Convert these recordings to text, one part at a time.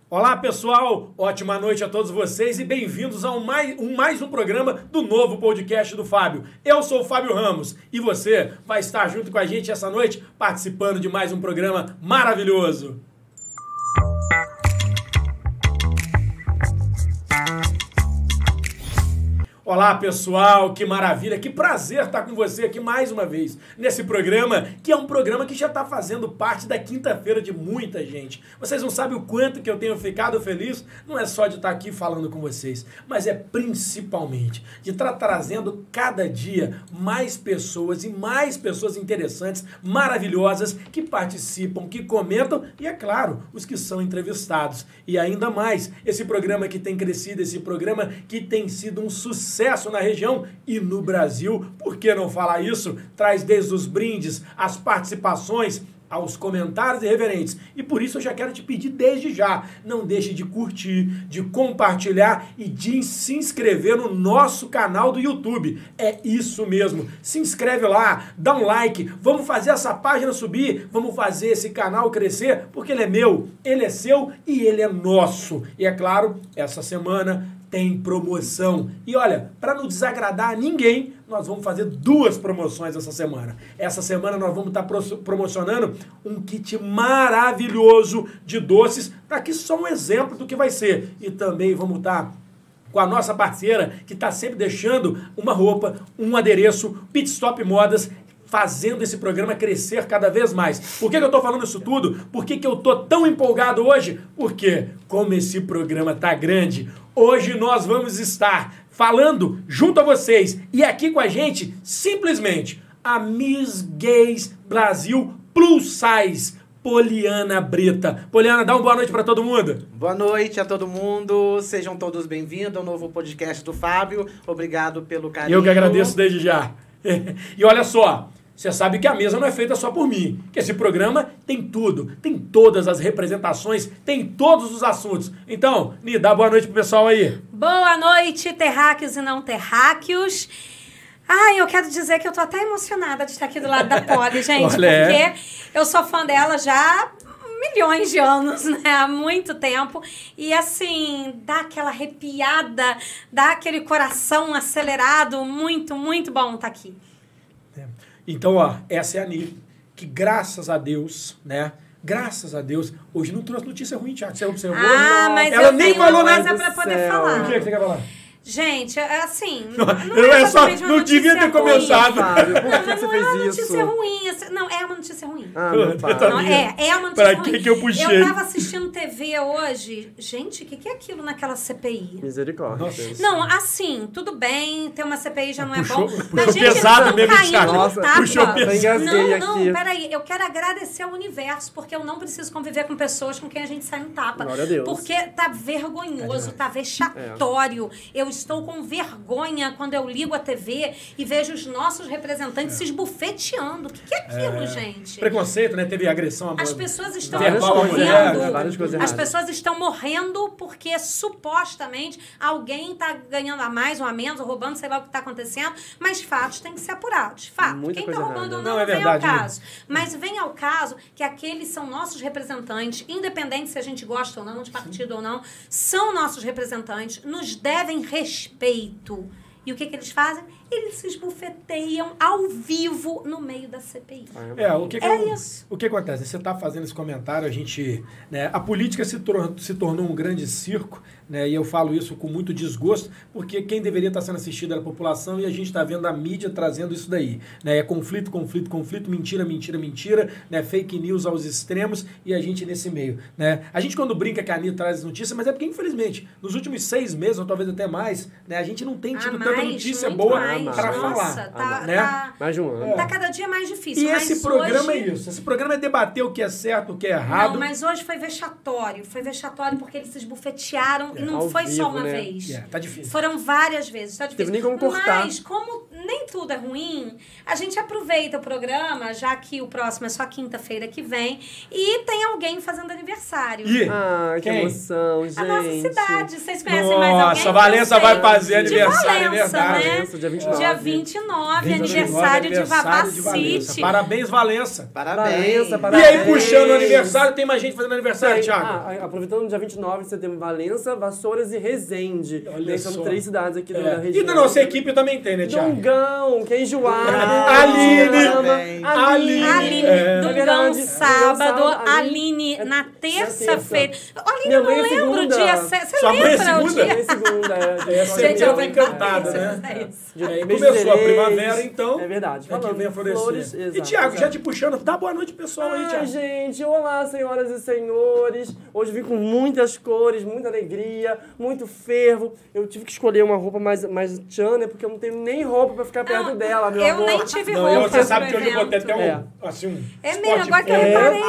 Olá pessoal, ótima noite a todos vocês e bem-vindos a mais um programa do novo podcast do Fábio. Eu sou o Fábio Ramos e você vai estar junto com a gente essa noite participando de mais um programa maravilhoso. Olá pessoal, que maravilha, que prazer estar com você aqui mais uma vez nesse programa, que é um programa que já está fazendo parte da quinta-feira de muita gente. Vocês não sabem o quanto que eu tenho ficado feliz, não é só de estar aqui falando com vocês, mas é principalmente de estar trazendo cada dia mais pessoas e mais pessoas interessantes, maravilhosas, que participam, que comentam e, é claro, os que são entrevistados. E ainda mais, esse programa que tem crescido, esse programa que tem sido um sucesso na região e no Brasil, por que não falar isso? Traz desde os brindes, as participações, aos comentários irreverentes. E por isso eu já quero te pedir desde já, não deixe de curtir, de compartilhar e de se inscrever no nosso canal do YouTube. É isso mesmo. Se inscreve lá, dá um like, vamos fazer essa página subir, vamos fazer esse canal crescer, porque ele é meu, ele é seu e ele é nosso. E é claro, essa semana tem promoção. E olha, para não desagradar a ninguém, nós vamos fazer duas promoções essa semana. Essa semana nós vamos estar promocionando um kit maravilhoso de doces, para que só um exemplo do que vai ser. E também vamos estar com a nossa parceira, que está sempre deixando uma roupa, um adereço, Pit Stop Modas, fazendo esse programa crescer cada vez mais. Por que eu estou falando isso tudo? Por que eu estou tão empolgado hoje? Porque, como esse programa está grande, hoje nós vamos estar falando junto a vocês e aqui com a gente, simplesmente, a Miss Gays Brasil Plus Size, Poliana Brita. Poliana, dá uma boa noite para todo mundo. Boa noite a todo mundo, sejam todos bem-vindos ao novo podcast do Fábio. Obrigado pelo carinho. Eu que agradeço desde já. E olha só, você sabe que a mesa não é feita só por mim, que esse programa tem tudo, tem todas as representações, tem todos os assuntos. Então, Ni, dá boa noite pro pessoal aí. Boa noite, terráqueos e não terráqueos. Ai, eu quero dizer que eu tô até emocionada de estar aqui do lado da Poli, gente, porque eu sou fã dela já há milhões de anos, né? Há muito tempo. E assim, dá aquela arrepiada, dá aquele coração acelerado, muito, muito bom estar aqui. Então, ó, essa é a Ni, que graças a Deus, né? Graças a Deus, hoje não trouxe notícia ruim, Thiago. Você observou? Ah, mas ela eu nem tenho falou uma nada. coisa pra poder falar. O que você quer falar? Gente, assim, não devia ter começado. Fábio, por que você não é fez uma isso? notícia ruim. Não, é uma notícia ruim. Ah, meu pai. Não, é uma notícia Pra ruim. que eu puxei? Eu tava assistindo TV hoje. Gente, o que é aquilo naquela CPI? Misericórdia. Nossa. Não, assim, tudo bem, ter uma CPI já não é bom. Puxou Mas, gente, pesado não mesmo, caindo Thiago. no Nossa, tapa. puxou pesado. Engasguei Não, aqui. peraí. Eu quero agradecer ao universo, porque eu não preciso conviver com pessoas com quem a gente sai no tapa. Glória a Deus. Porque tá vergonhoso, tá vexatório. Eu estou com vergonha quando eu ligo a TV e vejo os nossos representantes se esbufeteando. O que é aquilo, gente? Preconceito, né? Teve agressão. As pessoas estão Várias morrendo. coisas, várias coisas As erradas. pessoas estão morrendo porque supostamente alguém está ganhando a mais ou a menos, ou roubando, sei lá o que está acontecendo, mas fatos têm que ser apurados. Fato. Muita Quem está coisa roubando ou errada. não, Não, é vem verdade, ao caso. Mas vem ao caso que aqueles são nossos representantes, independente se a gente gosta ou não, de partido ou não, são nossos representantes, nos devem respeito. E o que eles fazem? Eles se esbufeteiam ao vivo no meio da CPI. Isso. O que acontece? Você está fazendo esse comentário, a gente, né, a política se tornou um grande circo, né, e eu falo isso com muito desgosto, porque quem deveria estar sendo assistido era a população e a gente está vendo a mídia trazendo isso daí. Né, é conflito, mentira, né, fake news aos extremos e a gente nesse meio. Né. A gente quando brinca que a Anitta traz notícia, mas é porque infelizmente nos últimos 6 meses, ou talvez até mais, né, a gente não tem tido tanta notícia boa para falar. Tá, Mais de um ano. tá cada dia mais difícil. E mas esse programa hoje... é isso. Esse programa é debater o que é certo, o que é errado. Não, mas hoje foi vexatório. Foi vexatório porque eles se esbufetearam e não Ao foi só vivo, uma né? vez. Tá difícil. Foram várias vezes. Tá difícil. Teve nem como cortar. Mas, como nem tudo é ruim, a gente aproveita o programa, já que o próximo é só quinta-feira que vem, e tem alguém fazendo aniversário. Ah, que Quem? emoção, gente. A nossa cidade. Vocês conhecem mais alguém? Nossa, Valença vai fazer De aniversário, é Valença, verdade. né? Valença, dia 22 Dia 29, aniversário de Vavá City. Parabéns, Valença. Parabéns. E aí, puxando o aniversário, tem mais gente fazendo aniversário, Thiago? Aproveitando o dia 29 de setembro, Valença, Vassouras e Resende. São 3 cidades aqui da região. E da nossa equipe também tem, né, Thiago? Dungão, que é enjoado. Aline. Dungão, sábado. Aline, na terça-feira. Aline, eu não lembro o dia. Você lembra o dia? Minha segunda. Gente, eu vou encantada, né? É isso. Aí começou a primavera, então. É verdade. Aqui vem a flores. E, Thiago, já te puxando, dá boa noite, pessoal, aí, Thiago. Gente, olá, senhoras e senhores. Hoje vim com muitas cores, muita alegria, muito fervo. Eu tive que escolher uma roupa mais tchan, né? Porque eu não tenho nem roupa pra ficar perto dela, meu amor. Eu nem tive roupa. Você sabe que hoje eu botei até um É mesmo, agora que eu reparei,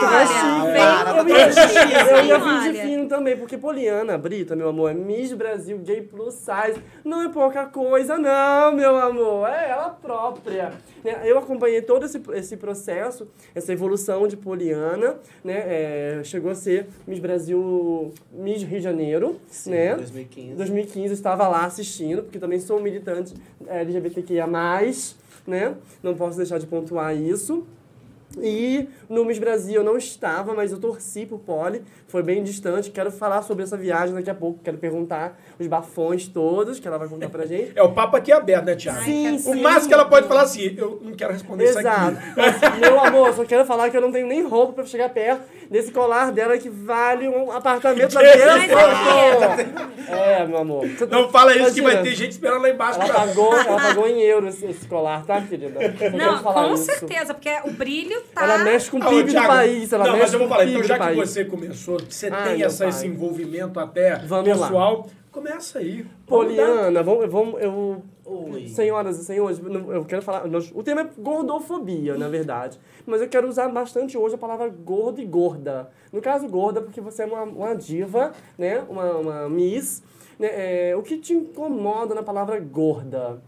Eu ia vir de fino também, porque Poliana Brita, meu amor, é Miss Brasil Gay Plus Size. Não é pouca coisa, não, meu amor. É ela própria. Eu acompanhei todo esse processo, essa evolução de Poliana, né? Chegou a ser Miss Brasil, Miss Rio de Janeiro, sim, né? 2015 eu estava lá assistindo, porque também sou militante LGBTQIA+, né? Não posso deixar de pontuar isso. E no Miss Brasil eu não estava, mas eu torci pro Poli, foi bem distante. Quero falar sobre essa viagem daqui a pouco, quero perguntar os bafões todos que ela vai contar pra gente. O papo aqui é aberto, né, Thiago? Sim. O máximo que ela pode falar assim, eu não quero responder isso aqui. Mas, meu amor, só quero falar que eu não tenho nem roupa pra chegar perto desse colar dela que vale um apartamento da minha. Meu amor. Não fala isso que vai ter gente esperando lá embaixo. Ela pagou em euros esse colar, tá, querida? Não, com certeza, porque o brilho tá... Ela mexe com o PIB do país. Mas eu vou falar, então já que você começou, você tem esse envolvimento até pessoal, começa aí. Poliana, senhoras e senhores, eu quero falar... O tema é gordofobia, na verdade. Mas eu quero usar bastante hoje a palavra gordo e gorda. No caso, gorda, porque você é uma diva, né? Uma miss. Né? O que te incomoda na palavra gorda?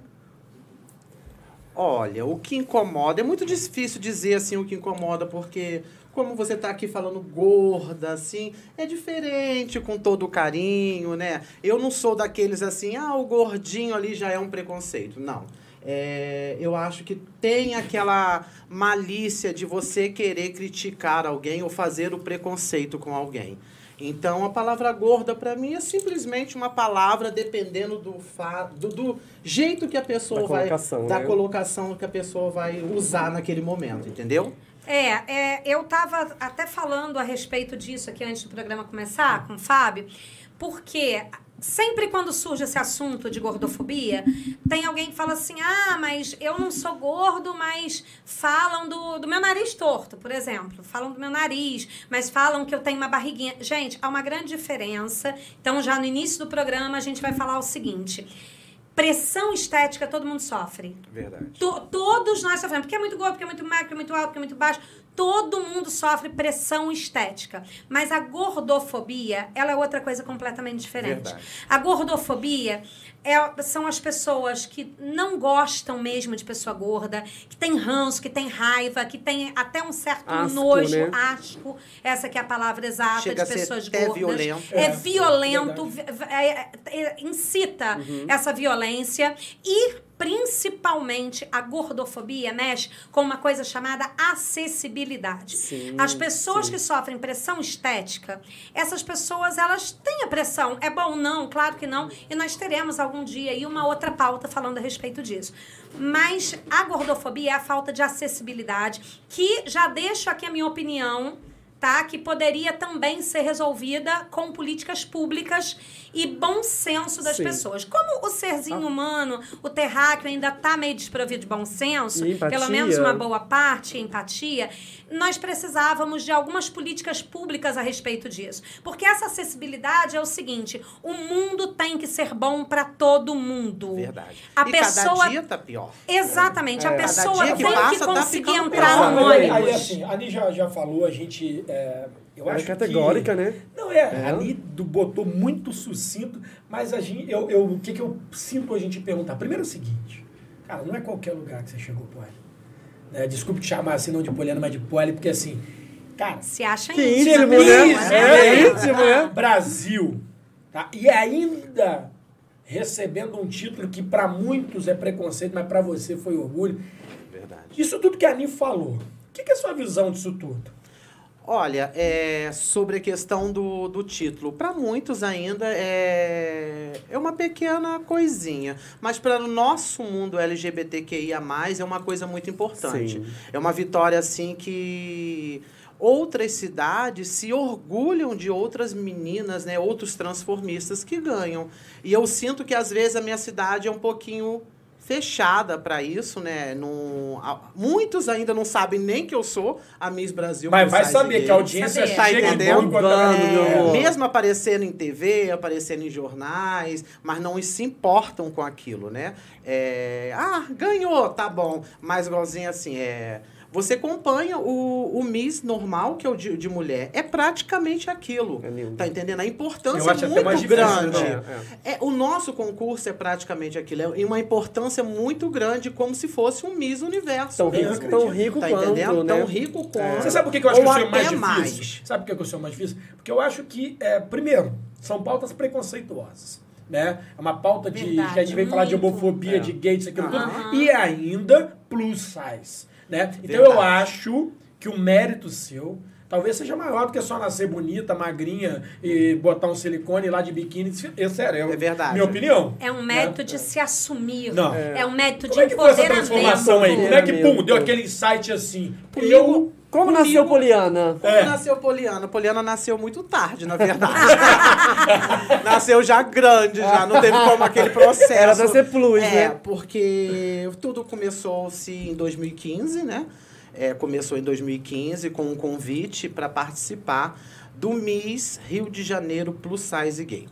Olha, o que incomoda... É muito difícil dizer, assim, o que incomoda, porque... Como você tá aqui falando gorda, assim, é diferente, com todo o carinho, né? Eu não sou daqueles assim, o gordinho ali já é um preconceito. Não. Eu acho que tem aquela malícia de você querer criticar alguém ou fazer o preconceito com alguém. Então, a palavra gorda, para mim, é simplesmente uma palavra dependendo do jeito que a pessoa da colocação que a pessoa vai usar naquele momento, entendeu? Eu estava até falando a respeito disso aqui antes do programa começar com o Fábio, porque sempre quando surge esse assunto de gordofobia, tem alguém que fala assim, mas eu não sou gordo, mas falam do meu nariz torto, por exemplo. Falam do meu nariz, mas falam que eu tenho uma barriguinha. Gente, há uma grande diferença. Então, já no início do programa, a gente vai falar o seguinte... Pressão estética todo mundo sofre. Verdade. Todos nós sofremos. Porque é muito gordo, porque é muito magro, porque é muito alto, porque é muito baixo. Todo mundo sofre pressão estética. Mas a gordofobia, ela é outra coisa completamente diferente. Verdade. A gordofobia são as pessoas que não gostam mesmo de pessoa gorda, que tem ranço, que tem raiva, que tem até um certo nojo, né? Asco. Essa que é a palavra exata. Chega de pessoas a ser gordas. Violento. É violento, incita essa violência e principalmente a gordofobia mexe com uma coisa chamada acessibilidade. Sim, as pessoas que sofrem pressão estética, essas pessoas, elas têm a pressão. É bom? Não, claro que não. E nós teremos algum dia aí uma outra pauta falando a respeito disso. Mas a gordofobia é a falta de acessibilidade, que já deixo aqui a minha opinião, tá? Que poderia também ser resolvida com políticas públicas e bom senso das pessoas. Como o serzinho humano, o terráqueo ainda está meio desprovido de bom senso, pelo menos uma boa parte, empatia, nós precisávamos de algumas políticas públicas a respeito disso. Porque essa acessibilidade é o seguinte, o mundo tem que ser bom para todo mundo. Verdade. Cada dia tá pior. Exatamente. A pessoa tem que conseguir entrar pior. no ônibus. Aí, assim, a Ani já falou, a gente... eu acho categórica, né? Não, a Ani botou muito sucinto, mas o que eu sinto a gente perguntar? Primeiro é o seguinte, cara, não é qualquer lugar que você chegou, Poli. Desculpe te chamar assim, não de Poliana, mas de Poli, porque assim, cara... Se acha íntimo, né? Brasil, tá? E ainda recebendo um título que para muitos é preconceito, mas para você foi orgulho. Verdade. Isso tudo que a Ani falou, o que é a sua visão disso tudo? Olha, sobre a questão do título, para muitos ainda é uma pequena coisinha, mas para o nosso mundo LGBTQIA+, é uma coisa muito importante. Sim. É uma vitória, assim, que outras cidades se orgulham de outras meninas, né, outros transformistas que ganham. E eu sinto que, às vezes, a minha cidade é um pouquinho fechada para isso, né? Muitos ainda não sabem nem que eu sou a Miss Brasil. Mas vai saber que a audiência tá chega entendendo? em Mesmo aparecendo em TV, aparecendo em jornais, mas não se importam com aquilo, né? Ganhou, tá bom. Mas igualzinho assim, você acompanha o Miss normal, que é o de mulher. É praticamente aquilo. Tá entendendo? A importância é muito grande. O nosso concurso é praticamente aquilo. É uma importância muito grande, como se fosse um Miss Universo. Tão rico tá quanto, entendendo? né? Tão rico quanto. Você sabe por que eu acho que o seu é mais até difícil? Sabe por que eu sou mais difícil? Porque eu acho que, primeiro, são pautas preconceituosas. Né? É uma pauta que a gente vem falar de homofobia, de gays, aquilo tudo. E ainda plus size. Né? Então eu acho que o mérito seu talvez seja maior do que só nascer bonita, magrinha e botar um silicone lá de biquíni. É verdade. Minha opinião. É um mérito de se assumir. Não. É um mérito de Como é que foi essa empoderamento. transformação aí? Como é que, deu aquele insight assim? Como nasceu Poliana? Como nasceu Poliana? Poliana nasceu muito tarde, na verdade. Nasceu já grande, já. Não teve como aquele processo. Era pra ser plus, né? Porque tudo começou-se em 2015, né? Começou em 2015 com um convite para participar do Miss Rio de Janeiro Plus Size Gay.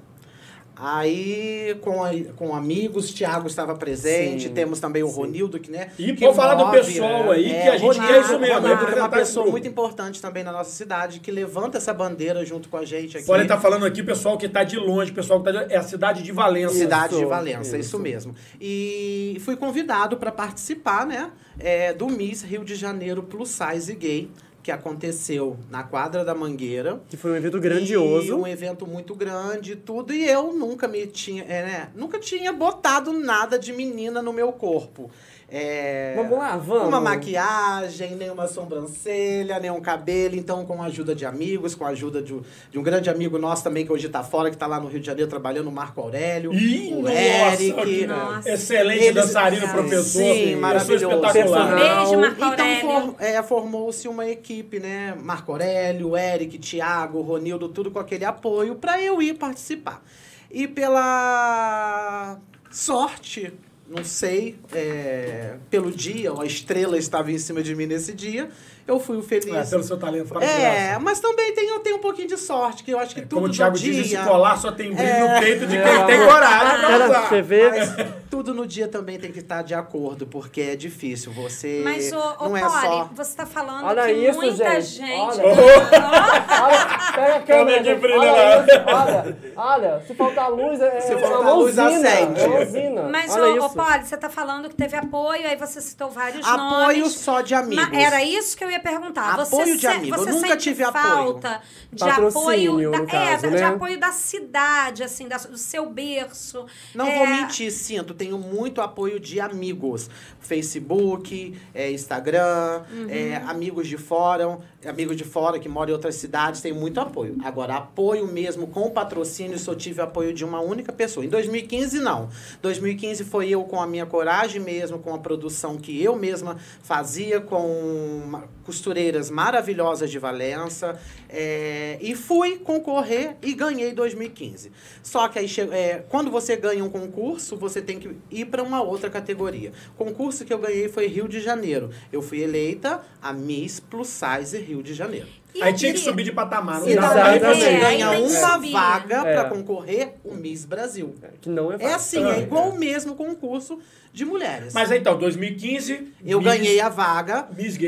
Aí, com amigos, Thiago estava presente, temos também o Ronildo, que, né? E vou falar do pessoal aí, que a gente quer isso mesmo. É uma pessoa muito importante também na nossa cidade, que levanta essa bandeira junto com a gente aqui. Olha, tá falando aqui, pessoal que tá de longe, pessoal que tá é a cidade de Valença. Cidade de Valença, isso mesmo. E fui convidado para participar, né, do Miss Rio de Janeiro Plus Size Gay, que aconteceu na Quadra da Mangueira. Que foi um evento grandioso. E um evento muito grande, tudo. E eu nunca nunca tinha botado nada de menina no meu corpo. Vamos lá, vamos. Uma maquiagem, nem uma sobrancelha, nem um cabelo. Então, com a ajuda de amigos, com a ajuda de um grande amigo nosso também, que hoje tá fora, que tá lá no Rio de Janeiro trabalhando, o Marco Aurélio. O Eric. Excelente dançarino, professor. Sim, maravilhoso. Espetacular. Beijo, Marco Aurélio. Então, formou-se uma equipe, né? Marco Aurélio, Eric, Thiago, Ronildo, tudo com aquele apoio para eu ir participar. E pela sorte, não sei, pelo dia, a estrela estava em cima de mim nesse dia, eu fui o feliz. Pelo seu talento. Mas também eu tenho um pouquinho de sorte, que eu acho que tudo como o Thiago no dia... diz, esse colar só tem brilho no peito de quem tem coragem pra usar. Você vê? Mas tudo no dia também tem que estar de acordo, porque é difícil. Você Mas, não Poli, só... você tá falando Olha que isso, muita gente. gente... Olha, pega a câmera. que brilha lá. Olha, se faltar luz, Se faltar luz, acende. É uma usina. Mas, olha isso. Poli, você tá falando que teve apoio, aí você citou vários nomes. Apoio só de amigos. Era isso que eu ia perguntar. Apoio de amigo. Você Eu nunca sente tive falta de Patrocínio, apoio... no caso, de né? apoio da cidade, assim, do seu berço. Não vou mentir, sinto. Tenho muito apoio de amigos. Facebook, Instagram, amigos de fora que moram em outras cidades, tem muito apoio. Agora, apoio mesmo com patrocínio, só tive apoio de uma única pessoa. Em 2015, não. 2015 foi eu com a minha coragem mesmo, com a produção que eu mesma fazia, com costureiras maravilhosas de Valença, e fui concorrer e ganhei 2015. Só que aí, quando você ganha um concurso, você tem que ir para uma outra categoria. O concurso que eu ganhei foi Rio de Janeiro. Eu fui eleita a Miss Plus Size Rio de Janeiro. Aí tinha que subir de patamar. E daí você ganha tem que uma subir. vaga para concorrer o Miss Brasil. Que não é fácil. É assim, é igual o mesmo concurso de mulheres. Mas então, 2015... Eu ganhei a vaga. Miss Gay.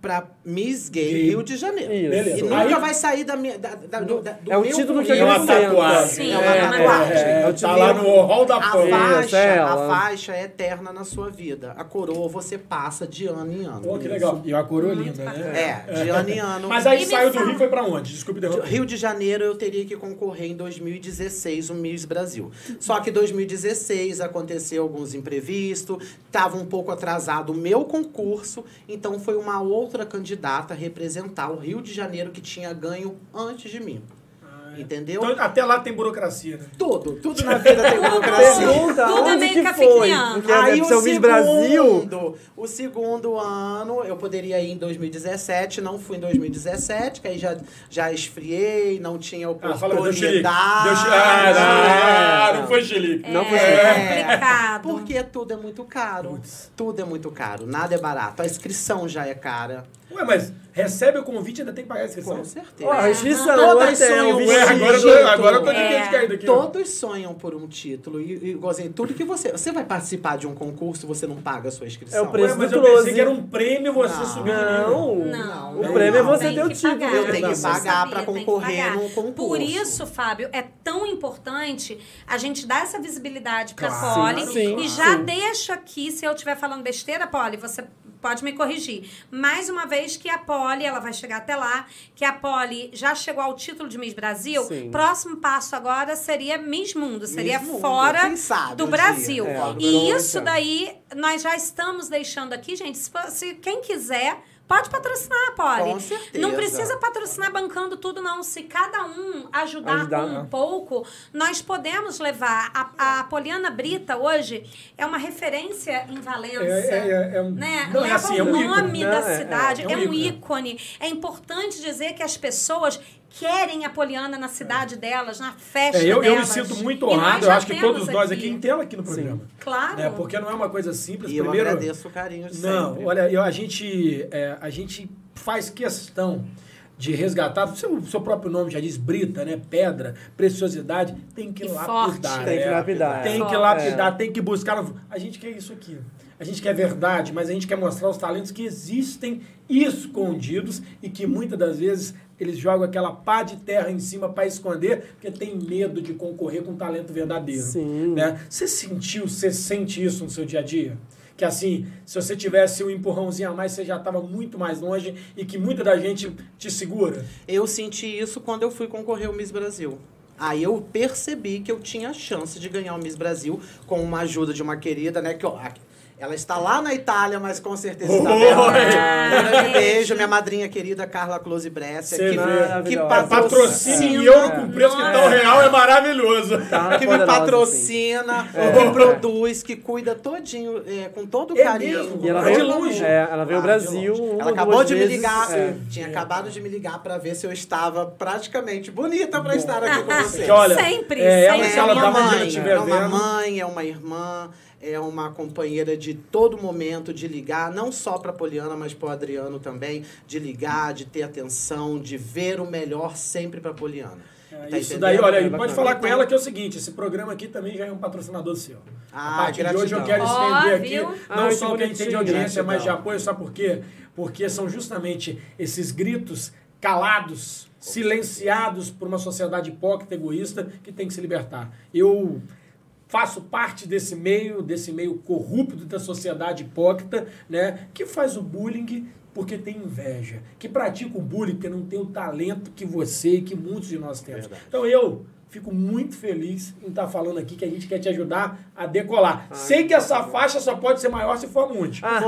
pra Miss Gay Rio de Janeiro. Isso. Beleza. E nunca Aí- vai sair do É o meu título que currículo. É uma acrescenta. tatuagem. Sim, É uma tatuagem. É o tá título- lá no hall da A fama. faixa, ela. a faixa é eterna na sua vida. A coroa você passa de ano em ano. Pô, que legal. E a coroa linda, né? É, de ano em ano. Mas aí E me saiu do fala- Rio e foi pra onde? Desculpe interromper. Rio de Janeiro eu teria que concorrer em 2016 o Miss Brasil. Só que em 2016 aconteceu alguns imprevistos, estava um pouco atrasado o meu concurso, então foi uma outra candidata a representar o Rio de Janeiro que tinha ganho antes de mim. Entendeu? Então, até lá tem burocracia, né? Tudo na vida tem burocracia. Pergunta Tudo é onde meio que cafequinhando. foi. Porque deve ser o Miss Brasil. O segundo ano, eu poderia ir em 2017, não fui em 2017, que aí já esfriei, não tinha Fala, deu xilique. oportunidade. Não foi xilique. Não foi complicado. Porque tudo é muito caro. Tudo é muito caro, nada é barato. A inscrição já é cara. Ué, mas recebe o convite e ainda tem que pagar a inscrição? Com certeza. Ó, a inscrição, Todas o hotel, sonham o com Ué, vestido. agora eu tô de É. quente caído aqui. Todos sonham por um título. E igualzinho, tudo que você vai participar de um concurso, você não paga a sua inscrição. É o preço Ué, mas do eu pensei close. que era um prêmio você Não. subir de nível. Não. O prêmio é você Tem ter o que título. pagar. Eu tenho que Você pagar sabia, pra tem que concorrer pagar. num concurso. Por isso, Fábio, é tão importante a gente dar essa visibilidade pra Claro, Poli. sim, E já sim. deixo aqui, se eu estiver falando besteira, Poli, você pode me corrigir. Mais uma vez que a Poli, ela vai chegar até lá, que a Poli já chegou ao título de Miss Brasil, Sim. próximo passo agora seria Miss Mundo, seria Miss Mundo, fora quem sabe do um Brasil. dia. É, E não, isso então. daí, nós já estamos deixando aqui, gente, se quem quiser, pode patrocinar a Poli. Com certeza. Não precisa patrocinar bancando tudo, não. Se cada um ajudar com um pouco, nós podemos levar. A Poliana Brita, hoje, é uma referência em Valença. Né? Não, é Leva assim, é o um nome ícone. da Não, cidade, é um é um ícone. ícone. É importante dizer que as pessoas querem a Poliana na cidade delas, na festa Eu delas. me sinto muito E nós honrado, eu já acho que temos todos nós aqui em tela aqui no programa. Claro. Né? Porque não é uma coisa simples. E eu Primeiro, agradeço o carinho de não, sempre. olha, a gente faz questão de resgatar, o seu próprio nome já diz, brita, né? Pedra, preciosidade, tem que E lapidar. forte. Tem que lapidar. Tem que Forte. lapidar, tem que buscar. A gente quer isso aqui. A gente quer verdade, mas a gente quer mostrar os talentos que existem escondidos e que muitas das vezes eles jogam aquela pá de terra em cima para esconder, porque tem medo de concorrer com um talento verdadeiro. Sim. Né? Você sente isso no seu dia a dia? Que assim, se você tivesse um empurrãozinho a mais, você já estava muito mais longe e que muita da gente te segura? Eu senti isso quando eu fui concorrer ao Miss Brasil. Aí eu percebi que eu tinha chance de ganhar o Miss Brasil com uma ajuda de uma querida, né? Que ela está lá na Itália, mas com certeza está vendo. Um grande beijo, minha madrinha querida Carla Close Brescia, Você que vê. Maravilhosa. Patrocínio em ouro com preço que tá o real é maravilhoso. Tá que me poderosa, patrocina, que produz, que cuida todinho, com todo É carinho. mesmo? E ela De veio, longe. ela veio ao Ah, Brasil de longe. uma Ela ou acabou duas de me vezes. ligar, É. tinha acabado de me ligar pra ver se eu estava praticamente bonita pra estar aqui com vocês. Que, olha, Sempre, ela, sempre. se ela minha dá uma mãe, dia estiver é uma vendo. mãe, é uma irmã, é uma companheira de todo momento, de ligar, não só pra Poliana, mas pro Adriano também, de ligar, de ter atenção, de ver o melhor sempre pra Poliana. Tá Isso entendendo? daí, olha, É e bacana. pode falar com ela que é o seguinte, esse programa aqui também já é um patrocinador seu. Ah, A partir de hoje eu gratidão. quero estender aqui, viu? não Ai, só que quem tem de bonitinho. audiência, mas de Gratidão. apoio, sabe por quê? Porque são justamente esses gritos calados, silenciados por uma sociedade hipócrita, egoísta, que tem que se libertar. Eu faço parte desse meio corrupto da sociedade hipócrita, né, que faz o bullying porque tem inveja, que pratica o bullying porque não tem o talento que você e que muitos de nós temos. Verdade. Então eu fico muito feliz em estar falando aqui que a gente quer te ajudar a decolar. Sei que essa faixa só pode ser maior se for muito. Mas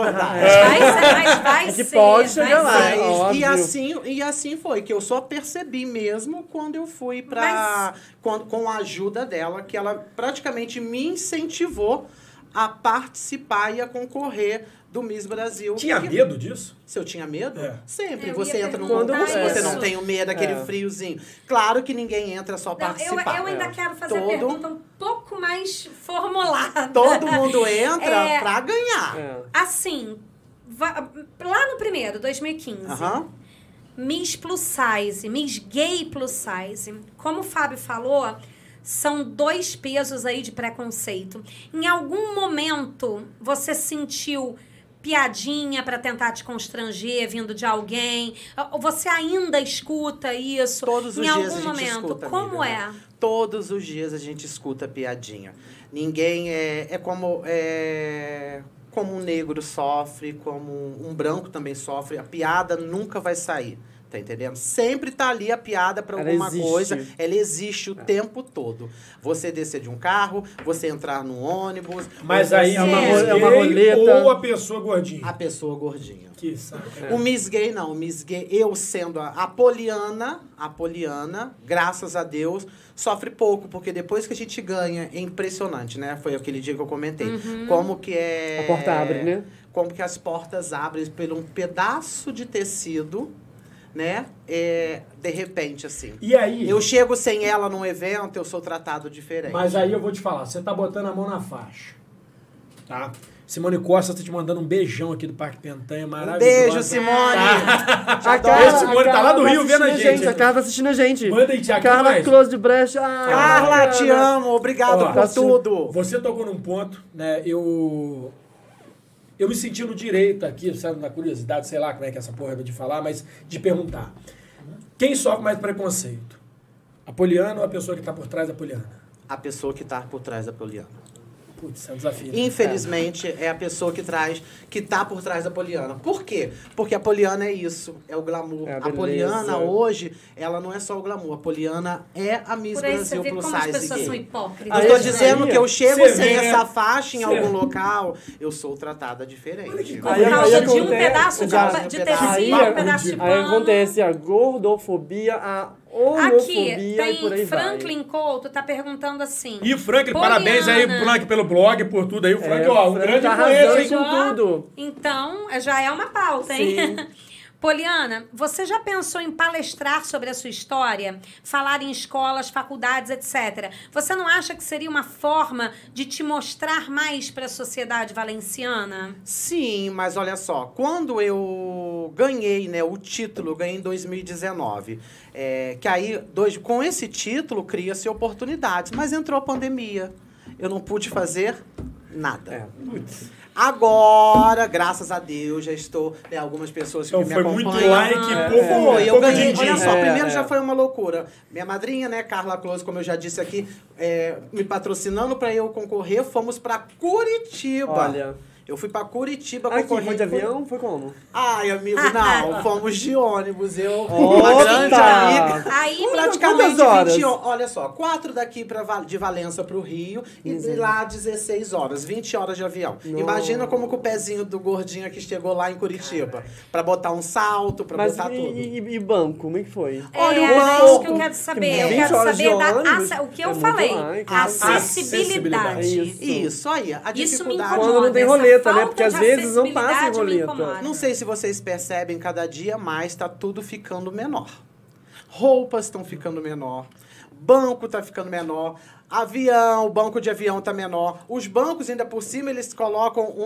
vai É que ser. pode vai chegar lá. ser. Óbvio. E assim foi, que eu só percebi mesmo quando eu fui pra... com a ajuda dela, que ela praticamente me incentivou a participar e a concorrer do Miss Brasil. Tinha Que- medo disso? Se eu tinha medo? É. Sempre. Eu Você ia entra num perguntar concurso, você isso. não tem o medo, aquele friozinho. Claro que ninguém entra só Não, participar. eu ainda quero fazer a Todo- pergunta um pouco mais formulada. Todo mundo entra É. pra ganhar. É. Assim, lá no primeiro, 2015, Aham. Miss Plus Size, Miss Gay Plus Size, como o Fábio falou, são 2 pesos aí de preconceito. Em algum momento, você sentiu piadinha pra tentar te constranger vindo de alguém? Você ainda escuta isso? Todos os em dias algum a gente momento? escuta, Como amiga, é? né? Todos os dias a gente escuta piadinha. Ninguém como um negro sofre, como um branco também sofre. A piada nunca vai sair. Tá entendendo? Sempre tá ali a piada pra alguma coisa. Ela existe o tempo todo. Você descer de um carro, você entrar num ônibus. Mas aí é uma roleta. Ou a pessoa gordinha. A pessoa gordinha. Que saco. O Miss Gay não. O Miss Gay, eu sendo a Poliana, graças a Deus, sofre pouco. Porque depois que a gente ganha, é impressionante, né? Foi aquele dia que eu comentei. Como que é... A porta abre, né? Como que as portas abrem por um pedaço de tecido, né? De repente, assim. E aí? Eu chego sem ela num evento, eu sou tratado diferente. Mas aí eu vou te falar, você tá botando a mão na faixa, tá? Simone Costa tá te mandando um beijão aqui do Parque Pentanha, maravilhoso. Beijo, Simone! A Simone tá lá do Rio vendo a gente. A Carla tá assistindo a gente. Manda aí, Tiago, Carla mais. Close de Brecha. Carla, te amo. Obrigado por tudo. Você tocou num ponto, né? Eu me senti no direito aqui, sabe, na curiosidade, sei lá como é que é essa porra de falar, mas de perguntar. Quem sofre mais preconceito? A Poliana ou a pessoa que tá por trás da Poliana? A pessoa que tá por trás da Poliana. Putz, é um desafio. Infelizmente, é a pessoa que tá por trás da Poliana. Por quê? Porque a Poliana é isso, é o glamour. É a a Poliana, hoje, ela não é só o glamour. A Poliana é a Miss Por aí Brasil você vê Plus como as Size pessoas são Gay. hipócritas. Eu tô dizendo que eu chego Você sem vê, essa faixa em você algum vê. local, eu sou tratada diferente. Por causa de um pedaço de Aí tecido, um pedaço de Aí pano. acontece a gordofobia, a homofobia Aqui, e por aí tem vai. Franklin Couto, tá perguntando assim. E Franklin, Poliana. parabéns aí, Frank, pelo blog, por tudo aí. O Frank, ó, um Frank grande tá influência, arrasando hein? com tudo. Então, já é uma pauta, hein? Sim. Poliana, você já pensou em palestrar sobre a sua história? Falar em escolas, faculdades, etc. Você não acha que seria uma forma de te mostrar mais para a sociedade valenciana? Sim, mas olha só, quando eu ganhei, né, o título, ganhei em 2019, que aí, com esse título, cria-se oportunidades, mas entrou a pandemia. Eu não pude fazer nada. Agora, graças a Deus, já estou... Né, algumas pessoas que Então me foi acompanham. muito like, pouco Eu ganhei, din-din. olha só, primeiro já foi uma loucura. Minha madrinha, né, Carla Close, como eu já disse aqui, me patrocinando para eu concorrer, fomos para Curitiba. Olha. Eu fui pra Curitiba Aqui, concorrer. foi de avião? Foi como? Ai, amigo, não. Fomos de ônibus. Ô, Uma grande tá. amiga. Aí, Praticamente quantas horas? 20 horas. Olha só, 4 daqui de Valença pro Rio e de lá 16 horas. 20 horas de avião. Imagina como que o pezinho do gordinho aqui chegou lá em Curitiba. Pra botar um salto, pra Mas botar tudo. e banco, como é que foi? Olha, o é banco. isso que eu quero saber. Eu 20 quero horas de saber ônibus o que eu é muito falei. mais, Acessibilidade. Isso aí, a Isso me dificuldade. incomoda. Quando não tem essa roleta, né? falta Porque às de vezes não passa em acessibilidade me roleta. incomoda. Não sei se vocês percebem, cada dia mais tá tudo ficando menor. Roupas estão ficando menor. Banco tá ficando menor. Avião, o banco de avião tá menor. Os bancos, ainda por cima, eles colocam um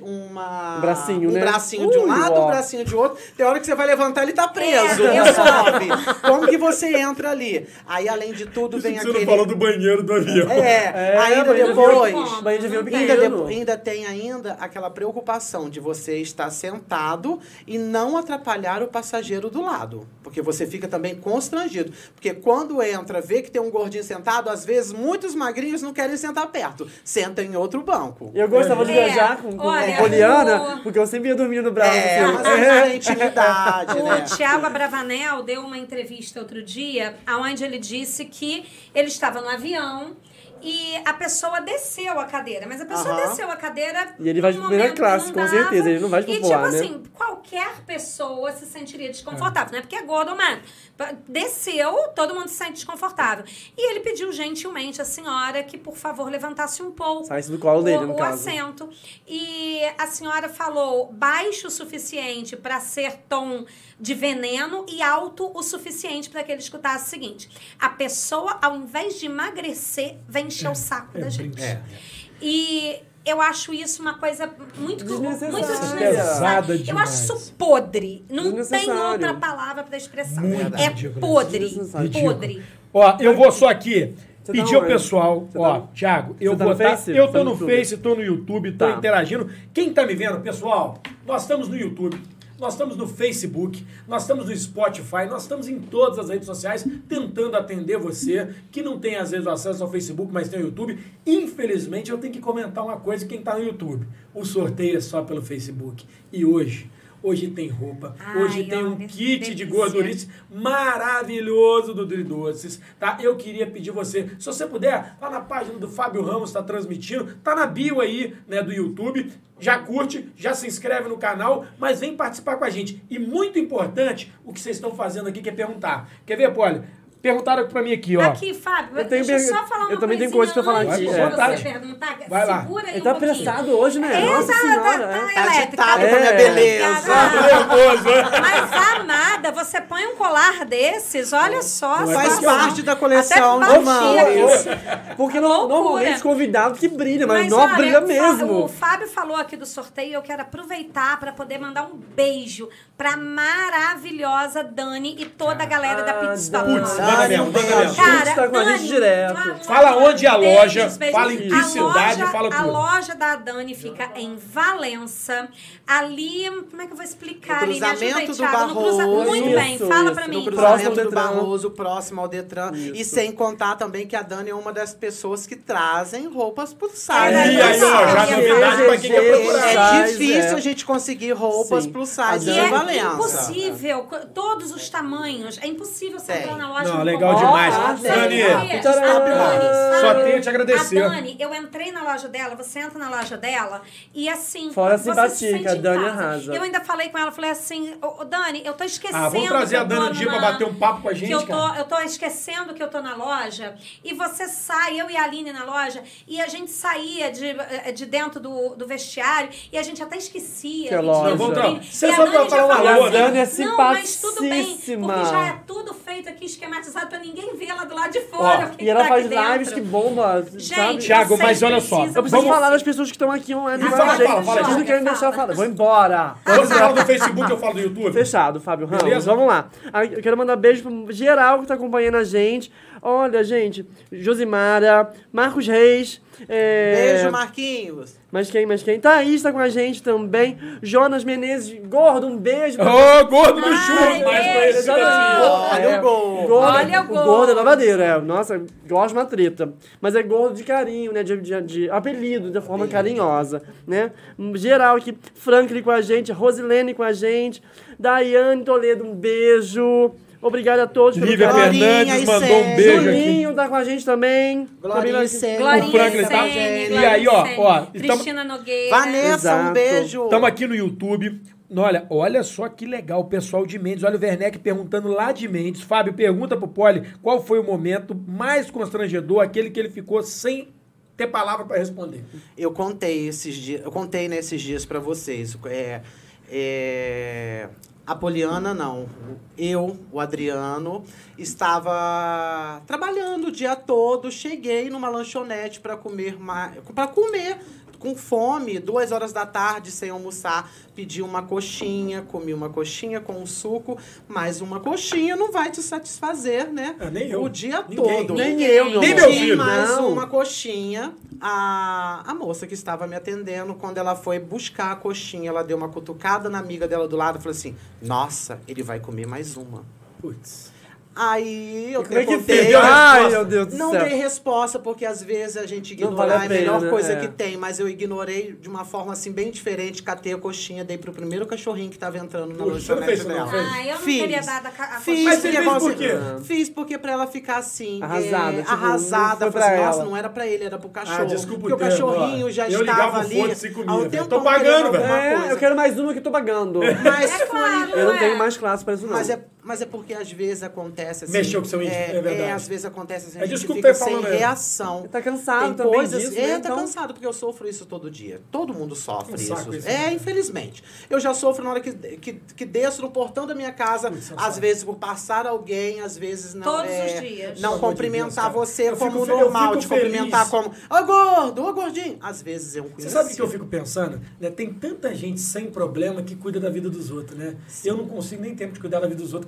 bracinho, né? bracinho de um lado, ó. um bracinho de outro. Tem hora que você vai levantar, ele tá preso. É, Não sobe. Como que você entra ali? Aí, além de tudo, vem Você aquele... não falou do banheiro do avião. ainda banho de depois... avião. Banho de avião Ainda, pequeno. ainda tem aquela preocupação de você estar sentado e não atrapalhar o passageiro do lado. Porque você fica também constrangido. Porque quando entra, vê que tem um gordinho sentado, às vezes muitos magrinhos não querem sentar perto. Sentam em outro banco. Eu gostava de viajar com olha, a Poliana, porque eu sempre ia dormindo no braço. assim. Mas é intimidade, né? O Thiago Abravanel deu uma entrevista outro dia, onde ele disse que ele estava no avião e a pessoa desceu a cadeira. Mas a pessoa desceu a cadeira... E ele vai de num primeira momento classe, que com não certeza. dava. Ele não vai de E popular, tipo né? assim, qualquer pessoa se sentiria desconfortável. Não é porque é gordo, mano. Desceu, todo mundo se sente desconfortável. E ele pediu gentilmente à senhora que, por favor, levantasse um pouco Saísse do colo dele, no o caso. assento. E a senhora falou baixo o suficiente para ser tom de veneno e alto o suficiente para que ele escutasse o seguinte: a pessoa, ao invés de emagrecer, vem encher o saco da gente. E eu acho isso uma coisa muito desnecessária. Pesada Eu demais. acho isso podre. Não tem Desnecessário. outra palavra para expressar. Muito É ridículo. podre. Desnecessário. Podre. Ó, eu vou só aqui. Você pedir tá ao onde? pessoal, Você ó, tá- Thiago, eu Você tá vou no estar... Face? Eu Você tô tá no no YouTube? Face, tô no YouTube, tô Tá. interagindo. Quem tá me vendo, pessoal, nós estamos no YouTube, nós estamos no Facebook, nós estamos no Spotify, nós estamos em todas as redes sociais tentando atender você que não tem às vezes acesso ao Facebook, mas tem o YouTube. Infelizmente, eu tenho que comentar uma coisa quem tá no YouTube. O sorteio é só pelo Facebook. E hoje tem roupa, hoje tem um olha, kit delícia. de gordurice maravilhoso do Dri Doces, tá? Eu queria pedir você, se você puder, lá na página do Fábio Ramos, tá transmitindo, tá na bio aí, né, do YouTube, já curte, já se inscreve no canal, mas vem participar com a gente. E muito importante, o que vocês estão fazendo aqui, que é perguntar. Quer ver, Poli? Perguntaram pra mim aqui, ó. Aqui, Fábio, deixa eu só falar uma eu também tenho coisinha coisa pra falar antes aqui, de é. você perguntar. Vai lá. Segura aí Ele tá pouquinho. apressado hoje, né? Nossa Tá senhora. Tá elétrica. agitado com a minha beleza. Mas, amada, você põe um colar desses, olha só. Faz só- parte da coleção Até de batia mãos. aqui. Porque Loucura. normalmente convidado que brilha, mas não olha, brilha o mesmo. Fábio falou aqui do sorteio e eu quero aproveitar para poder mandar um beijo pra maravilhosa Dani e toda a galera da Pit Stop. Dani. Putz, manda mesmo, manda mesmo. Cara, Tá com a gente direto. Fala onde é a loja, beijos. fala em que A cidade, loja- fala A tudo. loja da Dani fica em Valença. Ali, como é que eu vou explicar? No Ali, me ajuda aí, cruzamento do Thiago. Barroso. Muito bem, Isso, fala isso. pra No mim. Próximo ao cruzamento do Detran. Barroso, próximo ao Detran. E Isso. sem contar também que a Dani é uma das pessoas que trazem roupas pro É, site. Aí, ó, já Sim, novidade pra quem quer procurar. É Size, difícil é. a gente conseguir roupas Sim. pro A site E de Dani- é Valença. impossível, todos os tamanhos. É impossível você entrar na loja. Não, e legal comprar. demais. Sabe Dani, por quê? tcharam. A Dani, Só sabe? tenho a te agradecer. A Dani, eu entrei na loja dela, você entra na loja dela e assim. Fora a você simpatia, se sente que a em Dani casa. arrasa. Eu ainda falei com ela, falei assim, ô Dani, eu tô esquecendo. Vamos trazer que eu a Dani tô um dia pra numa- bater um papo com a gente, que cara. eu tô esquecendo que eu tô na loja e você sai, eu e a Aline na loja, e a gente saía de dentro do vestiário e a gente até esquecia. Que a gente loja. não Vamos brilha. tra- Você E a só Dani pra já falar uma falou alô, assim, né? Dani é não, mas tudo bem, porque simpaticíssima. já é tudo feito aqui, esquematizado, pra ninguém ver lá do lado de fora. Ó, o que E ela tá faz aqui dentro. lives que bomba, Gente, sabe? Thiago, vocês mas olha só, precisam Eu preciso Vamos- falar das pessoas que estão aqui online com Fala, a gente. fala, Vocês não querem fala. deixar eu falar. Vou embora. Você fala do Facebook, eu falo do YouTube? Fechado, Fábio Ramos. Beleza? Vamos lá. Eu quero mandar beijo pro geral que tá acompanhando a gente. Olha, gente, Josimara, Marcos Reis. Beijo, Marquinhos. Mas quem? Thaís tá com a gente também. Jonas Menezes, gordo, um beijo. Ô, gordo do Ai, churro, mais beijo. conhecido assim. Olha o gol. Gordo, Olha o o gol. gordo é lavadeiro, é. Nossa, gosto de uma treta. Mas é gordo de carinho, né? De apelido, de forma carinhosa, né? Geral aqui, Franklin com a gente, Rosilene com a gente, Daiane Toledo, um beijo. Obrigado a todos pelo Lívia carinho. Glorinha Fernandes e mandou um Sérgio. beijo aqui. Julinho tá com a gente também. Glorinha Também e Sérgio. Glorinha O Franklin tá- Sene, E aí, ó, Glorinha Sene, tamo- Cristina Nogueira. Vanessa, Exato. um beijo. Estamos aqui no YouTube. Olha só que legal, o pessoal de Mendes. Olha o Werneck perguntando lá de Mendes. Fábio, pergunta pro Poli qual foi o momento mais constrangedor, aquele que ele ficou sem ter palavra para responder. Eu contei nesses dias pra vocês. A Poliana, não. O Adriano, estava trabalhando o dia todo. Cheguei numa lanchonete para comer com fome, 2 horas da tarde, sem almoçar. Pedi uma coxinha, comi uma coxinha com um suco, mas uma coxinha não vai te satisfazer, né? Nem eu. O dia Ninguém. todo. Nem eu, meu Nem amor. meu Pedi filho. mais Não. uma coxinha. A moça que estava me atendendo, quando ela foi buscar a coxinha, ela deu uma cutucada na amiga dela do lado e falou assim: nossa, ele vai comer mais uma. Putz. Aí eu Como é que perguntei. fez? Ai, meu Deus do Não céu. dei resposta, porque às vezes a gente Não ignorar vale a é a pena, melhor né? coisa É. que tem. Mas eu ignorei de uma forma assim bem diferente. Catei a coxinha, dei pro primeiro cachorrinho que estava entrando na Puxa, você não fez lanchonete isso, não dela. fez? Ah, eu não Fiz. teria dado a Fiz, coxinha. Mas você fez negócio- por quê? Fiz porque pra ela ficar assim, Arrasada, tipo, arrasada. não foi Falei assim, pra nossa, ela. não era pra ele, era pro cachorro. desculpa porque o o termo, cachorrinho ó. já Eu estava ligava o ali. foda-se e comia, há um velho. tempão Tô pagando, querendo velho. alguma É, coisa. eu quero mais uma que eu tô pagando. Mas É foi... claro, Eu não é. tenho mais classe pra isso, não. Mas é porque às vezes acontece assim. Mexeu com seu íntimo, é verdade. às vezes acontece assim, a Mas gente desculpa fica aí sem falando, né? reação. Tá cansado Tem também coisas. disso, né? Tá Então- cansado, porque eu sofro isso todo dia. Todo mundo sofre Um saco isso. isso, né? Infelizmente. Eu já sofro na hora que desço no portão da minha casa, Putz, é um às saco. vezes por passar alguém, às vezes não. Todos os dias. Não Pelo amor de cumprimentar Deus, cara. você Eu como fico- eu normal, fico te cumprimentar feliz. como. Ô gordo, ô gordinho. Às vezes eu Você sabe o que eu fico pensando? Né? Tem tanta gente sem problema que cuida da vida dos outros, né? Eu não consigo nem tempo de cuidar da vida dos outros, que eu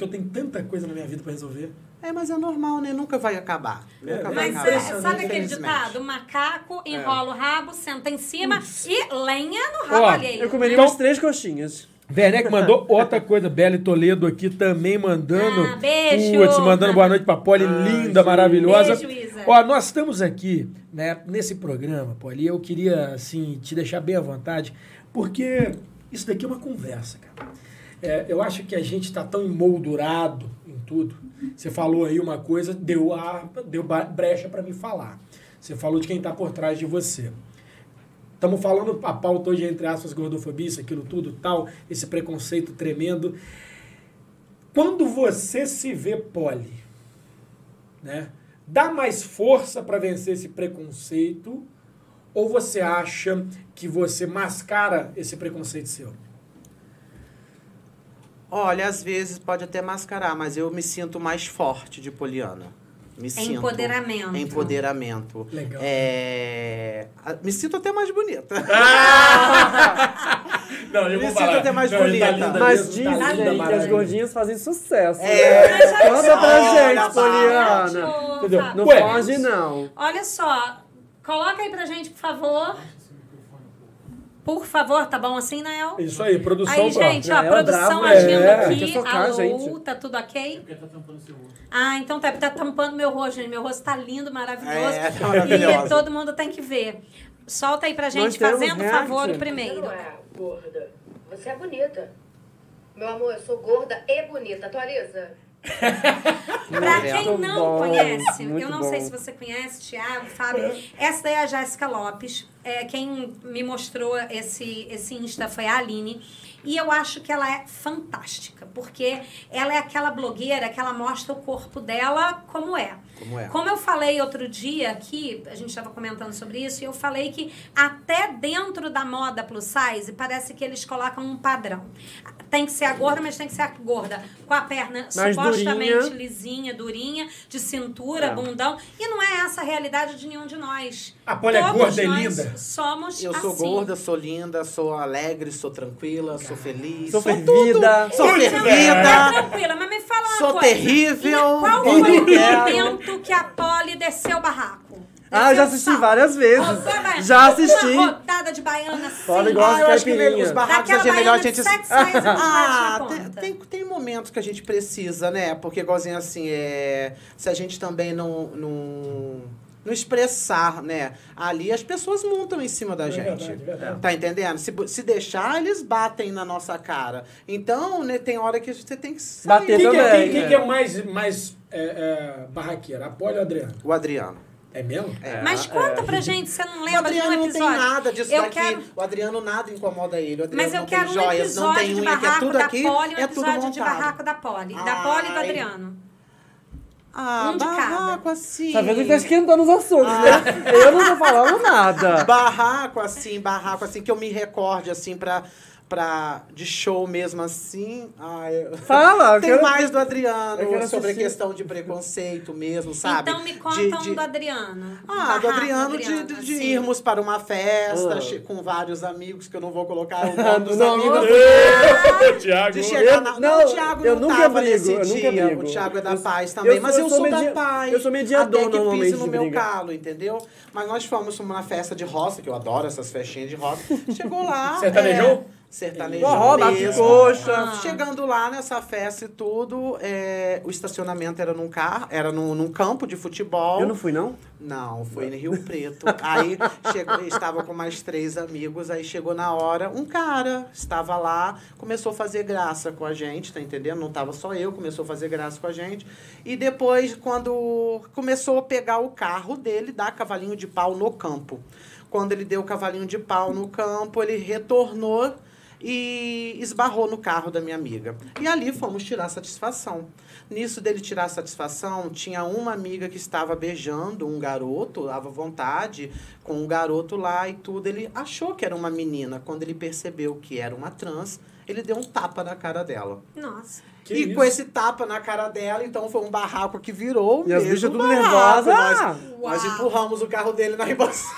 eu tenho tanta coisa na minha vida pra resolver. Mas é normal, né? Nunca vai acabar. Nunca vai Mas acabar. sabe aquele ditado? O macaco enrola o rabo, senta em cima e lenha no rabo alheio. Eu comeria umas 3 coxinhas. Werneck mandou outra coisa. Beli Toledo aqui também mandando. Beijo. Putz, mandando boa noite pra Poli, linda, maravilhosa. Beijo, Isa. Ó, nós estamos aqui, né, nesse programa, Poli, eu queria, assim, te deixar bem à vontade, porque isso daqui é uma conversa, cara. Eu acho que a gente tá tão emoldurado em tudo. Você falou aí uma coisa, deu brecha pra me falar. Você falou de quem tá por trás de você. Estamos falando a pauta hoje, entre aspas, gordofobia, isso, aquilo tudo, tal, esse preconceito tremendo. Quando você se vê Poli, né, dá mais força para vencer esse preconceito ou você acha que você mascara esse preconceito seu? Olha, às vezes pode até mascarar, mas eu me sinto mais forte de Poliana. Empoderamento. Empoderamento. Legal. Me sinto até mais bonita. Não, eu Me vou sinto falar. até mais Não, ele bonita. tá linda Mas mesmo, dizem tá linda, que as maravilhosa. gordinhas fazem sucesso. É. Conta pra Olha, gente, Poliana. Ô, Entendeu? Fábio. Não Ué. foge, não. Olha só, coloca aí pra gente, por favor. Por favor, tá bom assim, Nael? Isso aí, produção. Aí, pronto. gente, ó, Nael produção bravo, agindo é, aqui. quer socar, Alô, gente. tá tudo ok? Porque tá tampando seu rosto. Ah, então tá tampando meu rosto, gente. Meu rosto tá lindo, maravilhoso. Tá maravilhoso. E todo mundo tem que ver. Solta aí pra Nós gente, temos fazendo react. favor o Você primeiro. não é gorda. Você é bonita. Meu amor, eu sou gorda e bonita. Atualiza. Pra quem Muito não bom, conhece, muito eu não bom. sei se você conhece, Thiago, Fábio, essa daí é a Jéssica Lopes. Quem me mostrou esse Insta foi a Aline. E eu acho que ela é fantástica, porque ela é aquela blogueira que ela mostra o corpo dela como é. Como eu falei outro dia aqui, a gente estava comentando sobre isso, e eu falei que até dentro da moda plus size, parece que eles colocam um padrão. Tem que ser a gorda, mas tem que ser a gorda com a perna Mais supostamente durinha. lisinha, durinha, de cintura, bundão. E não é essa a realidade de nenhum de nós. A Poli é Todos gorda e nós linda? somos Eu sou assim. gorda, sou linda, sou alegre, sou tranquila, sou feliz. Sou tudo. fervida. Sou Tá fervida. tranquila, mas me fala uma Sou coisa. terrível. Qual Eu foi o quero. momento que a Poli desceu o barraco? Ah, eu já Desceu o assisti salto? várias vezes. Rodou a baiana. Já assisti. Uma rodada de baiana assim. Poli gosta Eu de acho que caipirinha. os barracos Daquela é melhor a baiana gente... de 7 saias e Ah, na ponta. tem momentos que a gente precisa, né? Porque, igualzinho assim, se a gente também não expressar, né? Ali as pessoas montam em cima da gente. Verdade. Tá entendendo? Se deixar, eles batem na nossa cara. Então, né, tem hora que você tem que sair. Bater também. Quem que é mais barraqueira? A Poli ou a Adriana? O Adriano. É mesmo? Mas conta pra gente, você não O lembra de um Adriano não tem episódio? nada disso eu daqui. Quero... O Adriano nada incomoda ele. O Adriano Mas eu não tem quero um joias, não tem episódio de unha, que é barraco tudo da aqui, Poli, um é tudo episódio de montado. barraco da Poli. Da Poli e do Ai. Adriano. Ah, Um de cada. barraco assim. Tá vendo que tá esquentando os assuntos, né? Eu não tô falando nada. Barraco assim, que eu me recorde, assim, de show mesmo, assim. Fala, Tem eu quero- mais do eu Adriano, quero sobre a assistir. questão de preconceito mesmo, sabe? Então me conta um do Adriano. Do Adriano, de assim. irmos para uma festa Ah. com vários amigos, que eu não vou colocar o nome dos Não, amigos. Thiago. De chegar Eu- não, o Thiago eu não nunca tava brigo, nesse eu nunca dia. brigo. O Thiago é da Eu- paz também, eu mas sou- eu eu sou sou da media- paz. eu sou mediador até que normalmente piso no de meu briga. calo, entendeu? Mas nós fomos numa festa de roça, que eu adoro essas festinhas de roça. Chegou lá... Sertanejão? Sertanejão Forró, bate mesmo. coxa. Chegando lá nessa festa e tudo, o estacionamento era num carro, era num campo de futebol. Eu não fui, não? Não, foi em Rio Preto. Aí estava com mais 3 amigos, aí chegou na hora, um cara estava lá, começou a fazer graça com a gente, tá entendendo? Não estava só eu, começou a fazer graça com a gente. E depois, quando começou a pegar o carro dele, dar cavalinho de pau no campo. Quando ele deu o cavalinho de pau no campo, ele retornou e esbarrou no carro da minha amiga. E ali fomos tirar satisfação. Nisso dele tirar satisfação, tinha uma amiga que estava beijando um garoto, dava vontade, com um garoto lá e tudo. Ele achou que era uma menina. Quando ele percebeu que era uma trans, ele deu um tapa na cara dela. Nossa. E isso? com esse tapa na cara dela, então foi um barraco que virou E as mesmo bichas tudo barraco. nervosas. Nós empurramos o carro dele na ribanceira.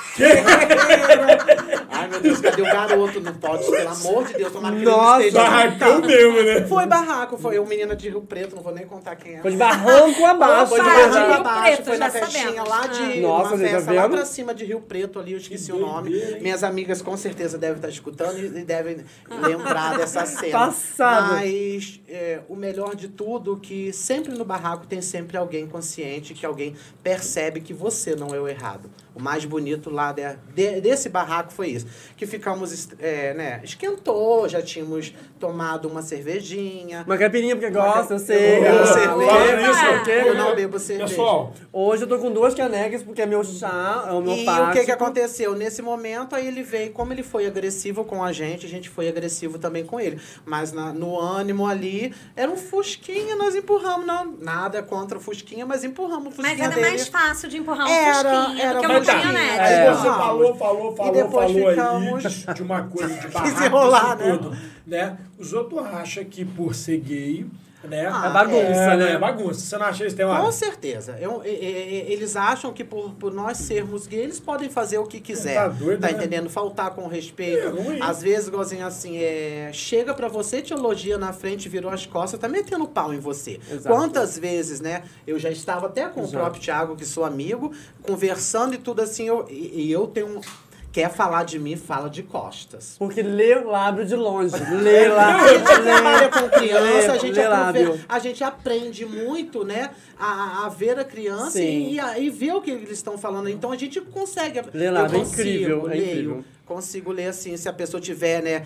Ai, meu Deus, cadê o garoto? Não pode, pelo amor de Deus, tomara que ele não Nossa, esteja Barracão irritado. mesmo, né? Foi barraco, foi um menino de Rio Preto, não vou nem contar quem é. Foi de barranco abaixo. Foi de Opa, barranco de Rio abaixo, Preto, foi já na festinha sabemos. lá de Nossa, uma gente, tá festa lá vendo? pra cima de Rio Preto ali, eu esqueci Que o nome. doideira, hein? Minhas amigas com certeza devem estar escutando e devem lembrar dessa cena. Passado. Mas o melhor de tudo que sempre no barraco tem sempre alguém consciente, que alguém percebe que você não é o errado. O mais bonito lá desse barraco foi isso. Que ficamos, esquentou, já tínhamos tomado uma cervejinha. Uma caipirinha porque gosta, eu sei. Eu bebo Ah, cerveja. fala isso, Eu não bebo cerveja. Pessoal, Hoje eu tô com 2 canecas porque é meu chá, é o meu E tático. o que aconteceu? Nesse momento, aí ele veio, como ele foi agressivo com a gente foi agressivo também com ele. Mas no ânimo ali, era um fusquinha, nós empurramos. Não, nada contra o fusquinha, mas empurramos o fusquinha Mas era dele. mais fácil de empurrar um Era fusquinha do que mais uma tá. caminhonete. Aí você É. falou E depois aí ficamos- de uma coisa de barraco, Desenrolar, isso tudo, né? Os outros acham que por ser gay, né? Ah, é bagunça, né? É bagunça. Você não acha isso? Tem uma... Com certeza. Eles acham que por nós sermos gays, eles podem fazer o que quiser. Tá doido, né? Entendendo? Faltar com respeito. É ruim. Às vezes, igualzinho assim, chega pra você, te elogia na frente, virou as costas, tá metendo pau em você. Exato. Quantas vezes, né? Eu já estava até com o próprio Thiago, que sou amigo, conversando e tudo assim, eu tenho quer falar de mim, fala de costas. Porque lê o lábio de longe. Lê lá. A gente trabalha com criança, lê lábio. a gente aprende muito, né? A ver a criança Sim. e ver o que eles estão falando. Então a gente consegue. Lê lábio, eu é incrível, é leio, incrível. Consigo ler assim, se a pessoa tiver, né?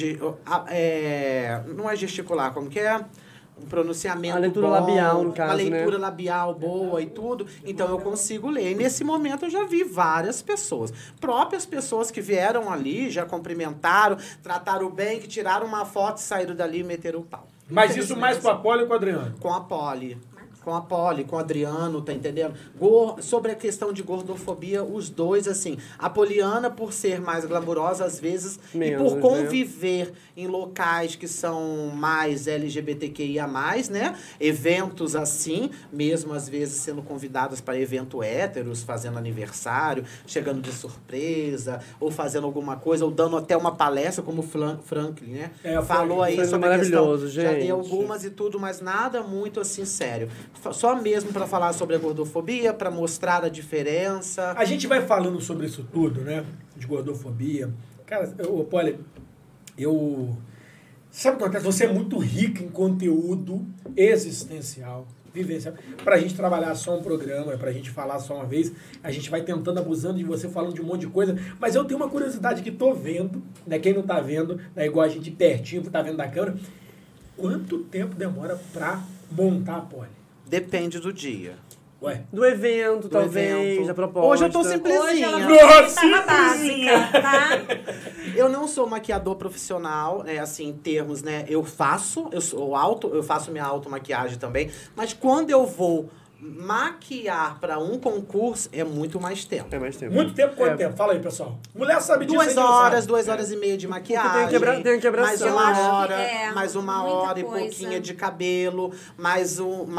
Não é gesticular, como que é? Um pronunciamento A leitura bom, labial, no caso, a leitura né? labial boa e tudo. Então eu consigo ler. E nesse momento eu já vi várias pessoas. Próprias pessoas que vieram ali, já cumprimentaram, trataram bem, que tiraram uma foto, saíram dali e meteram o pau. Mas isso mais com a Poli ou com o Adriano? Com a Poli. Com o Adriano, tá entendendo? Sobre a questão de gordofobia, os dois, assim, a Poliana, por ser mais glamurosa, às vezes, Menos, e por né? conviver em locais que são mais LGBTQIA+, né? Eventos assim, mesmo às vezes sendo convidadas para evento héteros, fazendo aniversário, chegando de surpresa, ou fazendo alguma coisa, ou dando até uma palestra, como o Franklin, né? Falou aí Foi sobre a questão. maravilhoso, Já dei gente. algumas e tudo, mas nada muito assim sério. Só mesmo para falar sobre a gordofobia, para mostrar a diferença. A gente vai falando sobre isso tudo, né? De gordofobia. Cara, Poli, sabe o que acontece? Você é muito rica em conteúdo existencial, vivencial. Pra gente trabalhar só um programa, pra gente falar só uma vez, a gente vai tentando, abusando de você, falando de um monte de coisa. Mas eu tenho uma curiosidade que tô vendo, né? Quem não tá vendo, né? Igual a gente pertinho, que tá vendo da câmera. Quanto tempo demora pra montar a Poli? Depende do dia. Ué? Do evento, talvez, evento. da proposta. Hoje eu tô Hoje simplesinha. ela Nossa, tava básica, tá? Eu não sou maquiador profissional, né? Assim, em termos, né? Eu faço minha automaquiagem também, mas quando eu vou maquiar para um concurso é muito mais tempo. É mais tempo. Muito tempo? Quanto tempo? Fala aí, pessoal. Mulher sabe disso. 2 horas, 2h30 de maquiagem. tem quebração. Mais Eu uma acho que hora, é mais uma muita hora coisa. e pouquinho de cabelo, mais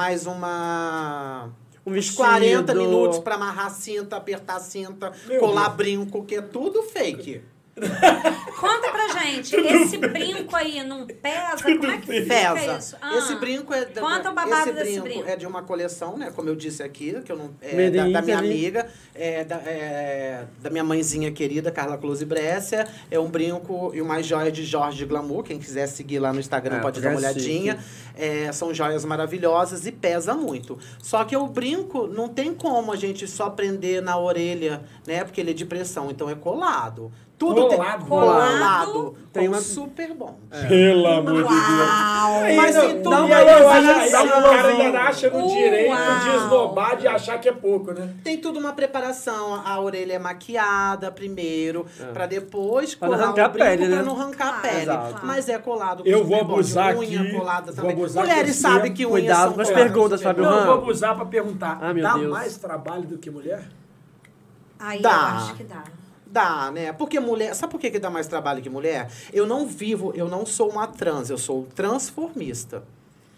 uma... Um Uns vestido. 40 minutos pra amarrar a cinta, apertar a cinta, Meu colar Deus. brinco, que é tudo fake. Conta pra gente, esse brinco aí não pesa? Como é que fica Pesa. isso? Ah, Esse brinco é conta o babado esse desse brinco brinco. é de uma coleção, né? Como eu disse aqui, que eu não Made in da minha Italy. amiga, da minha mãezinha querida, Carla Close Brescia. É um brinco e uma joia de Jorge Glamour. Quem quiser seguir lá no Instagram pode dar uma porque é olhadinha. São joias maravilhosas e pesa muito. Só que o brinco não tem como a gente só prender na orelha, né? Porque ele é de pressão, então é colado. Tudo Colado. tem colado. Tem Tem uma- super bom. Pelo amor de Deus. Uau! Mas não, em tudo e eu aí, acho aí o cara ainda acha no Uau. direito de esnobar, de achar que é pouco, né? Tem tudo uma preparação. A orelha é maquiada primeiro, pra depois Pra não colar arrancar o a brinco pele, pra né? não arrancar a Claro, pele. exato. Mas é colado com Eu vou super bom, de abusar unha aqui, colada vou também. abusar Mulheres que esse sabem tempo- que unhas Cuidado são com as coladas. perguntas, Fábio Não, eu Han. vou abusar pra perguntar. Ah, meu Dá Deus. mais trabalho do que mulher? Aí Dá. eu acho que dá. Dá, né? Porque mulher... Sabe por que dá mais trabalho que mulher? Eu não sou uma trans, eu sou transformista.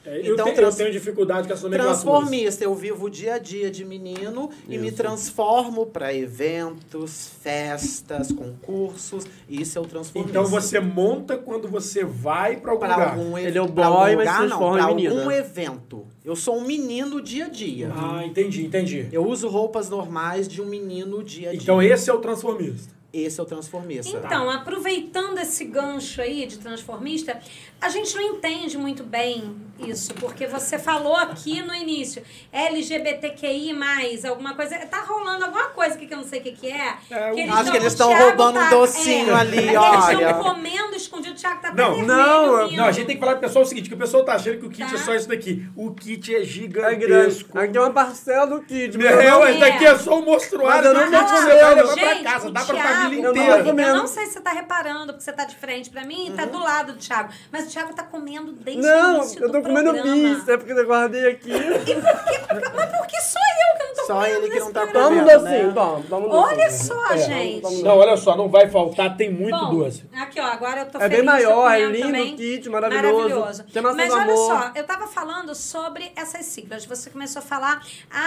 Eu tenho dificuldade com essa nomenclatura. Transformista, eu vivo o dia a dia de menino e me transformo para eventos, festas, concursos. Isso é o transformista. Então você monta quando você vai para algum lugar. Ele é o boy, mas se transforma em menina. Para algum evento. Eu sou um menino dia a dia. Ah, entendi. Eu uso roupas normais de um menino dia a dia. Então esse é o transformista. Esse é o transformista. Então, aproveitando esse gancho aí de transformista, a gente não entende muito bem isso, porque você falou aqui no início, LGBTQI+, alguma coisa, tá rolando alguma coisa que eu não sei o que é. Acho que eles estão roubando um docinho ali, olha. Eles estão comendo escondido, o Thiago tá até vermelho. Não, a gente tem que falar pro pessoal o seguinte, que o pessoal tá achando que o kit é só isso daqui. O kit é gigantesco. Aqui é uma parcela do kit. Mas daqui é só o mostruário. Mas eu não tô você vai levar gente, pra casa, dá pra família Thiago, inteira. Eu não sei se você tá reparando, porque você tá de frente pra mim e tá do lado do Thiago. Mas o Thiago tá comendo desde o início eu tô comendo bis, é porque eu guardei aqui. Mas por que só eu que não tô Só comendo ele que não tá programa? comendo. Vamos docinho, vamos Olha só, gente. Não, olha só, não vai faltar, tem muito Bom, doce. Aqui, ó, agora eu tô É feliz. bem maior, tô é comendo lindo também. o kit, maravilhoso. Tem maçã Mas do olha amor. só, eu tava falando sobre essas siglas. Você começou a falar,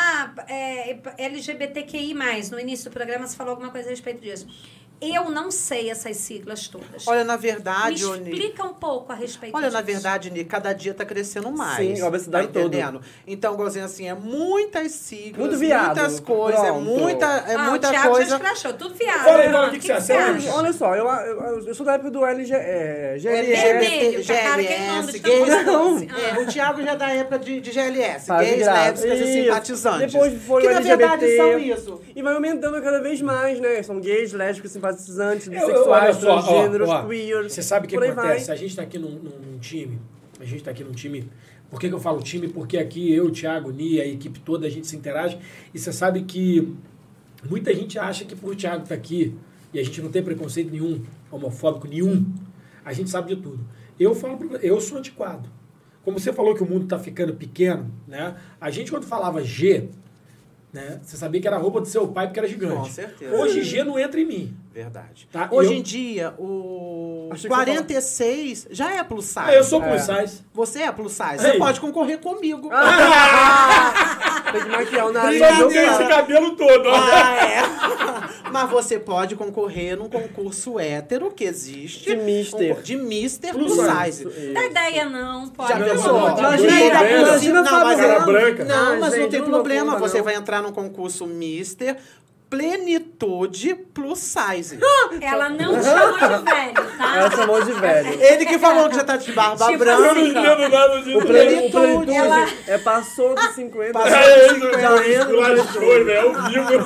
LGBTQI+. No início do programa você falou alguma coisa a respeito disso. Eu não sei essas siglas todas. Olha, na verdade, Me explica um pouco a respeito Olha, disso. na verdade, Ni, cada dia tá crescendo mais. Sim, a obesidade tá entendendo? Então, igualzinho assim, é muitas siglas, Muito viado. muitas coisas, Pronto. muita o Thiago coisa. já escrachou, tudo viado. Fala aí, Renan, o que você acha? Olha só, eu sou da época do GLS. Vermelho, tá cara queimando de tanto Não, doce. o Thiago já é da época de GLS, Faz gays, graça. lésbicas e Isso. simpatizantes. Depois foi que o na verdade LGBT. são isso. E vai aumentando cada vez mais, né? São gays, lésbicos, simpatizantes, olha bissexuais, só, transgêneros, ó, queer. Você sabe o que por aí acontece? vai. A gente tá aqui num time. Por que eu falo time? Porque aqui eu, Thiago, Ni, a equipe toda, a gente se interage. E você sabe que muita gente acha que por o Thiago tá aqui, e a gente não tem preconceito nenhum, homofóbico nenhum, a gente sabe de tudo. Eu sou antiquado. Como você falou que o mundo tá ficando pequeno, né? A gente, quando falava G, né? Você sabia que era a roupa do seu pai porque era gigante. Com certeza. Hoje G não entra em mim. Verdade. Tá? Hoje em dia, o Achei que 46 já é plus size. Eu sou plus size. Você é plus size. Aí. Você pode concorrer comigo. Tem que maquiar o nariz. Só Brincadeira. não tem esse cabelo todo. Ó. Mas você pode concorrer num concurso hétero que existe. De mister. De mister Plus plus size. size. Dá ideia não, pode. Já Não, pensou? não, não, Imagina mas cara não, branca. Não, mas gente, não tem não problema. loucura, Você não. vai entrar num concurso mister plenitude plus size. Ela não te chamou de velho, tá? Ela chamou de velho. Ele que falou que já tá de barba Tipo branca. Eu não entendo nada disso. O plenitude Ela- passou dos 50. Passou É dos isso, 50 já esculachou, velho, ao vivo.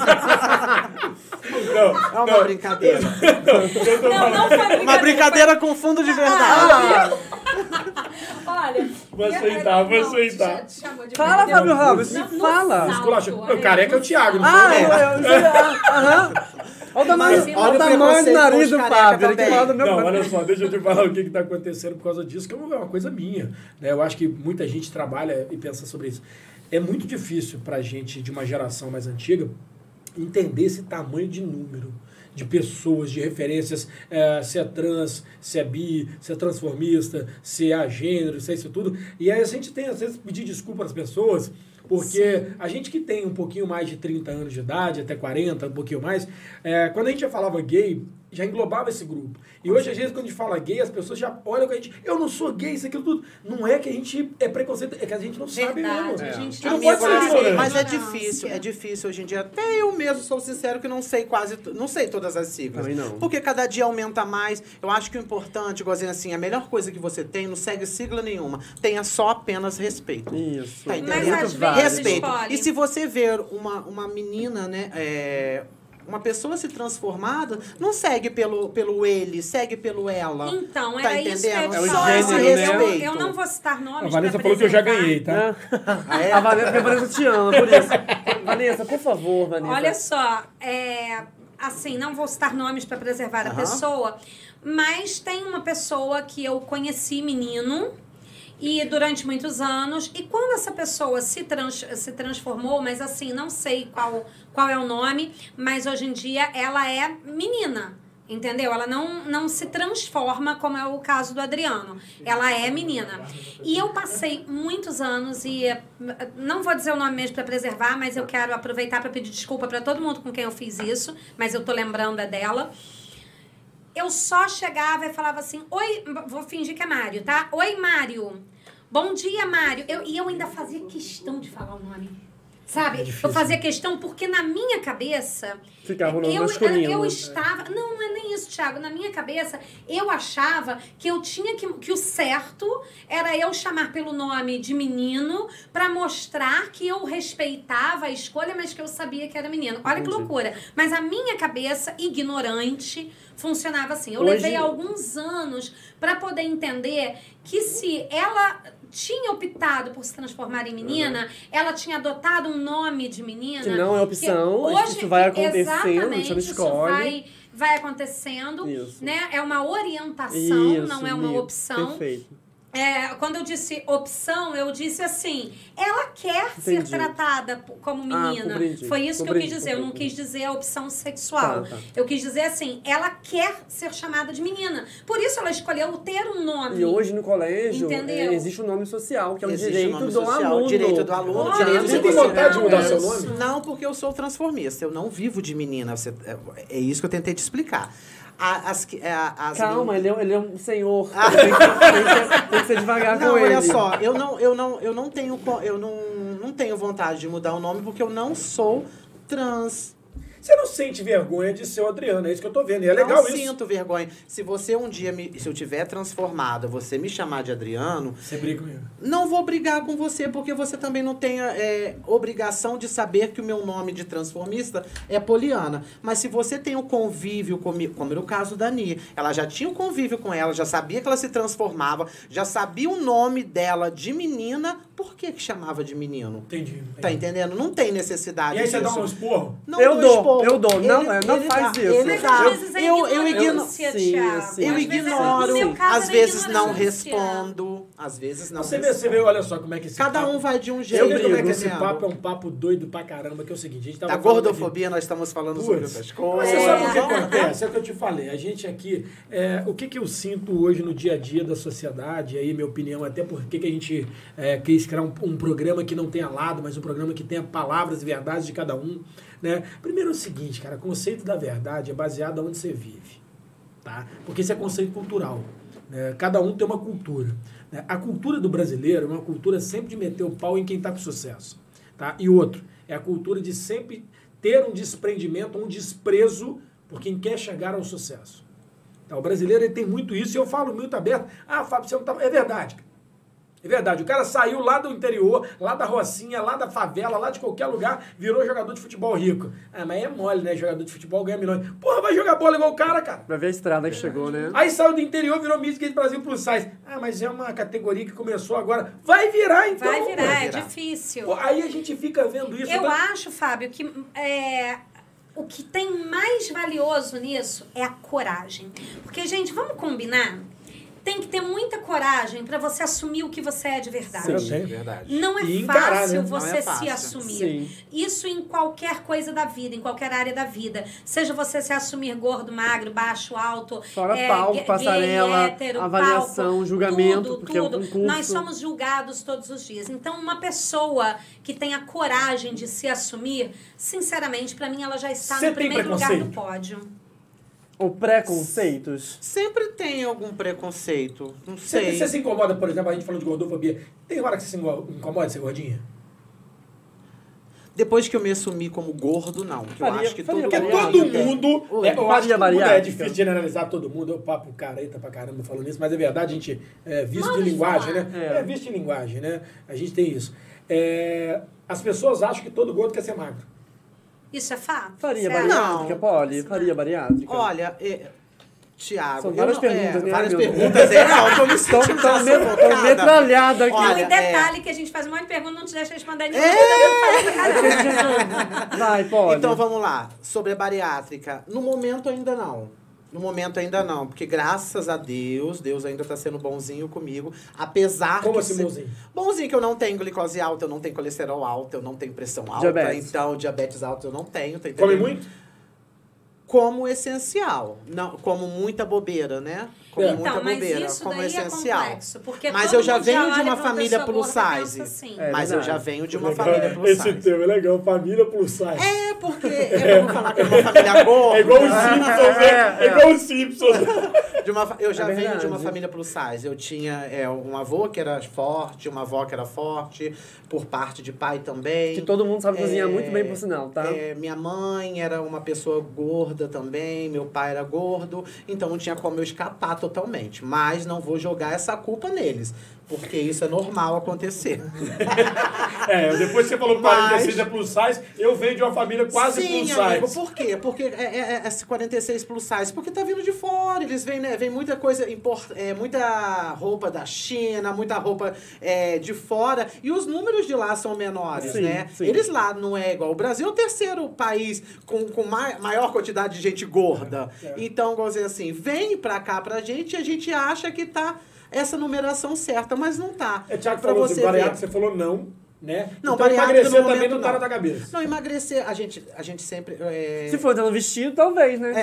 É uma brincadeira. Não foi brincadeira. Uma brincadeira com fundo de verdade. Olha. Vou aceitar, vou não, aceitar. te chamou de Fala, velho. Fábio Ramos, Não, me no fala. salto, Esculachou. olha, O careca é o Thiago, não Ah, sou eu. aham. Olha o tamanho, Mas, olha o olha o tamanho do preconceito nariz com do os Fábio. careca Ele que fala do meu Não, olha só, deixa eu te falar o que está acontecendo por causa disso, que é uma coisa minha. Né? Eu acho que muita gente trabalha e pensa sobre isso. É muito difícil para a gente de uma geração mais antiga entender esse tamanho de número de pessoas, de referências, se é trans, se é bi, se é transformista, se é agênero, se é isso tudo. E aí a gente tem, às vezes, pedir desculpa às pessoas, porque a gente que tem um pouquinho mais de 30 anos de idade, até 40, um pouquinho mais, quando a gente já falava gay, já englobava esse grupo. E hoje, às vezes, quando a gente fala gay, as pessoas já olham com a gente, eu não sou gay, isso, aquilo tudo. Não é que a gente é preconceito, é que a gente não sabe mesmo. Verdade, a gente não Amigo, pode ser ignorante. mas é Ignorância. difícil hoje em dia. Até eu mesmo sou sincero que não sei não sei todas as siglas. Também não. Porque cada dia aumenta mais. Eu acho que o importante, igualzinho assim, a melhor coisa que você tem, não segue sigla nenhuma. Tenha só apenas respeito. Isso. Tá Mas entendendo? às vezes Respeito. escolhe. E se você ver uma menina, né, uma pessoa se transformada, não segue pelo ele, segue pelo ela. Então, Tá era isso que eu entendendo? ia É o falar. gênero, né? Eu não vou citar nomes. A Vanessa pra falou que eu já preservar. ganhei, tá? A Vanessa, porque a Vanessa te ama, por isso. Vanessa, por favor, Vanessa. Olha só, assim, não vou citar nomes para preservar a Aham. pessoa, mas tem uma pessoa que eu conheci menino e durante muitos anos, e quando essa pessoa se transformou, mas assim, não sei qual é o nome, mas hoje em dia ela é menina. Entendeu? Ela não se transforma, como é o caso do Adriano. Ela é menina. E eu passei muitos anos, e não vou dizer o nome mesmo para preservar, mas eu quero aproveitar para pedir desculpa para todo mundo com quem eu fiz isso, mas eu tô lembrando dela. Eu só chegava e falava assim, oi, vou fingir que é Mário, tá? Oi, Mário. Bom dia, Mário. E eu ainda fazia questão de falar o nome. Sabe? Eu fazia questão porque na minha cabeça... Ficava no masculino. Eu estava... Não é nem isso, Thiago. Na minha cabeça, eu achava que eu tinha que o certo era eu chamar pelo nome de menino pra mostrar que eu respeitava a escolha, mas que eu sabia que era menino. Olha que loucura. Mas a minha cabeça, ignorante, funcionava assim. Eu levei alguns anos pra poder entender que se ela... tinha optado por se transformar em menina, ela tinha adotado um nome de menina. Que não é opção, hoje, isso vai acontecendo, você não escolhe. Isso vai acontecendo, né? É uma orientação, não é uma opção. Perfeito. Quando eu disse opção, eu disse assim, ela quer ser tratada como menina. Foi isso que eu quis dizer. Eu não quis dizer a opção sexual. Tá. Eu quis dizer assim, ela quer ser chamada de menina. Por isso ela escolheu ter um nome. E hoje no colégio existe um nome social, que é o direito do aluno. Direito do aluno. Você tem vontade de mudar seu nome? Não, porque eu sou transformista. Eu não vivo de menina. É isso que eu tentei te explicar. Calma, ele é um senhor. Tem que ser devagar não, com ele. Olha só, eu não tenho vontade de mudar o nome porque eu não sou trans. Você não sente vergonha de ser o Adriano, é isso que eu tô vendo. E é legal isso. Não sinto vergonha. Se você um dia, se eu tiver transformado, você me chamar de Adriano... Você briga comigo? Não vou brigar com você, porque você também não tem obrigação de saber que o meu nome de transformista é Poliana. Mas se você tem um convívio comigo, como era o caso da Ni, ela já tinha um convívio com ela, já sabia que ela se transformava, já sabia o nome dela de menina, por que chamava de menino? Entendi. Tá entendendo? Não tem necessidade E aí disso. você dá um esporro? Não, Eu dou. Não ele faz dá, isso. Ele dá. Às vezes é ignorância, Thiago. Eu ignoro. No meu caso, Às era vezes não ignorância. respondo. Às vezes não Você respondo. vê, olha só como é que esse Cada papo... um vai de um Você jeito. vê como é que esse entendendo? papo é um papo doido pra caramba, que é o seguinte, a gente tava Da falando gordofobia nós estamos falando sobre Putz, outras Mas coisas. você sabe o que acontece? É o que eu te falei. A gente aqui... o que eu sinto hoje no dia a dia da sociedade, aí minha opinião, até porque que a gente quis criar um programa que não tenha lado, mas um programa que tenha palavras e verdades de cada um, né? Primeiro é o seguinte, cara, o conceito da verdade é baseado onde você vive, tá? Porque isso é conceito cultural, né? Cada um tem uma cultura, né? A cultura do brasileiro é uma cultura sempre de meter o pau em quem está com sucesso, tá? E outro, é a cultura de sempre ter um desprendimento, um desprezo por quem quer chegar ao sucesso. Tá? O brasileiro ele tem muito isso, e eu falo muito aberto. Ah, Fábio, você não tá... É verdade. É verdade. O cara saiu lá do interior, lá da Rocinha, lá da favela, lá de qualquer lugar, virou jogador de futebol rico. Ah, mas é mole, né? Jogador de futebol ganha milhões. Porra, vai jogar bola igual o cara, cara. Vai ver a estrada que chegou, né? Aí saiu do interior, virou Miss Gay Brasil Plus Size. Ah, mas é uma categoria que começou agora. Vai virar, então. Vai virar. É difícil. Pô, aí a gente fica vendo isso. Eu acho, Fábio, que... o que tem mais valioso nisso é a coragem. Porque, gente, vamos combinar? Tem que ter muita coragem para você assumir o que você é de verdade. Sim, é verdade. Não é encarar, fácil né? você Não é fácil. se assumir. Sim. Isso em qualquer coisa da vida, em qualquer área da vida. Seja você se assumir gordo, magro, baixo, alto, Fora palco, passarela, gay, hétero, avaliação, palco, julgamento, tudo, porque é um tudo. curso. Nós somos julgados todos os dias. Então, uma pessoa que tem a coragem de se assumir, sinceramente, para mim, ela já está Você no tem primeiro lugar do preconceito? pódio. Ou preconceitos. Sempre tem algum preconceito. Não sei. Você se incomoda, por exemplo, a gente falando de gordofobia. Tem hora que você se incomoda de ser gordinha? Depois que eu me assumi como gordo, não. Porque eu acho que todo Porque mundo... todo mundo... Oi. eu acho que todo mundo é bariátrica. difícil generalizar todo mundo. Eu papo careta pra caramba falando isso, mas é verdade, a gente visto Modo de de linguagem, falar. né? Visto de linguagem, né? A gente tem isso. As pessoas acham que todo gordo quer ser magro. Isso é fato? Faria Certo? bariátrica, Não. Poli? Faria bariátrica? Olha, Tiago... São várias perguntas, né? Várias Ai, meu Deus. perguntas. Não, eu tô me sentindo Tô sufocada. metralhada aqui. Não, Olha, e detalhe que a gente faz um monte de pergunta e não te deixa responder nenhuma. Vai, Poli. Então vamos lá. Sobre a bariátrica. No momento ainda não. No momento ainda não. Porque graças a Deus, Deus ainda tá sendo bonzinho comigo. Apesar Como que... assim, bonzinho? Bonzinho que eu não tenho glicose alta, eu não tenho colesterol alto, eu não tenho pressão alta. Diabetes. Então, diabetes alta eu não tenho. Tá Come entendendo? muito? como essencial. Não, como muita bobeira, né? Como muita bobeira, mas isso como daí essencial. É complexo, porque mas todo eu já mundo venho de olha uma pra família pessoa plus gorda e size. pensa assim. Mas eu já verdade. venho de uma família plus Esse size. termo é legal, família plus size. É, porque é bom falar que é uma família gorda. É igual os Simpsons, né? É igual os Simpsons. Eu já venho de verdade. uma família plus size. Eu tinha um avô que era forte, uma avó que era forte, por parte de pai também. Que todo mundo sabe cozinhar muito bem, por sinal, tá? Minha mãe era uma pessoa gorda também, meu pai era gordo, então não tinha como eu escapar totalmente. Mas não vou jogar essa culpa neles, porque isso é normal acontecer. Depois você falou que 46 é plus size, eu venho de uma família quase Sim, plus size. amigo, por quê? Porque esse 46 plus size, porque tá vindo de fora, eles vêm, né? Vem muita coisa, muita roupa da China, muita roupa de fora, e os números de lá são menores, Sim, né? sim. Eles lá não é igual. O Brasil é o terceiro país com maior quantidade de gente gorda. Então, vamos dizer assim, vem pra cá pra gente e a gente acha que tá essa numeração certa, mas não tá. Thiago Pra falou você assim, ver. bariátrica, você falou não, né? Não, então bariátrica emagrecer no também momento não tá não. na tua cabeça. Não, emagrecer, a gente sempre... Se for entrar no vestido, talvez, né?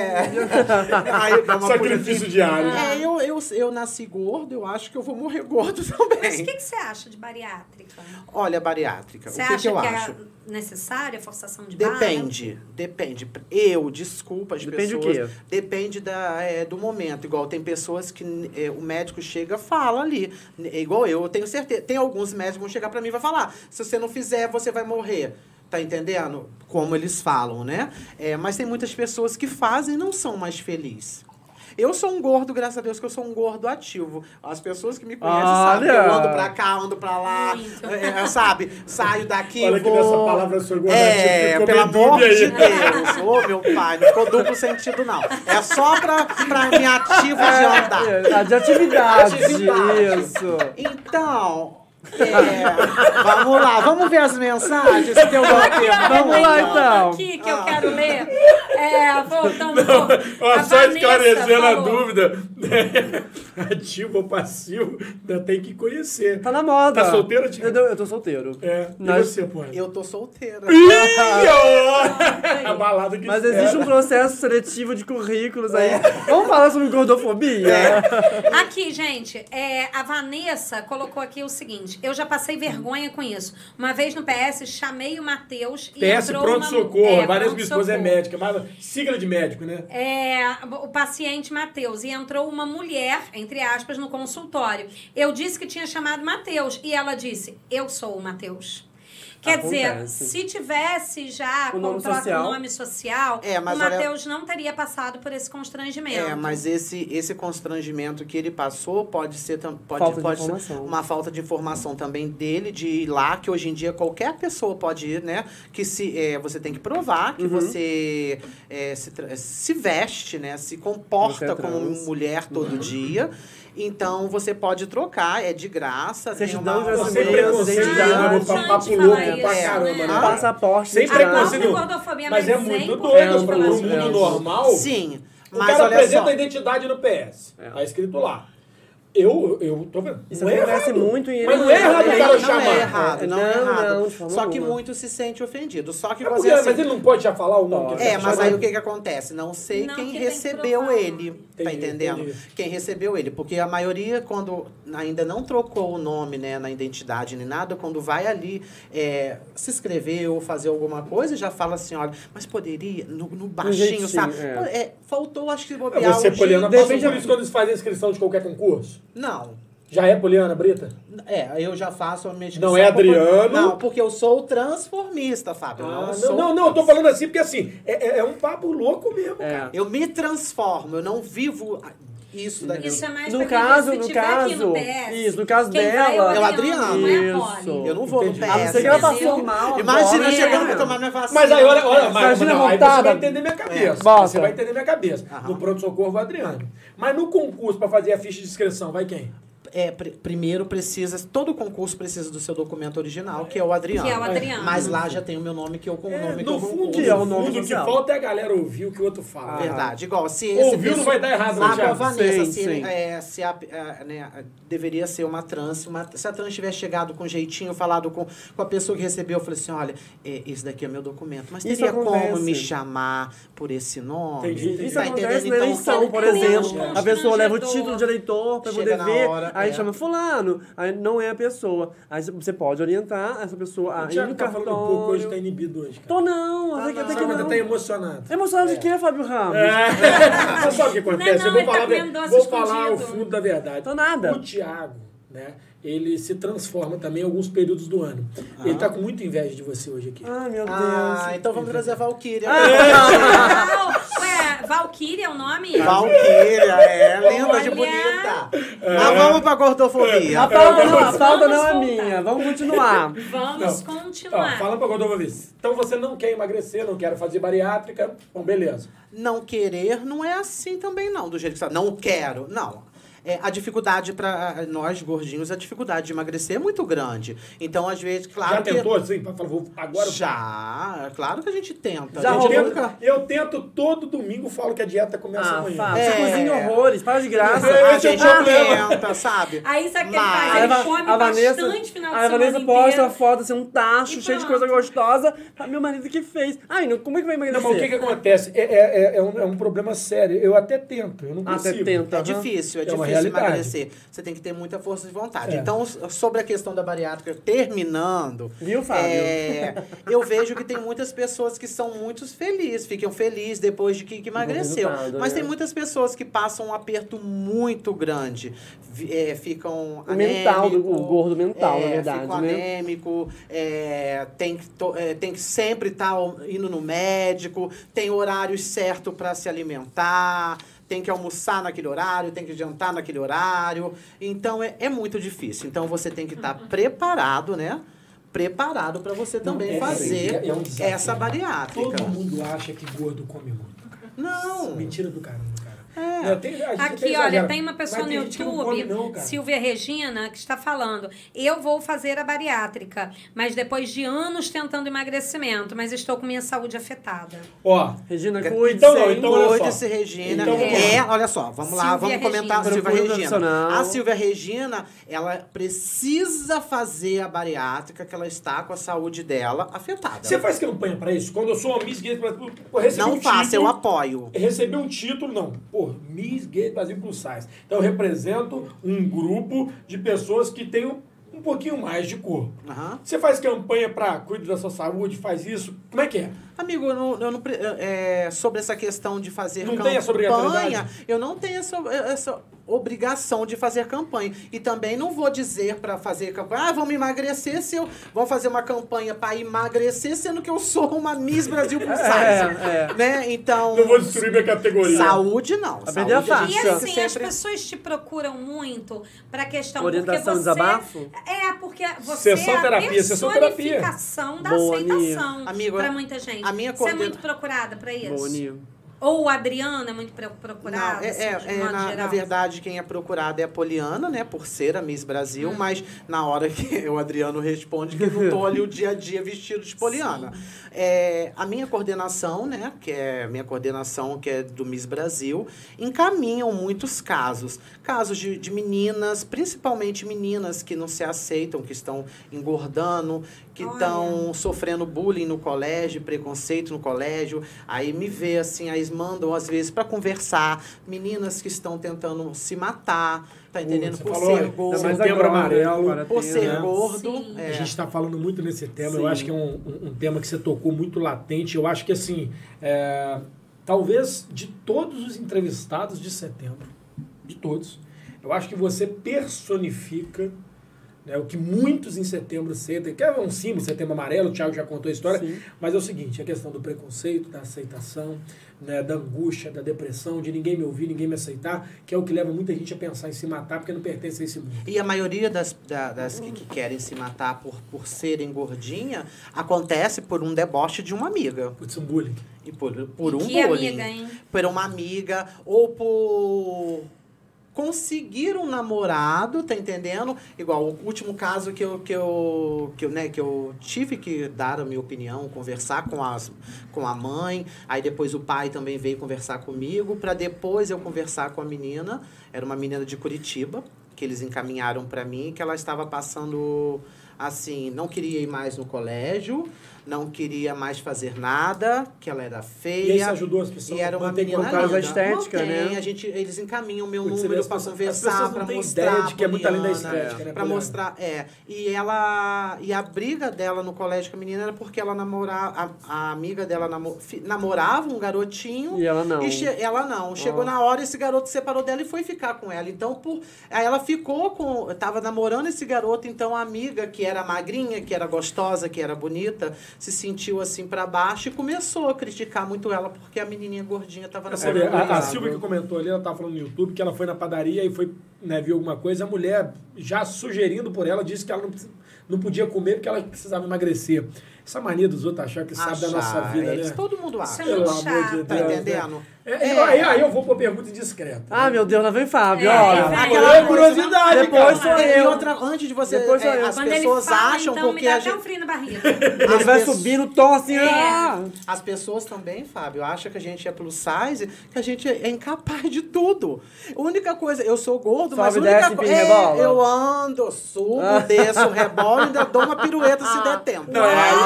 Aí dá uma Sacrifício diário. eu nasci gordo, eu acho que eu vou morrer gordo também. Mas o que você acha de bariátrica? Olha, bariátrica, Você o que acha eu que acho? é necessária a forçação de barra? Depende. Desculpa as Depende pessoas. do quê? Depende do momento. Igual tem pessoas que o médico chega e fala ali. Igual eu tenho certeza. Tem alguns médicos que vão chegar pra mim e vai falar, se você não fizer, você vai morrer. Tá entendendo? Como eles falam, né? Mas tem muitas pessoas que fazem e não são mais felizes. Eu sou um gordo, graças a Deus, que eu sou um gordo ativo. As pessoas que me conhecem sabem que eu ando pra cá, ando pra lá, sabe? Saio daqui, Olha que vou... nessa palavra sou gordo ativo, ficou pelo bem amor dúbia de aí. Deus. Ô, meu pai, não ficou duplo sentido, não. É só pra me ativo de andar. De atividade. Atividade. Isso. Então... vamos lá, vamos ver as mensagens que eu vou ter. Vamos lá, então. Aqui que eu quero ler. Voltando. Ó, só esclarecendo a falou. dúvida. Ativo ou passivo, ainda tem que conhecer. Tá na moda. Tá solteiro, Tico? Eu tô solteiro. E Nós- você, pô? Eu tô solteira. A balada que Mas espera. existe um processo seletivo de currículos aí. Vamos falar sobre gordofobia? Aqui, gente, a Vanessa colocou aqui o seguinte. Eu já passei vergonha com isso. Uma vez no PS, chamei o Matheus e PS entrou pronto-socorro. Várias minha esposa é pronto-socorro. médica. Mas sigla de médico, né? O paciente Matheus. E entrou uma mulher, entre aspas, no consultório. Eu disse que tinha chamado Matheus. E ela disse, eu sou o Matheus. Quer dizer, Acontece. se tivesse já O nome social. nome social, mas o olha- Matheus não teria passado por esse constrangimento. Mas esse constrangimento que ele passou pode ser Falta de pode ser informação. uma falta de informação também dele, de ir lá, que hoje em dia qualquer pessoa pode ir, né? Que você tem que provar que você se veste, né? Se Você comporta é como trans. mulher todo dia. Então, você pode trocar, é de graça. Tem Certidão uma... de Sem nascimento, preconceito, identidade. né? Papo louco pra caramba, né? Passaporte. Sem de trás. preconceito. Não, gordofobia, Mas é mas muito é doido. importante Para falar o sobre mundo isso. normal, Sim, o mas cara olha apresenta só. a identidade no PS. Tá escrito lá. Eu tô vendo. Isso Não é acontece errado. muito em Mas não é errado o cara Não chamar. é errado, não é errado. Não, de forma Só que alguma. muito se sente ofendido. Só que É você porque- assim, mas ele não pode já falar o nome que ele tá mas chamando? aí o que acontece? Não sei Não, quem que tem que recebeu provar. ele. Tá Entendi, entendendo? entendi. Quem recebeu ele. Porque a maioria, quando ainda não trocou o nome, né, na identidade nem nada, quando vai ali se inscrever ou fazer alguma coisa, já fala assim, olha, mas poderia, no baixinho, jeitinho, sabe? é. Faltou, acho que bobear Você, o Poliana, jeito. passa por isso quando eles fazem a inscrição de qualquer concurso? Não. Já é Poliana Brita? Eu já faço a minha inscrição. Não é Adriano? Não, porque eu sou transformista, Fábio. Não, eu tô falando assim porque assim, é um papo louco mesmo, cara. Eu me transformo, eu não vivo isso daqui. Isso é mais No pra caso, quem, se no tiver aqui no caso, PS, isso, no caso quem dela, vai é o não é a Isso. Polly. Eu não vou Entendi. no PS. A não ser que ela Entendeu? passou mal. Imagina agora. chegando pra tomar minha vacina. Mas aí, olha, Imagina aí você montada. vai entender minha cabeça. Bota. Você vai entender minha cabeça. Aham. No pronto-socorro vai Adriano. Mas no concurso, pra fazer a ficha de inscrição, vai quem? primeiro precisa... Todo concurso precisa do seu documento original, que é o Adriano. Que é o Adriano. Mas lá já tem o meu nome, que eu com o nome que eu fundo, concordo. que é o nome fundo, o que social. falta é a galera ouvir o que o outro fala. Verdade. Igual, se esse... Ouviu, não vai dar errado, não, a Thiago? Vanessa, Sim. deveria ser uma trans. Se a trans tivesse chegado com jeitinho, falado com a pessoa que recebeu, eu falei assim, olha, esse daqui é meu documento. Mas Isso teria como acontece. me chamar por esse nome? Entendi. Isso Tá acontece entendendo? na Então, eleição, por aquele exemplo. cliente A pessoa leva o constrangedor. título de eleitor pra Chega poder na ver, hora, aí é. chama fulano, aí não é a pessoa. Aí você pode orientar essa pessoa a O ir Thiago no tá falando um pouco hoje, tá cartório. inibido hoje, cara. Tô não, Tá até que não. até que Sabe quando não. tá emocionado? Emocionado de quê, Fábio Ramos? Mas sabe o que acontece? Não, Eu vou ele tá falar, comendo doce vou falar o escondido. fundo da verdade. Tô nada. O Thiago, né? Ele se transforma também em alguns períodos do ano. Ele tá com muita inveja de você hoje aqui. Ai, meu Deus. Ah, então vamos trazer a Valkyria. Ué, Valkyria é o nome? Valkyria, linda de Olha. bonita. Mas vamos pra gordofobia. A pauta não, a Vamos pauta não é voltar. minha. Vamos continuar. Vamos Não. continuar. Ó, fala pra Godova Vice. Então você não quer emagrecer, não quer fazer bariátrica. Bom, beleza. Não querer não é assim também, não, do jeito que você tá. Não quero, não. A dificuldade para nós gordinhos, a dificuldade de emagrecer é muito grande. Então, às vezes, claro Já que... tentou assim? Pra falar, agora Já, claro que a gente tenta. Já a gente rolou? nunca... eu tento todo domingo, falo que a dieta começa Ah, amanhã. Fábio, É. você cozinha horrores, para de graça. A Esse é o gente problema. tenta, sabe? Aí sabe o que ele Mas- faz? Ele come a Vanessa, bastante final de a semana Vanessa posta inteiro. a foto, assim, um tacho E cheio de pronto. coisa gostosa. Ah, meu marido que fez. Ai, não, como é que vai Não, emagrecer? mas o que que acontece? É um problema sério. Eu até tento, eu não Até consigo. tenta. É Aham. difícil, É uma difícil realidade. emagrecer. Você tem que ter muita força de vontade. É. Então, sobre a questão da bariátrica, terminando... Viu, Fábio? Eu vejo que tem muitas pessoas que são muito felizes, ficam felizes depois de que emagreceu. resultado, Mas né? tem muitas pessoas que passam um aperto muito grande. Ficam O mental, anêmico, o gordo mental, na verdade, ficam né? anêmico, tem que sempre estar indo no médico, tem horários certos para se alimentar, tem que almoçar naquele horário, tem que jantar naquele horário. Então, é muito difícil. Então, você tem que estar preparado, né? Preparado para você também fazer é um desafio. essa bariátrica. Todo mundo acha que gordo come muito, cara. Não. Mentira do caramba, cara. É. Não, tem- a gente Aqui, até olha, exagera, tem uma pessoa mas no tem gente que não come, YouTube, não, cara. Silvia Regina, que está falando: eu vou fazer a bariátrica, mas depois de anos tentando emagrecimento, mas estou com minha saúde afetada. Ó, Regina, cuide Então, não, sempre. então, olha só. Cuide-se, Regina. Então, vamos lá. Olha só, vamos lá, Silvia vamos comentar a Regina. Silvia Procure um Regina. profissional. A Silvia Regina, ela precisa fazer a bariátrica, que ela está com a saúde dela afetada. você faz campanha pra isso? Quando eu sou uma Miss Gay Brasil, eu recebi Não um faça, título, eu apoio. Receber um título, não. Pô, Miss Gay Brasil Plus Size. Então eu represento um grupo de pessoas que têm um pouquinho mais de corpo. Aham. Você faz campanha pra cuidar da sua saúde, faz isso? Como é que é? Amigo, sobre essa questão de fazer Não tem essa obrigatoriedade? campanha, eu não tenho essa obrigação de fazer campanha. E também não vou dizer para fazer campanha, vamos emagrecer, vamos fazer uma campanha para emagrecer, sendo que eu sou uma Miss Brasil Plus Size. Né? Então, Não vou destruir minha categoria. saúde não. Aprender a Saúde, E Acha. assim, as sempre... pessoas te procuram muito pra questão... Orientação, porque você, desabafo? porque você Sessão é a terapia, sessão terapia. personificação da Boa, aceitação Amigo, pra muita gente. a minha Você é coordena- muito procurada pra isso? Boa, Nil. Ou a Adriana é muito procurada? Não, assim, de modo na geral? verdade, quem é procurada é a Poliana, né? Por ser a Miss Brasil, mas na hora que o Adriano responde que eu não tô ali o dia a dia vestido de Poliana. A minha coordenação, né? Que é do Miss Brasil, encaminham muitos casos. Casos de meninas, principalmente meninas que não se aceitam, que estão engordando, que estão sofrendo bullying no colégio, preconceito no colégio. Aí me vê assim, aí mandam às vezes para conversar, meninas que estão tentando se matar, tá entendendo? Você Por falou, ser ainda gordo, mais Setembro Amarelo, por ser gordo. Sim. A gente está falando muito nesse tema. Sim. Eu acho que é um tema que você tocou muito latente. Eu acho que, assim, talvez de todos os entrevistados de setembro, de todos, eu acho que você personifica, né, o que muitos em setembro sentem, que é um símbolo, Setembro Amarelo, o Thiago já contou a história, Sim. mas é o seguinte, a questão do preconceito, da aceitação, né, da angústia, da depressão, de ninguém me ouvir, ninguém me aceitar, que é o que leva muita gente a pensar em se matar porque não pertence a esse mundo. E a maioria das que querem se matar por serem gordinha acontece por um deboche de uma amiga. Putz, um bullying. E por E um que bullying. amiga, hein? Por uma amiga ou por conseguir um namorado, tá entendendo? Igual o último caso que eu tive que dar a minha opinião, conversar com a mãe, aí depois o pai também veio conversar comigo, para depois eu conversar com a menina. Era uma menina de Curitiba, que eles encaminharam para mim, que ela estava passando, assim, não queria ir mais no colégio, não queria mais fazer nada, que ela era feia. E isso ajudou as pessoas? E era uma Mantém menina contato linda. estética, Mantém, né? eles encaminham meu Putz, número as para pessoas- conversar, as pessoas para não têm mostrar ideia de que é muito além da Poliana, estética, né, pra Poliana? mostrar, e a briga dela no colégio com a menina era porque ela namorava, a amiga dela namorava um garotinho. E ela não. Ela não. Chegou na hora, esse garoto separou dela e foi ficar com ela. Então, aí ela tava namorando esse garoto, então a amiga, que era magrinha, que era gostosa, que era bonita, se sentiu assim pra baixo e começou a criticar muito ela, porque a menininha gordinha tava Você vê, namorando a ela. Silvia que comentou ali, ela tava falando no YouTube que ela foi na padaria e foi, né, viu alguma coisa, a mulher já sugerindo por ela, disse que ela não podia comer porque ela precisava emagrecer. Essa mania dos outros achar que sabe da nossa vida, né? Todo mundo acha. Isso é muito Pelo amor de chato. Tá Deus, entendendo? né? Aí eu vou pra pergunta indiscreta. Ah, meu Deus, lá vem Fábio, É, olha. vem. Aquela curiosidade, Depois cara. sou E eu. outra, antes de você... Depois sou eu. as Quando ele pessoas fala, acham então, me porque dá a até um gente... frio na barriga. Ele vai subir no tom assim, As pessoas também, Fábio, acham que a gente é plus size, que a gente é incapaz de tudo. A única coisa, eu sou gordo, mas a Sobe, única desce, coisa... empina, rebola. Eu ando, subo, desço, rebolo e ainda dou uma pirueta se der tempo. Não,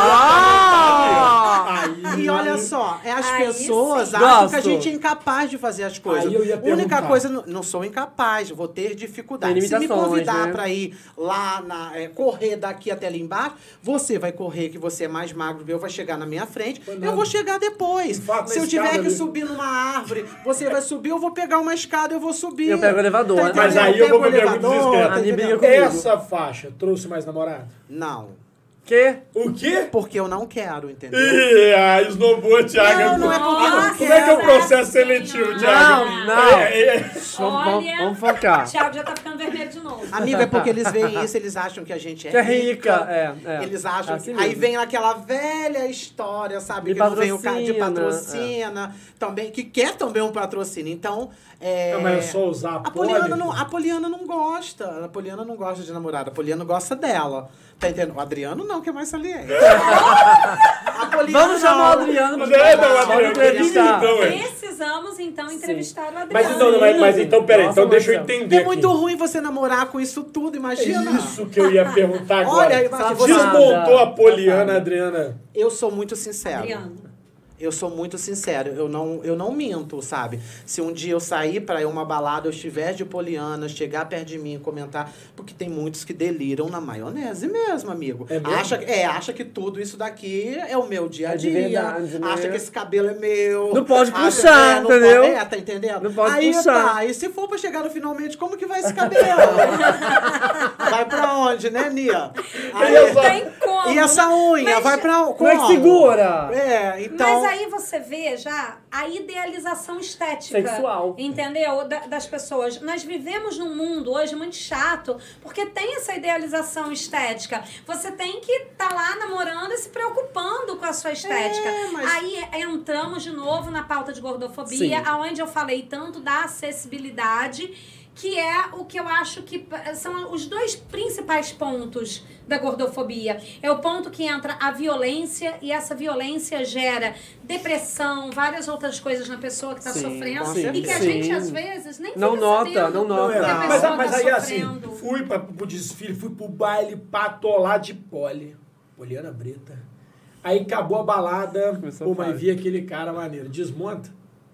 E olha só, as Aí pessoas sim. acham Gosto. que a gente é incapaz de fazer as coisas. Aí eu ia A única perguntar. coisa, não sou incapaz, vou ter dificuldade. Tem Se me limitações, convidar né? pra ir lá, correr daqui até ali embaixo, você vai correr, que você é mais magro, eu vai chegar na minha frente, eu vou chegar depois. Infarto Se na eu tiver escada que ali. subir numa árvore, você vai subir, eu vou pegar uma escada, eu vou subir. Eu pego o elevador, né? Mas entendendo? aí eu vou pra pego o pergunta elevador, discreta. tá A minha entendendo? briga comigo. Essa faixa trouxe mais namorado? Não. Que? O quê? Porque eu não quero, entendeu? Ih, esnobou, Thiago. Não é porque eu Nossa, não Como é que é o quero. processo seletivo, Thiago? Não. Olha, Vamos focar. Thiago já tá ficando vermelho de novo. Amigo, é porque eles veem isso, eles acham que a gente Que é rica, é. Eles acham Assim que... Aí mesmo. vem aquela velha história, sabe? De que não vem o cara de patrocina, patrocina, também, que quer também um patrocínio. Então, Não, mas é só usar a Poliana não gosta. A Poliana não gosta de namorada. A Poliana gosta dela. Tá entendendo? O Adriano não, que é mais saliente. A Poliana Vamos chamar o Adriano pra Adriano, entrevistar. então, é. Precisamos, então, entrevistar o Adriano. Mas então, mas então, peraí, Nossa, então deixa eu Marcelo. entender É muito aqui. ruim você namorar com isso tudo, É imagina. isso que eu ia perguntar agora. Olha aí, vai- Desmontou a Poliana, Safada. Adriana. Eu sou muito sincero. Adriano. Eu sou muito sincero, eu não minto, sabe? Se um dia eu sair pra ir uma balada, eu estiver de Poliana, chegar perto de mim e comentar, porque tem muitos que deliram na maionese mesmo, amigo. É mesmo? Acha que tudo isso daqui é o meu dia a É de dia. verdade, né? Acha que esse cabelo é meu. Não pode Acha- puxar, não entendeu? Pode, tá entendendo? Não pode Aí puxar. tá, e se for pra chegar no finalmente, como que vai esse cabelo? Vai pra onde, né, Nia? Não tem como. E essa unha, Mas- vai pra Como é que segura? Então... Mas aí você vê já a idealização estética. Sexual. Entendeu? Das pessoas. Nós vivemos num mundo hoje muito chato, porque tem essa idealização estética. Você tem que estar lá namorando e se preocupando com a sua estética. mas- Aí entramos de novo na pauta de gordofobia, Sim. onde eu falei tanto da acessibilidade, que é o que eu acho que são os dois principais pontos da gordofobia. É o ponto que entra a violência, e essa violência gera depressão, várias outras coisas na pessoa que está Sim, sofrendo, sim, e que a sim. gente, às vezes, nem Não fica nota, sabendo não nota. que a Mas, pessoa mas tá aí, assim, sofrendo. fui pro desfile, fui pro baile patolar de Poliana Brita. Aí acabou a balada, Começou a mas fase. vi aquele cara maneiro. Desmonta?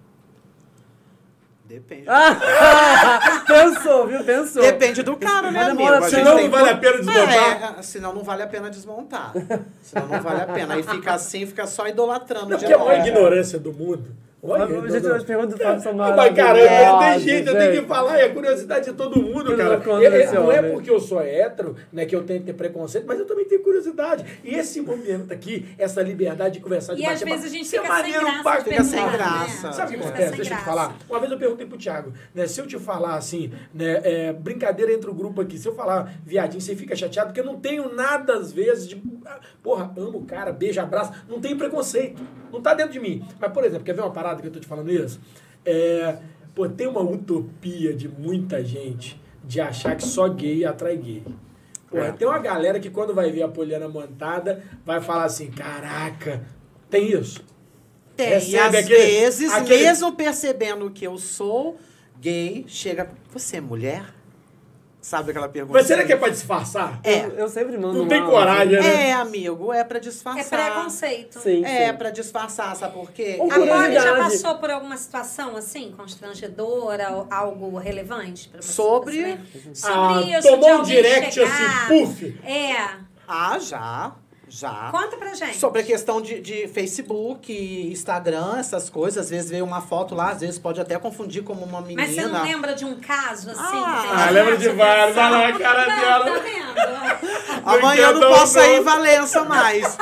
Depende. Pensou, viu? Pensou. Depende do cara, né, Mas amigo? demora A gente Senão tem não vale a pena desmontar? senão não vale a pena desmontar. Senão não vale a pena. Aí fica assim, fica só idolatrando. Não, de porque é a maior novo. ignorância do mundo. Olha, Gente, as perguntas do Fábio são Mas, cara, tem maravilhosas, jeito, eu tenho que gente. falar, é a curiosidade de todo mundo, Eu cara. dou conta desse Não é homem. porque eu sou hétero, né, que eu tenho que ter preconceito, mas eu também tenho curiosidade. E esse momento aqui, essa liberdade de conversar, de E às bater vezes a gente isso é fica sem maneiro graça pra de Fica sem perguntar, graça. né? Sabe o que Fica acontece? sem Deixa eu te graça. falar. Uma vez eu perguntei pro Thiago, né? Se eu te falar assim, né? Brincadeira entre o grupo aqui, se eu falar viadinho, você fica chateado, porque eu não tenho nada, às vezes, de. Porra, amo o cara, beijo, abraço. Não tenho preconceito. Não tá dentro de mim. Mas, por exemplo, quer ver uma parada que eu tô te falando isso? Pô, tem uma utopia de muita gente de achar que só gay atrai gay. Pô, tem uma galera que quando vai ver a Poliana montada, vai falar assim, caraca, tem isso? Tem, e Recebe às vezes, mesmo percebendo que eu sou gay, chega, você é mulher? Sabe aquela pergunta? Mas será que é pra disfarçar? Eu sempre mando Não tem coragem, né? Amigo, é pra disfarçar. É preconceito. Sim, sim. Pra disfarçar, sabe por quê? Ou A Polly já curiosidade. passou por alguma situação assim, constrangedora, algo relevante pra você? Sobre? Sobre isso, tomou de um alguém direct chegar. assim, puf! Já. Conta pra gente. Sobre a questão de Facebook, Instagram, essas coisas. Às vezes veio uma foto lá, às vezes pode até confundir como uma menina. Mas você não lembra de um caso assim? lembra de vários. Vai lá, a cara dela. Tá vendo? Amanhã eu não posso ir em Valença mais.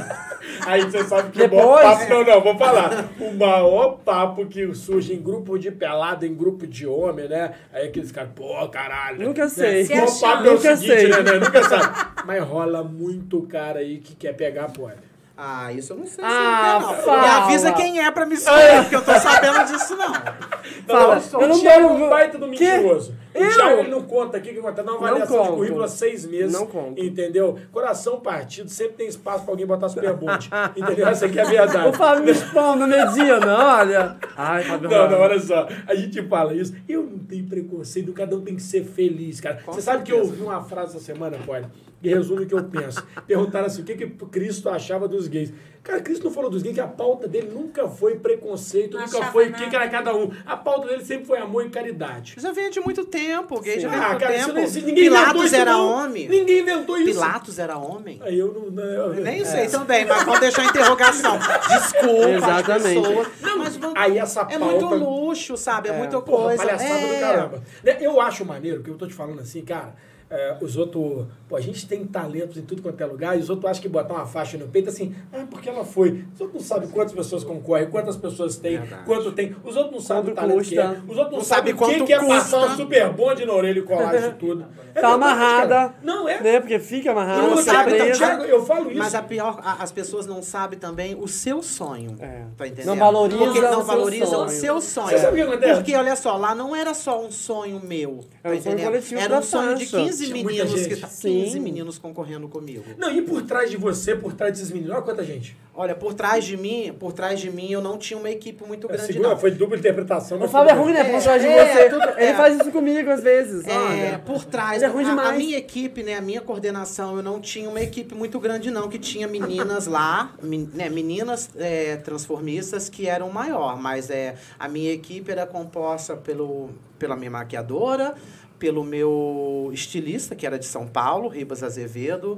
Aí você sabe que Depois? o maior papo... Não, vou falar. O maior papo que surge em grupo de pelada, em grupo de homem, né? Aí aqueles caras, pô, caralho. Nunca sei. O maior papo é o Nunca seguinte, sei. né? Nunca sabe. Mas rola muito cara aí que quer pegar a Polly. Isso eu não sei Ah, se fala. Me avisa quem é pra me escolher, porque eu tô sabendo disso, não. Fala, eu não O Thiago é dou- um baita do Quê? mentiroso. O Eu? Thiago, ele não conta aqui, que conta. Dá uma avaliação de conto. currículo há 6 meses. Não conto. Entendeu? Coração partido, sempre tem espaço pra alguém botar superbonde. Entendeu? Essa aqui é a verdade. O Fábio me expõe no mediano, olha. Ai, Fábio. Não, olha só. A gente fala isso. Eu não tenho preconceito, cada um tem que ser feliz, cara. Você sabe que eu ouvi uma frase essa semana, Polly, que resume o que eu penso. Perguntaram assim, o que Cristo achava dos gays? Cara, Cristo não falou dos gays, que a pauta dele nunca foi preconceito, Não nunca achava foi o nada. que era cada um. A pauta dele sempre foi amor e caridade. Já vem de muito tempo, gay já vem de Ah, muito cara, tempo. isso não existe. Ninguém inventou Pilatos isso, era não. homem. Ninguém inventou isso. Pilatos era homem? Aí eu não... Nem sei também, mas vamos deixar a interrogação. Desculpa, Exatamente. as pessoas. Mas vamos- Aí essa é pauta... muito luxo, sabe? É muita Porra, coisa. palhaçada do caramba. Né, eu acho maneiro, que eu tô te falando assim, cara, os outros... Pô, a gente tem talentos em tudo quanto é lugar, e os outros acham que botar uma faixa no peito, assim, porque ela foi. Os outros não sabem quantas pessoas concorrem, quantas pessoas tem, Verdade. quanto tem. Os outros não sabem o Quanto talento custa. que é. Os outros não sabe sabem o quanto que é passar custa. um super bonde na orelha e colar isso tudo. É Tá verdade, amarrada. cara. Não, é. Né? Porque fica amarrada, Não fica sabe, presa. Thiago, eu falo isso. Mas as pessoas não sabem também o seu sonho. Tá entendendo? Não valoriza Porque o não seu valoriza o sonho. seu sonho. Você sabe o que acontece? Porque, olha só, lá não era só um sonho meu. Era um sonho entendendo? coletivo Era um da sonho de faixa. 15 Tinha muita meninos, gente. 15 Sim. meninos concorrendo comigo. Não, e por trás de você, por trás desses meninos, olha quanta gente. Olha, por trás de mim eu não tinha uma equipe muito grande, Segura, não. foi dupla interpretação. O mas Fábio é tudo ruim, bem. né? Por trás de É, você. tudo- Ele é. faz isso comigo às vezes. Por trás, Ele é ruim demais. a minha equipe, né, a minha coordenação, eu não tinha uma equipe muito grande não, que tinha meninas lá, meninas transformistas que eram maior, mas a minha equipe era composta pela minha maquiadora, pelo meu estilista, que era de São Paulo, Ribas Azevedo,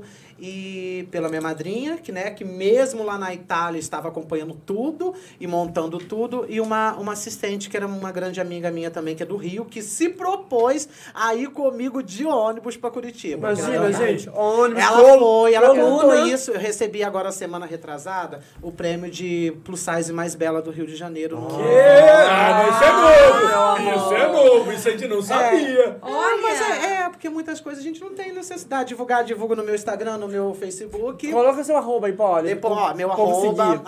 e pela minha madrinha, que mesmo lá na Itália estava acompanhando tudo e montando tudo, e uma assistente, que era uma grande amiga minha também, que é do Rio, que se propôs a ir comigo de ônibus para Curitiba. Imagina, gente. Ônibus, Ela coluna. contou isso. Eu recebi agora, semana retrasada, o prêmio de plus size mais bela do Rio de Janeiro. no- Mas isso é novo. meu amor. Isso é novo. Isso a gente não sabia. Olha, Mas porque muitas coisas a gente não tem necessidade de divulgar. Divulgo no meu Instagram, no meu Facebook. Coloca seu arroba aí, Polly. Depois, meu Como seguir.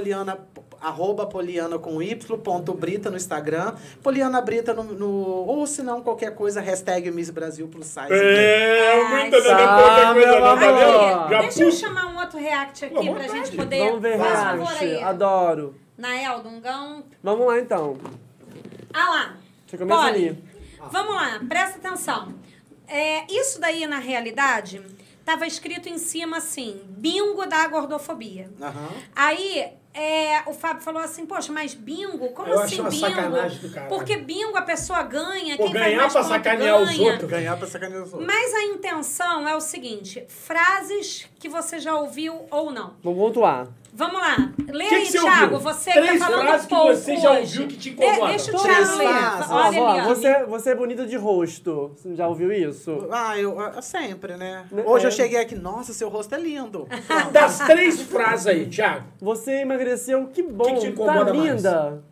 arroba Poliana com y.brita no Instagram, Poliana Brita ou se não, qualquer coisa, hashtag Miss Brasil Plus Size. Muita Tá, outra coisa meu não, tá vendo? amor. Já deixa eu puxa. chamar um outro react aqui Pô, pra vontade. gente poder... Vamos ver Faz favor react. aí. Adoro. Nael, Dungão. Vamos lá, então. Ah lá. Você começa Polly, ali. vamos lá, presta atenção. Isso daí, na realidade, estava escrito em cima assim, bingo da gordofobia. Aham. Aí, o Fábio falou assim, poxa, mas bingo? Como Eu assim acho uma bingo? sacanagem do caralho. Porque bingo a pessoa ganha, Pô, quem faz ganhar mais pra ponto sacanear os ganha. outros. Ganhar pra sacanear os outros. Mas a intenção é o seguinte, frases que você já ouviu ou não. Vamos pontuar. Vamos lá. Lê Que aí, você Thiago, ouviu? você que Três tá falando frases que pouco você já hoje. ouviu que te incomodam. Deixa o Três Thiago ler. frases. Olha, Ó, Eliane. você é bonita de rosto. Você já ouviu isso? Eu sempre, né? Hoje eu cheguei aqui, nossa, seu rosto é lindo. Das 3 frases aí, Thiago. Você emagreceu, que bom. Que te incomoda tá mais? linda.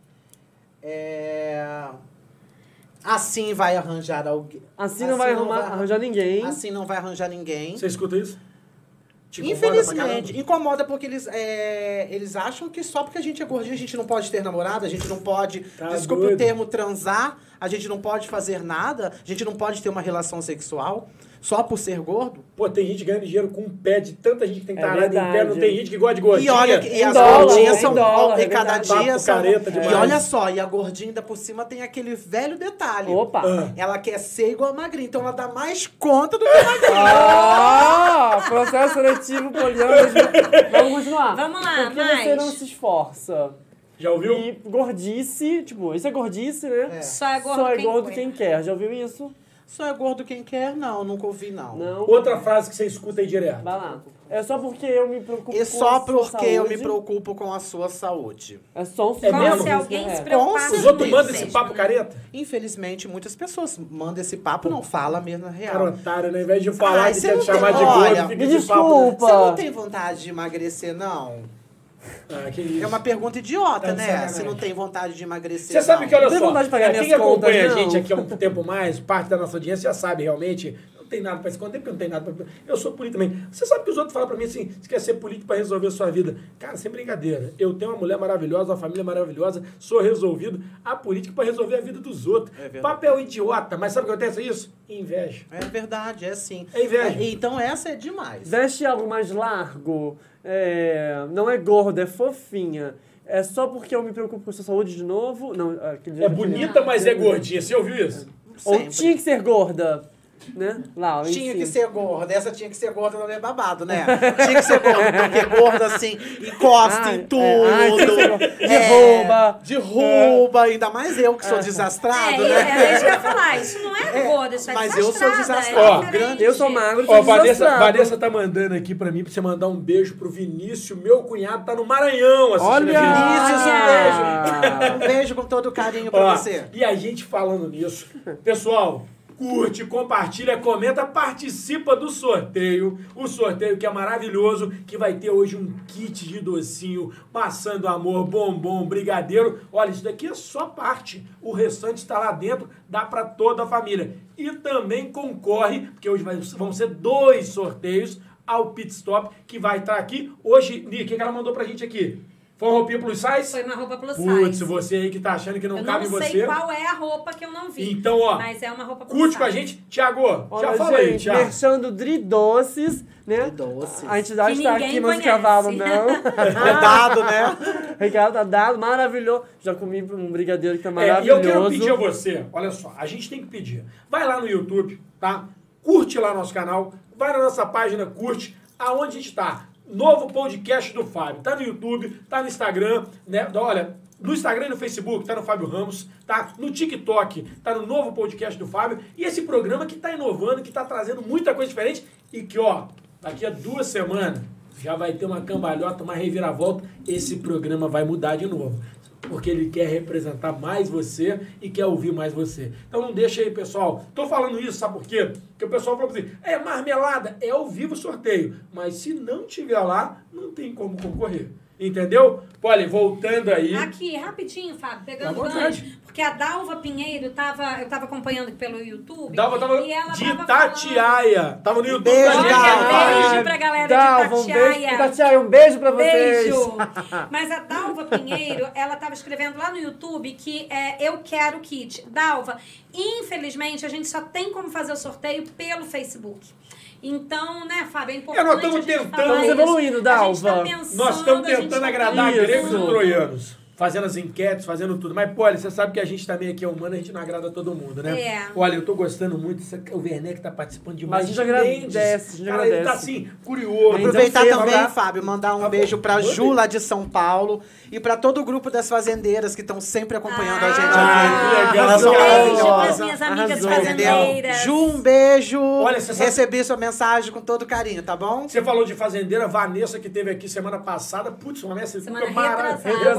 Assim vai arranjar alguém. Assim não vai arranjar ninguém. Assim não vai arranjar ninguém. Você escuta isso? Te incomoda pra Infelizmente, caramba? incomoda porque eles acham que só porque a gente é gordinho a gente não pode ter namorada, a gente não pode, desculpa doido. o termo, transar, a gente não pode fazer nada, a gente não pode ter uma relação sexual só por ser gordo. Pô, tem gente ganhando dinheiro com um pé de tanta gente que tem É tarada em pé, não verdade. tem gente que gosta de gordinha. E olha, e as dólar, gordinhas em são dólar, e é cada verdade. dia Papo são. careta demais. E olha só, e a gordinha ainda por cima tem aquele velho detalhe. Opa! Ela quer ser igual a magrinha, então ela dá mais conta do que a magrinha. Processo seletivo poliano. Vamos continuar. Vamos lá, Por que mais? você não se esforça? Já ouviu? E gordice, tipo, isso é gordice, né? Só é gordo, Só é quem gordo quer. quem quer. Já ouviu isso? Só é gordo quem quer? Não, nunca ouvi, não. Não. Outra frase que você escuta aí direto. Vai lá. É só porque eu me preocupo E com só a sua porque eu me saúde. preocupo com a sua saúde. É só um É Como mesmo? se alguém se É. preocupasse Os outros com mandam isso esse papo mesmo. careta? Infelizmente, muitas pessoas mandam esse papo, não fala mesmo na real. Cara, otário, né? Ao invés de falar Ai, que você quer não te chamar tem- de gordo, olha, fica me esse papo. desculpa. Você não tem vontade de emagrecer, não? Ah, que isso. É uma pergunta idiota, Tá de né? sacanagem. Se não tem vontade de emagrecer, Você sabe não. que, olha Não tem só, vontade de pagar quem minhas acompanha contas, a gente não. aqui há um tempo mais, parte da nossa audiência já sabe realmente, não tem nada pra esconder, porque não tem nada pra... Eu sou político também. Você sabe que os outros falam pra mim assim, você quer ser político pra resolver a sua vida. Cara, sem brincadeira. Eu tenho uma mulher maravilhosa, uma família maravilhosa, sou resolvido. A política é pra resolver a vida dos outros. verdade. Papel idiota, mas sabe o que acontece isso? Inveja. É verdade, é assim. É inveja. Então essa é demais. Veste algo mais largo. Não é gorda, é fofinha. É só porque eu me preocupo com a sua saúde de novo? Não, aquele É bonita, mas é gordinha. Você ouviu isso? Ou Sempre. tinha que ser gorda, né? Lá, em Tinha si. que ser gorda. Essa tinha que ser gorda, não é babado, né? Tinha que ser gorda, porque gorda, assim, encosta Ai, em tudo. tinha que ser gorda. Derruba. Derruba. Ainda mais eu que sou desastrado, né? É isso que eu ia falar. Isso não é gordo, isso é mas eu sou desastrada, desastrado. é diferente. Eu sou magro, Ó, sou Vanessa, desastrado. Vanessa tá mandando aqui pra mim, pra você mandar um beijo pro Vinícius. Meu cunhado tá no Maranhão assistindo Olha! a gente. Vinícius, Ah. um beijo com todo carinho pra Ó, você. e a gente falando nisso, pessoal, curte, compartilha, comenta, participa do sorteio. O sorteio que é maravilhoso, que vai ter hoje um kit de docinho, maçã do amor, bombom, brigadeiro. Olha, isso daqui é só parte. O restante está lá dentro, dá para toda a família. E também concorre, porque hoje vão ser 2 sorteios ao Pit Stop, que vai estar aqui. Hoje, Ni, o que ela mandou pra gente aqui? Foi uma roupinha plus size? Foi uma roupa plus Putz, size. você aí que tá achando que não Eu cabe não em sei você. qual é a roupa que eu não vi. Então, ó, Mas é uma roupa plus curte com a size. gente. Tiago, já Olha, fala aí, gente, Tiago. merchando Dridoces, né? Dridoces. A entidade Que tá ninguém aqui, mas o conhece. cavalo não. Tá dado, né? Ricardo tá dado, maravilhoso. Já comi um brigadeiro que tá E maravilhoso. eu quero pedir a você, olha só, a gente tem que pedir. Vai lá no YouTube, tá? Curte lá nosso canal, vai na nossa página, curte, aonde a gente tá. Novo podcast do Fábio. Tá no YouTube, tá no Instagram, né? Olha, no Instagram e no Facebook tá no Fábio Ramos, tá? No TikTok tá no novo podcast do Fábio. E esse programa que tá inovando, que tá trazendo muita coisa diferente e que, ó, daqui a 2 semanas já vai ter uma cambalhota, uma reviravolta. Esse programa vai mudar de novo. Porque ele quer representar mais você e quer ouvir mais você. Então não deixa aí, pessoal. Tô falando isso, sabe por quê? Porque o pessoal falou assim, é marmelada, é ao vivo o sorteio. Mas se não tiver lá, não tem como concorrer. Entendeu? Olha, voltando aí. Aqui, rapidinho, Fábio, pegando Tá à o vontade. gancho. Porque a Dalva Pinheiro, eu tava acompanhando pelo YouTube. Dalva tava e ela de tava Itatiaia. Tava no YouTube. Beijo, com a gente. Dalva. Beijo pra galera Dalva, de um beijo pra Itatiaia. Itatiaia, um beijo pra vocês. Beijo! Mas a Dalva Pinheiro, ela tava escrevendo lá no YouTube que eu quero kit. Dalva, infelizmente, a gente só tem como fazer o sorteio pelo Facebook. Então, né, Fábio, é importante nós estamos a gente tentando. falar Estamos isso. evoluindo, A Dalva. gente tá pensando, Nós estamos a gente tentando tá agradar Isso. gregos e troianos. Fazendo as enquetes, fazendo tudo. Mas, pô, olha, você sabe que a gente também aqui é humano, a gente não agrada todo mundo, né? É. Olha, eu tô gostando muito. O Werneck tá participando demais. Mas a gente agradece, Mendes. a gente Cara, ele tá agradece. assim, curioso. Mendes Aproveitar é um também, fera, Fábio, mandar um Tá beijo bom. pra Manda Ju, lá de São Paulo, e pra todo o grupo das fazendeiras que estão sempre acompanhando a gente aqui. que legal. Elas são Beijo pras maravilhosas. minhas amigas Arrasou. fazendeiras. Ju, um beijo. Olha, você sabe- Recebi sua mensagem com todo carinho, tá bom? Você falou de fazendeira, Vanessa, que teve aqui semana passada. Putz, uma messa Semana retrasada.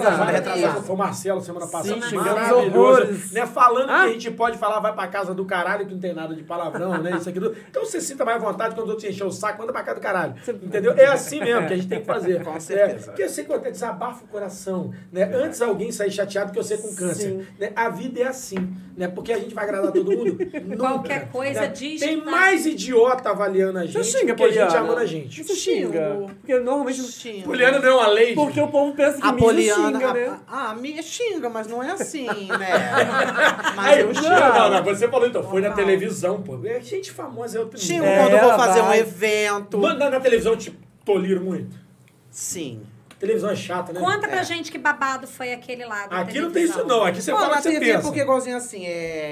atrasado foi o Marcelo semana passada. Sim, Maravilhoso. Né? Falando que a gente pode falar, vai pra casa do caralho, que não tem nada de palavrão, né? Isso aqui. Então você sinta mais vontade quando os outros encher o saco, manda pra casa do caralho. Entendeu? É assim mesmo que a gente tem que fazer. Com certeza. Porque você até desabafa o coração. Né? Antes alguém sair chateado que você com câncer. Né? A vida é assim. Né? Porque a gente vai agradar todo mundo. Nunca, Qualquer coisa né? diz. Tem mais idiota avaliando a gente xinga, do que a gente Poliana. amando a gente. Você xinga. Porque normalmente... Xinga. Poliana não é uma lei. Porque o povo pensa que A mijo Poliana... xinga, né? Me xinga, mas não é assim, né? Mas Aí, eu xingo. não, você falou então, foi na televisão, pô. É gente famosa, é outro Xingo nível. quando eu vou ela fazer um vai. evento. Na televisão te toliram muito. Sim. Televisão é chata, né? Conta pra gente que babado foi aquele lá da Aqui não tem isso televisão. não, aqui você Pô, fala o na que você TV, pensa. porque igualzinho assim,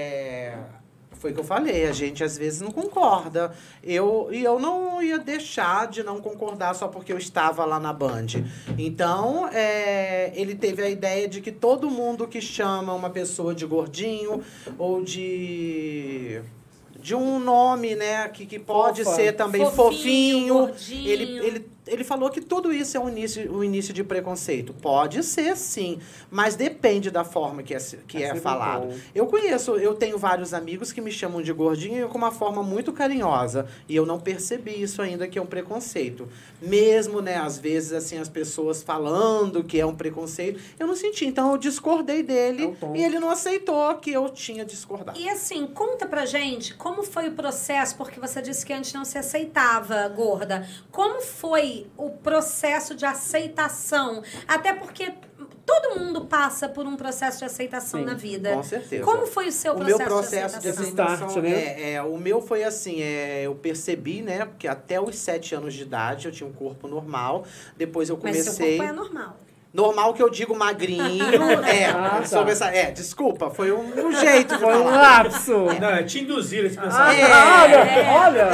foi o que eu falei, a gente às vezes não concorda. Eu não ia deixar de não concordar só porque eu estava lá na Band. Então, ele teve a ideia de que todo mundo que chama uma pessoa de gordinho ou de um nome, né, que pode Fofa. ser também Fofinho, fofinho. gordinho. Ele falou que tudo isso é um início de preconceito. Pode ser, sim, mas depende da forma que é sempre falado. bom. Eu tenho vários amigos que me chamam de gordinho com uma forma muito carinhosa. E eu não percebi isso ainda, que é um preconceito. Mesmo, né, às vezes, assim, as pessoas falando que é um preconceito, eu não senti. Então, eu discordei É dele o tom. e ele não aceitou que eu tinha discordado. E assim, conta pra gente como foi o processo, porque você disse que antes não se aceitava gorda. Como foi o processo de aceitação? Até porque todo mundo passa por um processo de aceitação Sim, na vida. Com certeza. Como foi o seu O processo, meu processo de aceitação? aceitação, Start, o meu foi assim, eu percebi, né, porque até os 7 anos de idade eu tinha um corpo normal, depois eu Mas seu comecei... corpo é normal. Normal que eu digo magrinho, tá. sobre essa... desculpa, foi um jeito de Foi um falar. lapso. Não, é te induzir esse pensamento. Olha!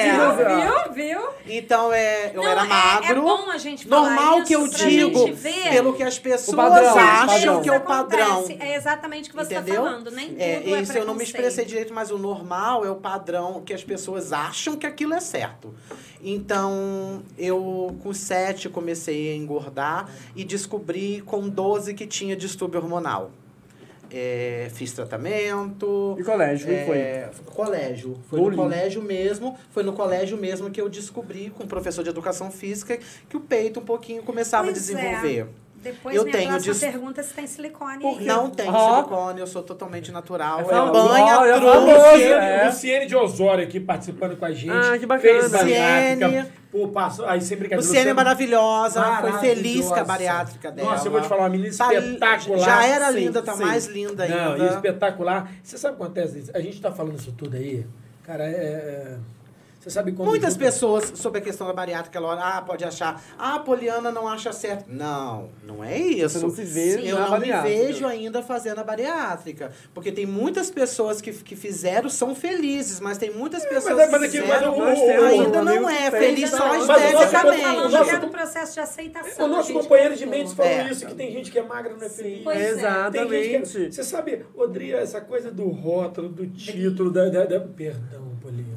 Viu? Então, eu Não, era magro. É bom a gente falar Normal isso que eu pra digo, gente ver. pelo que as pessoas padrão, acham padrão. que é o padrão. Acontece, é exatamente o que você Entendeu? está falando. Nem tudo é Isso eu não me preconceito. expressei direito, mas o normal é o padrão que as pessoas acham que aquilo é certo. Então, eu com 7 comecei a engordar e descobri com 12 que tinha distúrbio hormonal. Fiz tratamento. E colégio, como foi? Colégio. Foi Bullying. no colégio mesmo. Foi no colégio mesmo que eu descobri, com o professor de educação física, que o peito um pouquinho começava a Pois é. desenvolver. Depois, Eu minha tenho próxima dis- pergunta é se tem silicone Por aí. quê? Não tem Ó. silicone, eu sou totalmente natural. É É famoso. banha, Olha, truque. famoso. Luciene de Osório aqui participando com a gente. Ah, que bacana. Fez bariátrica. Luciene. Pô, passou, aí sem brincadeira. Luciene é maravilhosa, foi Maravilhosa. feliz com a bariátrica dela. Nossa, eu vou te falar, uma menina Tá- espetacular. Já era Sim, linda, tá sim. mais linda Não, ainda. e espetacular. Você sabe o que acontece? A gente tá falando isso tudo aí, cara, você sabe quando... Muitas pessoas, sobre a questão da bariátrica, ela pode achar, a Poliana não acha certo. Não, não é isso. Você não se vê Sim. Eu na não me bariátrica. vejo ainda fazendo a bariátrica. Porque tem muitas pessoas que fizeram, são felizes, mas tem muitas pessoas mas que aqui- fizeram, mas ainda um não amigo é que fez, feliz só Mas o nosso- esteticamente. falando nosso- já do processo de aceitação. O nosso gente. companheiro de mentes falou É. isso, que tem gente que é magra, não é feliz. Pois é. Tem gente que Exatamente. Você sabe, Odria, essa coisa do rótulo, do título, Perdão, Poliana.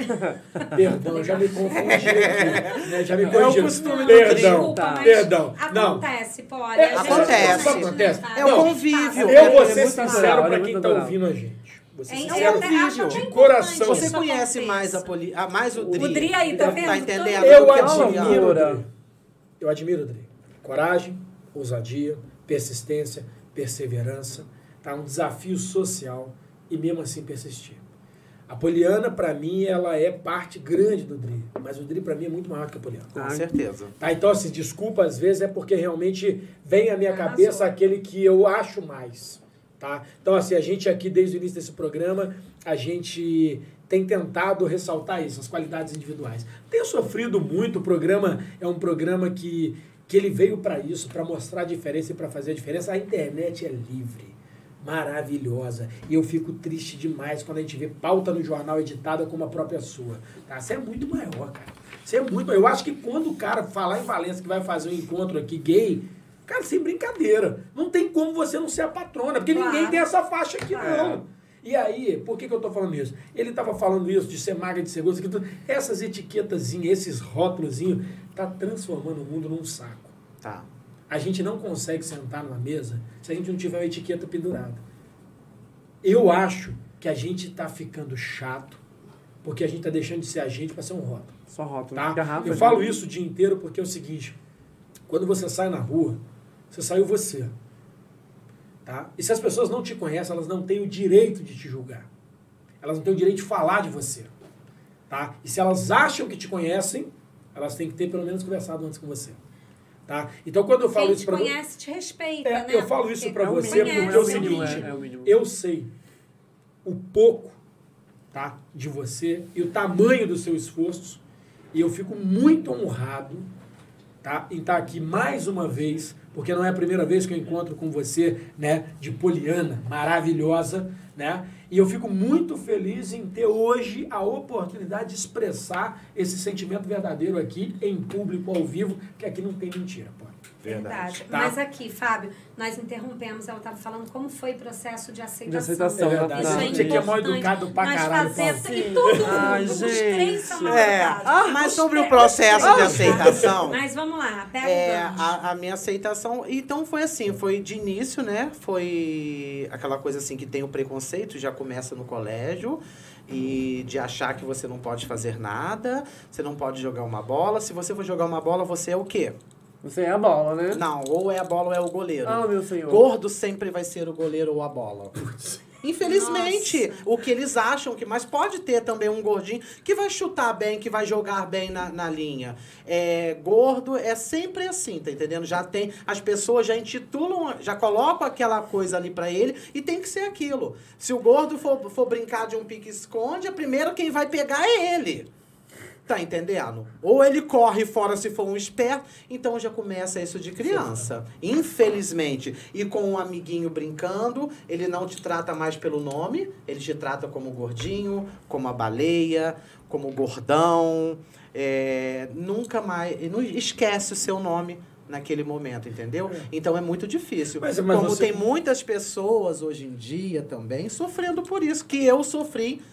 Perdão, eu já me confundi aqui. Né? Já me corrigi. o costume do Perdão, Desculpa, tá. mas Perdão. Não. acontece, Poli. É, A gente acontece. não Acontece. tá? É o Não, convívio. Eu vou É ser muito sincero natural, pra é quem muito tá natural. ouvindo a gente. Vou ser É, sincero. eu até acho de até coração. importante Você isso conhece aconteça. mais o Dri. O Dri aí, tá vendo? Tá entendendo? Eu do que admiro, loucura. Odri. Eu admiro, Odri. Coragem, ousadia, persistência, perseverança. Tá um desafio social e mesmo assim persistir. A Poliana, pra mim, ela é parte grande do Dri. Mas o Dri, pra mim, é muito maior que a Poliana. Com certeza. Tá, então, assim, desculpa, às vezes, é porque realmente vem à minha Arrasou. cabeça aquele que eu acho mais, tá? Então, assim, a gente aqui, desde o início desse programa, a gente tem tentado ressaltar isso, as qualidades individuais. Tenho sofrido muito, o programa é um programa que ele veio para isso, para mostrar a diferença e para fazer a diferença. A internet é livre, maravilhosa. E eu fico triste demais quando a gente vê pauta no jornal editada como a própria sua. Tá? Você é muito maior, cara. Você é muito maior. Eu acho que quando o cara falar em Valença que vai fazer um encontro aqui gay, cara, sem brincadeira. Não tem como você não ser a patrona, porque Claro. ninguém tem essa faixa aqui, não. E aí, por que eu tô falando isso? Ele tava falando isso de ser magra, de ser gorda, essas etiquetazinhas, esses rótulozinhos, tá transformando o mundo num saco. Tá. a gente não consegue sentar numa mesa se a gente não tiver uma etiqueta pendurada. Eu acho que a gente está ficando chato porque a gente está deixando de ser a gente para ser um rótulo. Só rótulo. Tá? Garrafa, Eu falo isso o dia inteiro porque é o seguinte, quando você sai na rua, você saiu você. Tá? E se as pessoas não te conhecem, elas não têm o direito de te julgar. Elas não têm o direito de falar de você. Tá? E se elas acham que te conhecem, elas têm que ter pelo menos conversado antes com você. Tá? Então, quando eu falo isso para você... Quem te conhece te respeita, né? Eu falo isso para você porque conhece. é o seguinte, eu sei o pouco, tá, de você e o tamanho do seu esforço e eu fico muito honrado, tá, em estar aqui mais uma vez, porque não é a primeira vez que eu encontro com você, né, de Poliana, maravilhosa, né, e eu fico muito feliz em ter hoje a oportunidade de expressar esse sentimento verdadeiro aqui, em público, ao vivo, que aqui não tem mentira, pô. Verdade. Tá? Mas aqui, Fábio, nós interrompemos, ela estava falando como foi o processo de aceitação. De aceitação, É verdade. Isso é Gente, aqui é mó importante. educado pra Nós caralho, fazemos, Paulo. e todo mundo, Ai, os gente. três são mal educados. Mas Os sobre o três- processo de aceitação... Mas vamos lá, pega o gancho. A minha aceitação... Então, foi assim, foi de início, né? Foi aquela coisa assim que tem o preconceito, já começa no colégio, e de achar que você não pode fazer nada, você não pode jogar uma bola. Se você for jogar uma bola, você é o quê? Você é a bola, né? Não, ou é a bola ou é o goleiro. Ah, meu senhor. Gordo sempre vai ser o goleiro ou a bola. Infelizmente, o que eles acham que... Mas pode ter também um gordinho que vai chutar bem, que vai jogar bem na linha. Gordo é sempre assim, tá entendendo? Já tem... As pessoas já intitulam, já colocam aquela coisa ali pra ele e tem que ser aquilo. Se o gordo for brincar de um pique-esconde, a primeira quem vai pegar é ele. Tá entendendo? Ou ele corre fora se for um esperto, então já começa isso de criança. Infelizmente. E com um amiguinho brincando, ele não te trata mais pelo nome, ele te trata como gordinho, como a baleia, como gordão. Nunca mais... Não esquece o seu nome naquele momento, entendeu? Então é muito difícil. Mas como você... tem muitas pessoas hoje em dia também sofrendo por isso, que eu sofri.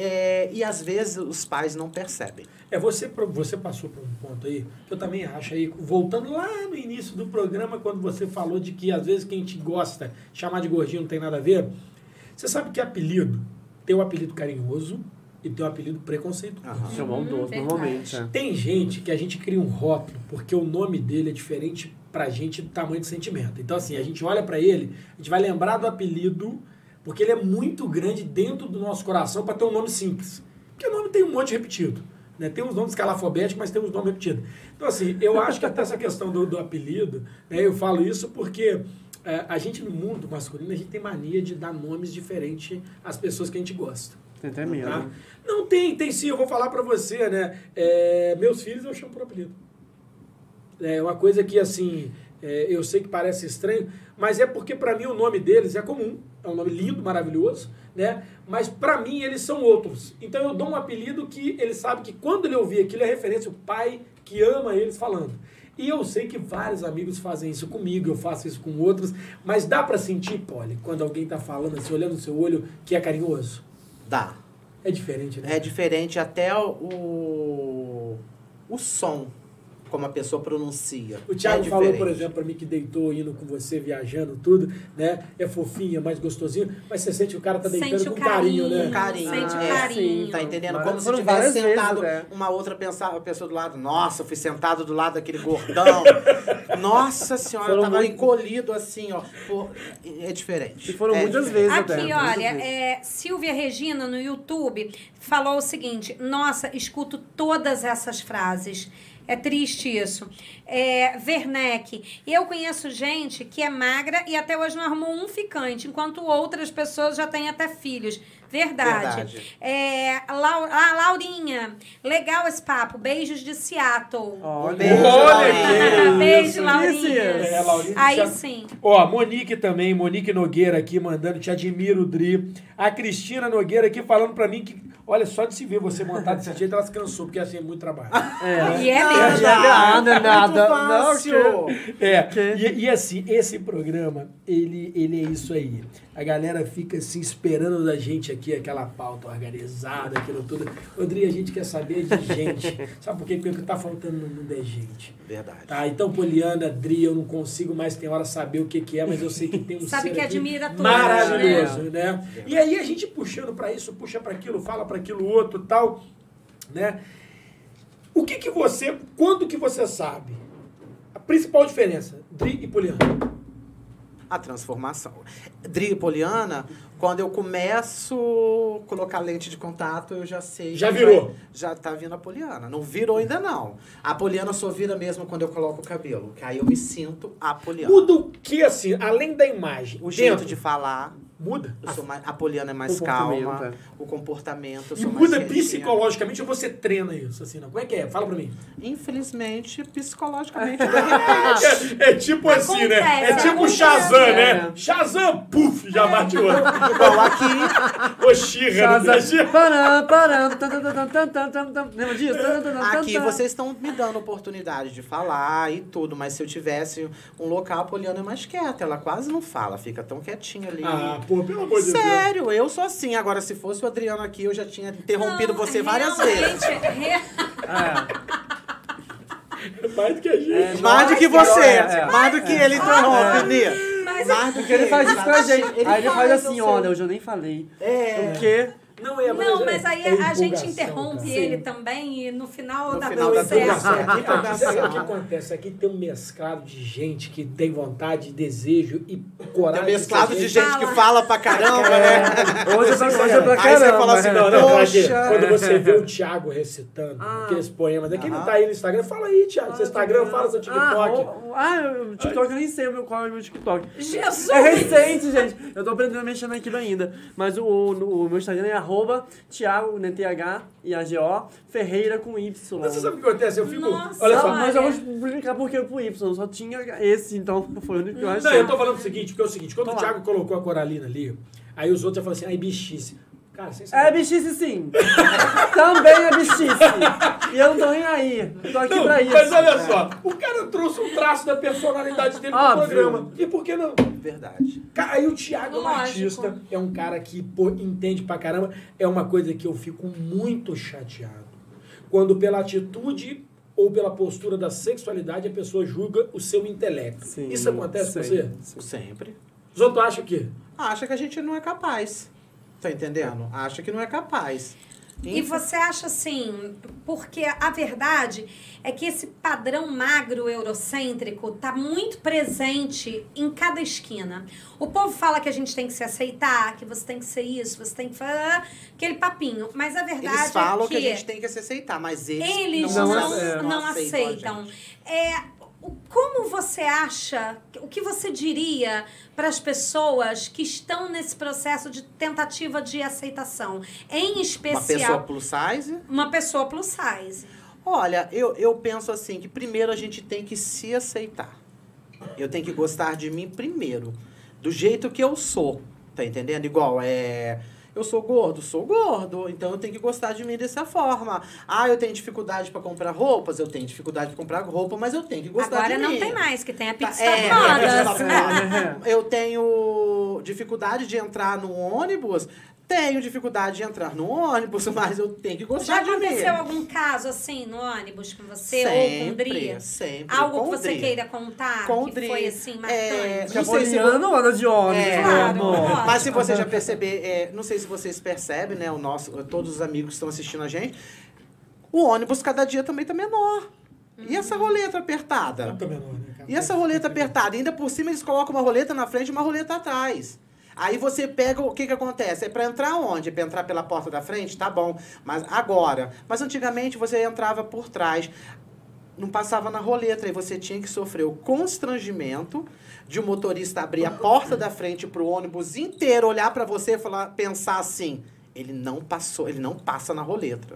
E às vezes os pais não percebem. Você passou por um ponto aí, que eu também acho aí, voltando lá no início do programa, quando você falou de que às vezes quem te gosta, chamar de gordinho não tem nada a ver. Você sabe que apelido tem um apelido carinhoso e tem um apelido preconceituoso. Isso é maldoso, normalmente. Tem gente que a gente cria um rótulo porque o nome dele é diferente pra gente do tamanho do sentimento. Então assim, a gente olha pra ele, a gente vai lembrar do apelido porque ele é muito grande dentro do nosso coração para ter um nome simples. Porque o nome tem um monte repetido. Né? Tem uns nomes escalafobéticos, mas tem uns nomes repetidos. Então, assim, eu acho que até essa questão do apelido, né, eu falo isso porque a gente, no mundo masculino, a gente tem mania de dar nomes diferentes às pessoas que a gente gosta. Tem até medo. Tá? Não, tem sim, eu vou falar para você, né? Meus filhos eu chamo por apelido. É uma coisa que, assim, eu sei que parece estranho, mas é porque, para mim, o nome deles é comum. É um nome lindo, maravilhoso, né? Mas, para mim, eles são outros. Então, eu dou um apelido que ele sabe que, quando ele ouvir aquilo, é referência ao pai que ama eles falando. E eu sei que vários amigos fazem isso comigo, eu faço isso com outros, mas dá para sentir, Polly, quando alguém tá falando assim, olhando no seu olho, que é carinhoso? Dá. É diferente, né? É diferente até o som, como a pessoa pronuncia. O Thiago falou, por exemplo, para mim que deitou indo com você, viajando, tudo, né? É fofinho, é mais gostosinho, mas você sente que o cara tá deitando Sente com o carinho, né? Com carinho. Sente o É, carinho. sim, tá entendendo? Mas Como se foram tivesse várias vezes, sentado né? uma outra pessoa do lado. Nossa, eu fui sentado do lado daquele gordão. Nossa senhora, eu tava muito- encolhido assim, ó. Pô, é diferente. E foram É muitas diferente. vezes até. Aqui, muitas olha, vezes. Silvia Regina, no YouTube, falou o seguinte: nossa, escuto todas essas frases. É triste isso. Werneck, eu conheço gente que é magra e até hoje não arrumou um ficante, enquanto outras pessoas já têm até filhos. Verdade. Laurinha, legal esse papo. Beijos de Seattle. Olha, Beijo, Olha Laurinha. Beijo, Laurinha. Laurinha, Aí Thiago. sim. Ó, Monique também, Monique Nogueira aqui mandando, te admiro, Dri. A Cristina Nogueira aqui falando pra mim que, Olha, só de se ver você montar desse jeito, ela se cansou, porque assim é muito trabalho. E é mesmo. Nada, nada. Fácil. E assim, esse programa, ele é isso aí. A galera fica assim esperando da gente aqui, aquela pauta organizada, aquilo tudo. Rodrigo, a gente quer saber de gente. Sabe por quê? Porque o que tá faltando no mundo é gente. Verdade. Tá? Então, Poliana, Dri, eu não consigo mais, tem hora, saber o que é, mas eu sei que tem um Sabe ser que aqui admira todos, maravilhoso, né? E aí a gente puxando pra isso, puxa pra aquilo, fala pra aquilo outro, tal, né? O que você, quando que você sabe? A principal diferença, Dri e Poliana. A transformação. Dri e Poliana, quando eu começo a colocar lente de contato, eu já sei. Já virou? Já tá vindo a Poliana. Não virou ainda não. A Poliana só vira mesmo quando eu coloco o cabelo. Que aí eu me sinto a Poliana. Muda o que, assim, além da imagem? O jeito de falar. Muda? Eu sou mais, a Poliana é mais calma. O comportamento. Eu E sou mais muda quietinha. psicologicamente ou você treina isso? Assim, não? Como é que é? Fala pra mim. Infelizmente, psicologicamente, de repente. É tipo assim, né? É tipo acontece. Shazam, né? Shazam, puf, já bate o outro. Igual aqui. Ô, She-Ra, não Lembra disso? Aqui vocês estão me dando oportunidade de falar e tudo, mas se eu tivesse um local, a Poliana é mais quieta. Ela quase não fala, fica tão quietinha ali. Ah, pô, pelo amor de Deus. Sério, eu sou assim. Agora, se fosse o Adriano aqui, eu já tinha interrompido você várias vezes. Mais do que a gente. Mais do que você. Mais do que ele interrompe, Ah, Nê. mas Mais do Porque ele faz isso com a gente. Ele Aí ele faz faz, assim, eu sei. olha, hoje eu nem falei. É. Porque... Não, mas aí a gente interrompe cara. ele também e no final No dá final tudo dá tudo certo. certo. Aqui, Empolgação. sabe o que acontece? Aqui tem um mesclado de gente que tem vontade, desejo e coragem. Tem mesclado de gente que Fala. fala pra caramba, né? Hoje é pra Aí você caramba. fala assim, Não, poxa. quando você vê o Thiago recitando aqueles poemas, quem não tá aí no Instagram, fala aí, Thiago. Seu Instagram, fala seu TikTok. O TikTok eu nem sei qual é o meu TikTok. Jesus! É recente, gente. Eu tô aprendendo a mexer naquilo ainda. Mas o meu Instagram é @Thiago, né, THIAGO, Ferreira com Y. Mas você sabe o que acontece? Eu fico. Nossa, Olha só. olha. Mas eu vou explicar por que por Y. Só tinha esse, então foi o único que eu achei. Não, eu tô falando o seguinte, porque é o seguinte, quando o Thiago colocou a Coralina ali, aí os outros já falaram assim, ai, bichice. Cara, vocês É bichice sim. Também é bichice. E eu não tô nem aí. Tô aqui Não, pra isso. mas olha só, o cara trouxe um traço da personalidade dele pro Óbvio. programa. E por que não? Verdade. Aí o Thiago é um Lógico. artista, é um cara que pô, entende pra caramba. É uma coisa que eu fico muito chateado. Quando pela atitude ou pela postura da sexualidade a pessoa julga o seu intelecto. Sim, Isso acontece com sim. você? Sempre. Os outros acham o quê? Acha que a gente não é capaz. Tá entendendo? Acha que não é capaz. E você acha assim, porque a verdade é que esse padrão magro eurocêntrico tá muito presente em cada esquina. O povo fala que a gente tem que se aceitar, que você tem que ser isso, você tem que fazer aquele papinho. Mas a verdade Eles falam é que a gente tem que se aceitar, mas eles não não aceitam. Como você acha, o que você diria para as pessoas que estão nesse processo de tentativa de aceitação? Em especial... Uma pessoa plus size? Uma pessoa plus size. Olha, eu penso assim, que primeiro a gente tem que se aceitar. Eu tenho que gostar de mim primeiro. Do jeito que eu sou. Tá entendendo? Igual, eu sou gordo, então eu tenho que gostar de mim dessa forma. Ah, eu tenho dificuldade para comprar roupas, eu tenho dificuldade para comprar roupa, mas eu tenho que gostar Agora de mim. não tem mais, que tem a pizza Moda. moda. Eu tenho dificuldade de entrar no ônibus, tenho dificuldade de entrar no ônibus, mas eu tenho que gostar Já de mim. aconteceu algum caso assim no ônibus com você ou com o Dri? Sempre. Algo com que o você Dri. queira contar Com o que Dri. foi assim marcante? Não sei se Poliana não anda de ônibus, meu Claro, amor. lógico. Mas se você já perceber, não sei se vocês percebem, né, todos os amigos que estão assistindo a gente, o ônibus cada dia também tá menor. E essa roleta apertada? Muito menor, né, cara? E essa roleta apertada? Ainda por cima eles colocam uma roleta na frente e uma roleta atrás. Aí você pega, o que acontece? É pra entrar onde? É pra entrar pela porta da frente? Tá bom. Mas agora. Mas antigamente você entrava por trás. Não passava na roleta. Aí você tinha que sofrer o constrangimento de um motorista abrir a porta da frente pro ônibus inteiro, olhar pra você e pensar assim, ele não passa na roleta.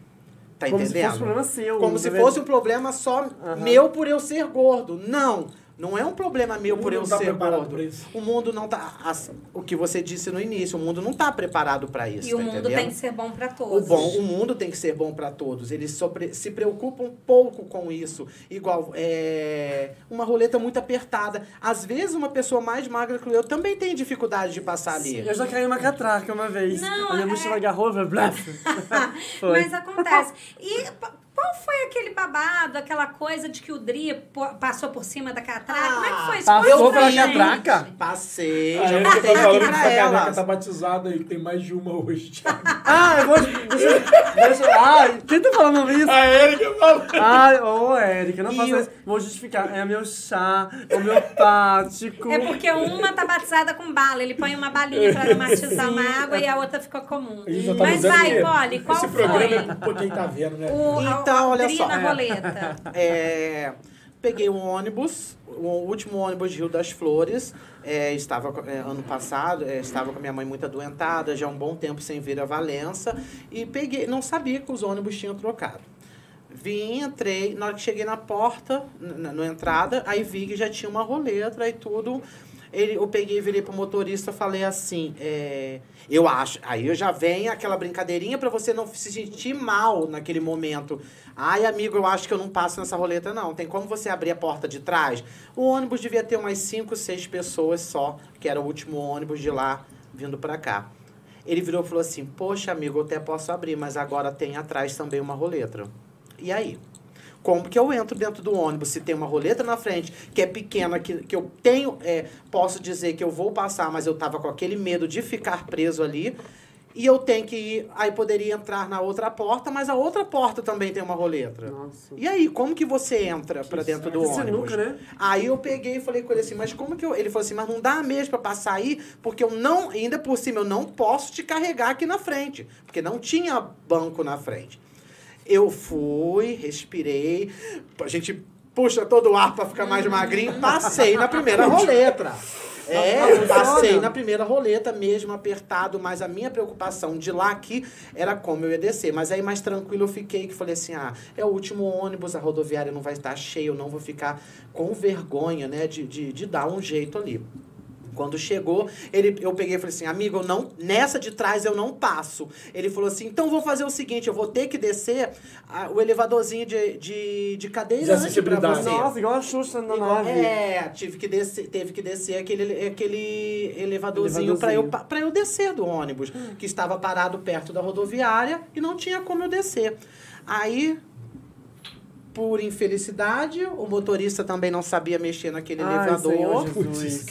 Tá Como se entendendo? fosse um problema seu. Como se fosse um problema só meu por eu ser gordo. Não. Não é um problema meu por eu não tá ser preparado gordo. pra isso. O mundo não tá... O que você disse no início, o mundo não tá preparado para isso, E o tá mundo entendendo? tem que ser bom pra todos. O mundo tem que ser bom para todos. Eles se preocupam um pouco com isso. Igual, uma roleta muito apertada. Às vezes, uma pessoa mais magra que eu também tem dificuldade de passar ali. Eu já caí numa catraca uma vez. Não, a minha mochila agarrou, blef. Foi. Mas acontece. E qual foi aquele babado, aquela coisa de que o Dri passou por cima da catraca? Como é que foi isso? Passou Conta pra pela gente. catraca? Passei, A já Erika contei tá aqui falando que pra essa caneca ela. tá batizada e tem mais de uma hoje. Eu vou... Ai, quem tá falando isso? A Erika falou. Ai, ô, Érica, não E faça o- isso. Vou justificar. É meu chá homeopático. É porque uma tá batizada com bala. Ele põe uma balinha pra aromatizar uma água e a outra ficou comum. A gente já tá Mas mudando vai, que Polly, qual esse foi? programa é por quem tá vendo, né? Então, olha Dri só. na roleta. Peguei um ônibus, o último ônibus de Rio das Flores. Estava ano passado, estava com a minha mãe muito adoentada, já há um bom tempo sem vir a Valença. E peguei, não sabia que os ônibus tinham trocado. Vim, entrei, na hora que cheguei na porta, na entrada, aí vi que já tinha uma roleta e tudo. Eu peguei e virei pro motorista, falei assim, eu acho, aí eu já venho aquela brincadeirinha pra você não se sentir mal naquele momento. Ai, amigo, eu acho que eu não passo nessa roleta, não. Tem como você abrir a porta de trás? O ônibus devia ter umas 5, 6 pessoas só, que era o último ônibus de lá, vindo pra cá. Ele virou e falou assim, poxa, amigo, eu até posso abrir, mas agora tem atrás também uma roleta. E aí? Como que eu entro dentro do ônibus se tem uma roleta na frente, que é pequena, que eu tenho, posso dizer que eu vou passar, mas eu tava com aquele medo de ficar preso ali, e eu tenho que ir, aí poderia entrar na outra porta, mas a outra porta também tem uma roleta. Nossa. E aí, como que você entra pra dentro do Que ônibus? sinuca, né? Aí eu peguei e falei com ele assim, mas como que eu... Ele falou assim, mas não dá mesmo pra passar aí, porque eu não, ainda por cima, eu não posso te carregar aqui na frente, porque não tinha banco na frente. Eu fui, respirei, a gente puxa todo o ar pra ficar mais magrinho, passei na primeira roleta. Passei na primeira roleta mesmo, apertado, mas a minha preocupação de lá aqui era como eu ia descer. Mas aí mais tranquilo eu fiquei, que falei assim, é o último ônibus, a rodoviária não vai estar cheia, eu não vou ficar com vergonha, né, de dar um jeito ali. Quando chegou, eu peguei e falei assim, amigo, nessa de trás eu não passo. Ele falou assim, então vou fazer o seguinte, eu vou ter que descer o elevadorzinho de cadeirante pra você. Nossa, igual a Xuxa na nave. Teve que descer aquele elevadorzinho pra eu descer do ônibus, que estava parado perto da rodoviária e não tinha como eu descer. Aí... Por infelicidade, o motorista também não sabia mexer naquele elevador. Senhor Jesus.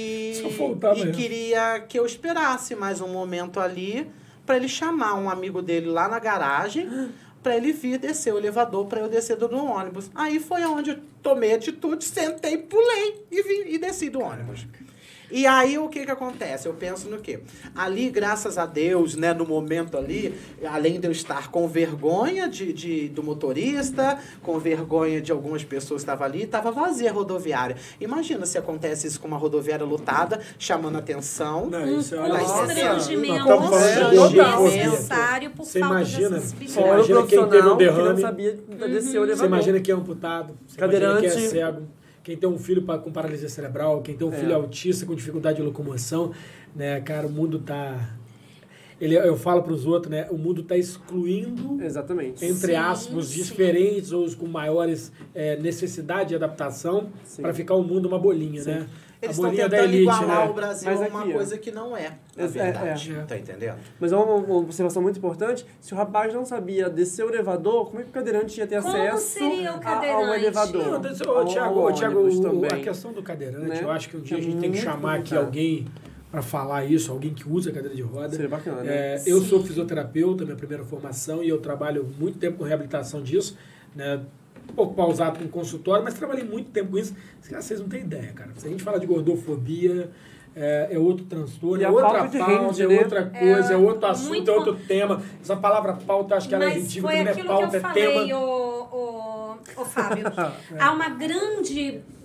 E queria que eu esperasse mais um momento ali para ele chamar um amigo dele lá na garagem para ele vir descer o elevador para eu descer do ônibus. Aí foi onde eu tomei atitude, sentei, pulei e desci do ônibus. E aí, o que acontece? Eu penso no quê? Ali, graças a Deus, né, no momento ali, além de eu estar com vergonha do motorista, com vergonha de algumas pessoas que estavam ali, estava vazia a rodoviária. Imagina se acontece isso com uma rodoviária lotada, chamando atenção. Não, isso é Constrangimento desnecessário por você falta imagina, de você acessibilidade. imagina quem teve um que não derrame, sabia descer o elevador. você imagina quem é amputado, você Cadeirante. imagina quem é cego, quem tem um filho com paralisia cerebral, quem tem um filho autista com dificuldade de locomoção, né, cara, o mundo tá... Eu falo para os outros, né, o mundo tá excluindo, Exatamente. entre aspas, diferentes ou os com maiores necessidade de adaptação para ficar o mundo uma bolinha, né? Eles a bolinha estão da tentando elite, igualar né? o Brasil Mas a aqui, uma ó. coisa que não é, na verdade. Tá entendendo? Mas uma observação muito importante, se o rapaz não sabia descer o elevador, como é que o cadeirante ia ter Como acesso seria o ao cadeirante? elevador? Tiago, ônibus também. a questão do cadeirante, Né? eu acho que um dia a É gente tem que muito chamar aqui complicado. alguém para falar isso, alguém que usa cadeira de roda. Seria bacana, né? Eu sou fisioterapeuta, minha primeira formação, e eu trabalho muito tempo com reabilitação disso, né? Um pouco pausado com consultório, mas trabalhei muito tempo com isso. Vocês não têm ideia, cara. Se a gente fala de gordofobia, é outro transtorno, E é a outra falta de pauta, rende, é né? outra coisa, é outro assunto, muito é outro tema. Essa palavra pauta, eu acho que ela é Mas ridícula, foi não é aquilo pauta, que eu é falei, tema. ô Fábio. Há uma grande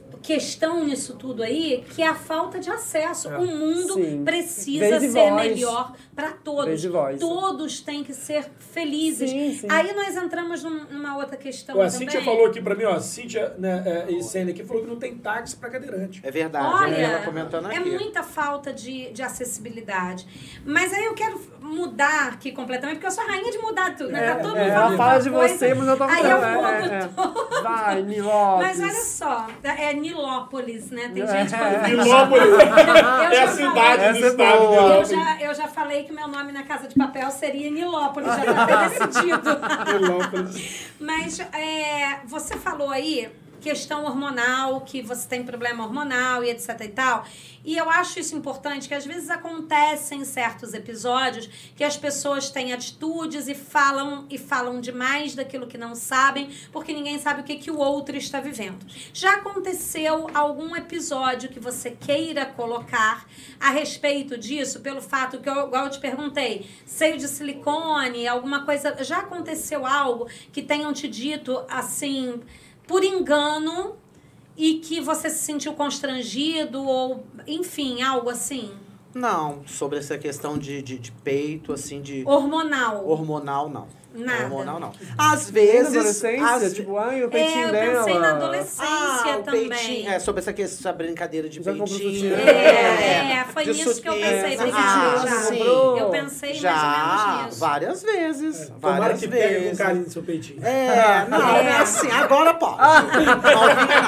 questão nisso tudo aí, que é a falta de acesso. O mundo Sim. precisa Vez e ser voz. melhor para todos. Vez e voz. Todos têm que ser felizes. Sim. Aí nós entramos numa outra questão Ó, a também. Cíntia falou aqui pra mim, ó. Cíntia, né, e Sênia aqui falou que não tem táxi pra cadeirante. É verdade, Olha, ela comentando é aqui. muita falta de acessibilidade. Mas aí eu quero mudar aqui completamente, porque eu sou a rainha de mudar tudo, né? Tá todo mundo ela falando fala uma de coisa, você, mas eu tô aí falando. eu mudo Vai, Nilópolis. Mas olha só, é Nilópolis, né? Tem gente que... Nilópolis é a cidade Essa do é estado. boa. Nilópolis. Eu já falei que meu nome na Casa de Papel seria Nilópolis, já tá até decidido. Nilópolis. Mas você falou aí questão hormonal, que você tem problema hormonal e etc e tal. E eu acho isso importante, que às vezes acontecem certos episódios que as pessoas têm atitudes e falam demais daquilo que não sabem, porque ninguém sabe o que o outro está vivendo. Já aconteceu algum episódio que você queira colocar a respeito disso, pelo fato que, igual eu te perguntei, seio de silicone, alguma coisa... Já aconteceu algo que tenham te dito, assim, por engano... E que você se sentiu constrangido ou, enfim, algo assim? Não, sobre essa questão de peito, assim, de... Hormonal, não. nada. Hormonal, não. Às vezes... Na adolescência? Tipo, ai, o peitinho eu dela. pensei na adolescência o também. peitinho. Sobre essa brincadeira de Já comprou peitinho. sutiã? Foi de nisso que eu sutiã. pensei. Ah, sim. Eu pensei mais ou menos nisso. Várias vezes. Tomara Várias que pegue com vezes. carinho no seu peitinho. Assim, agora pode. Novinha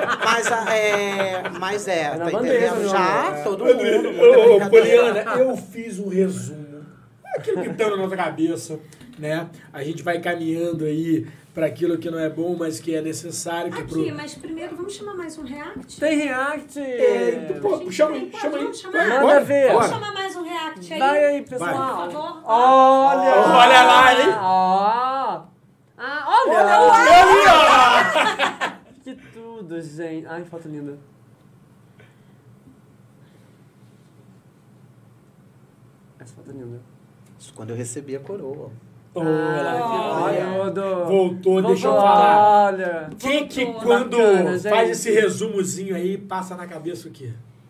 não. Mas tá na bandeja, entendendo? meu Já, amor. todo mundo. Ô, Poliana, eu fiz um resumo. Aquilo que tá na nossa cabeça, né? A gente vai caminhando aí para aquilo que não é bom, mas que é necessário. Que Aqui, mas primeiro vamos chamar mais um react? Tem react. Pô, chama aí. Vamos chamar. Manda ver. Vamos chamar mais um react aí? Vai aí, Por pessoal. favor. Olha lá, hein? Olha! Que tudo, gente. Ai, foto linda. Essa foto é linda. Isso quando eu recebi a coroa. Olha, Tudo. voltou, deixa eu falar. Olha. Quem que Voltou. quando Bacana, faz gente. esse resumozinho aí, passa na cabeça o quê?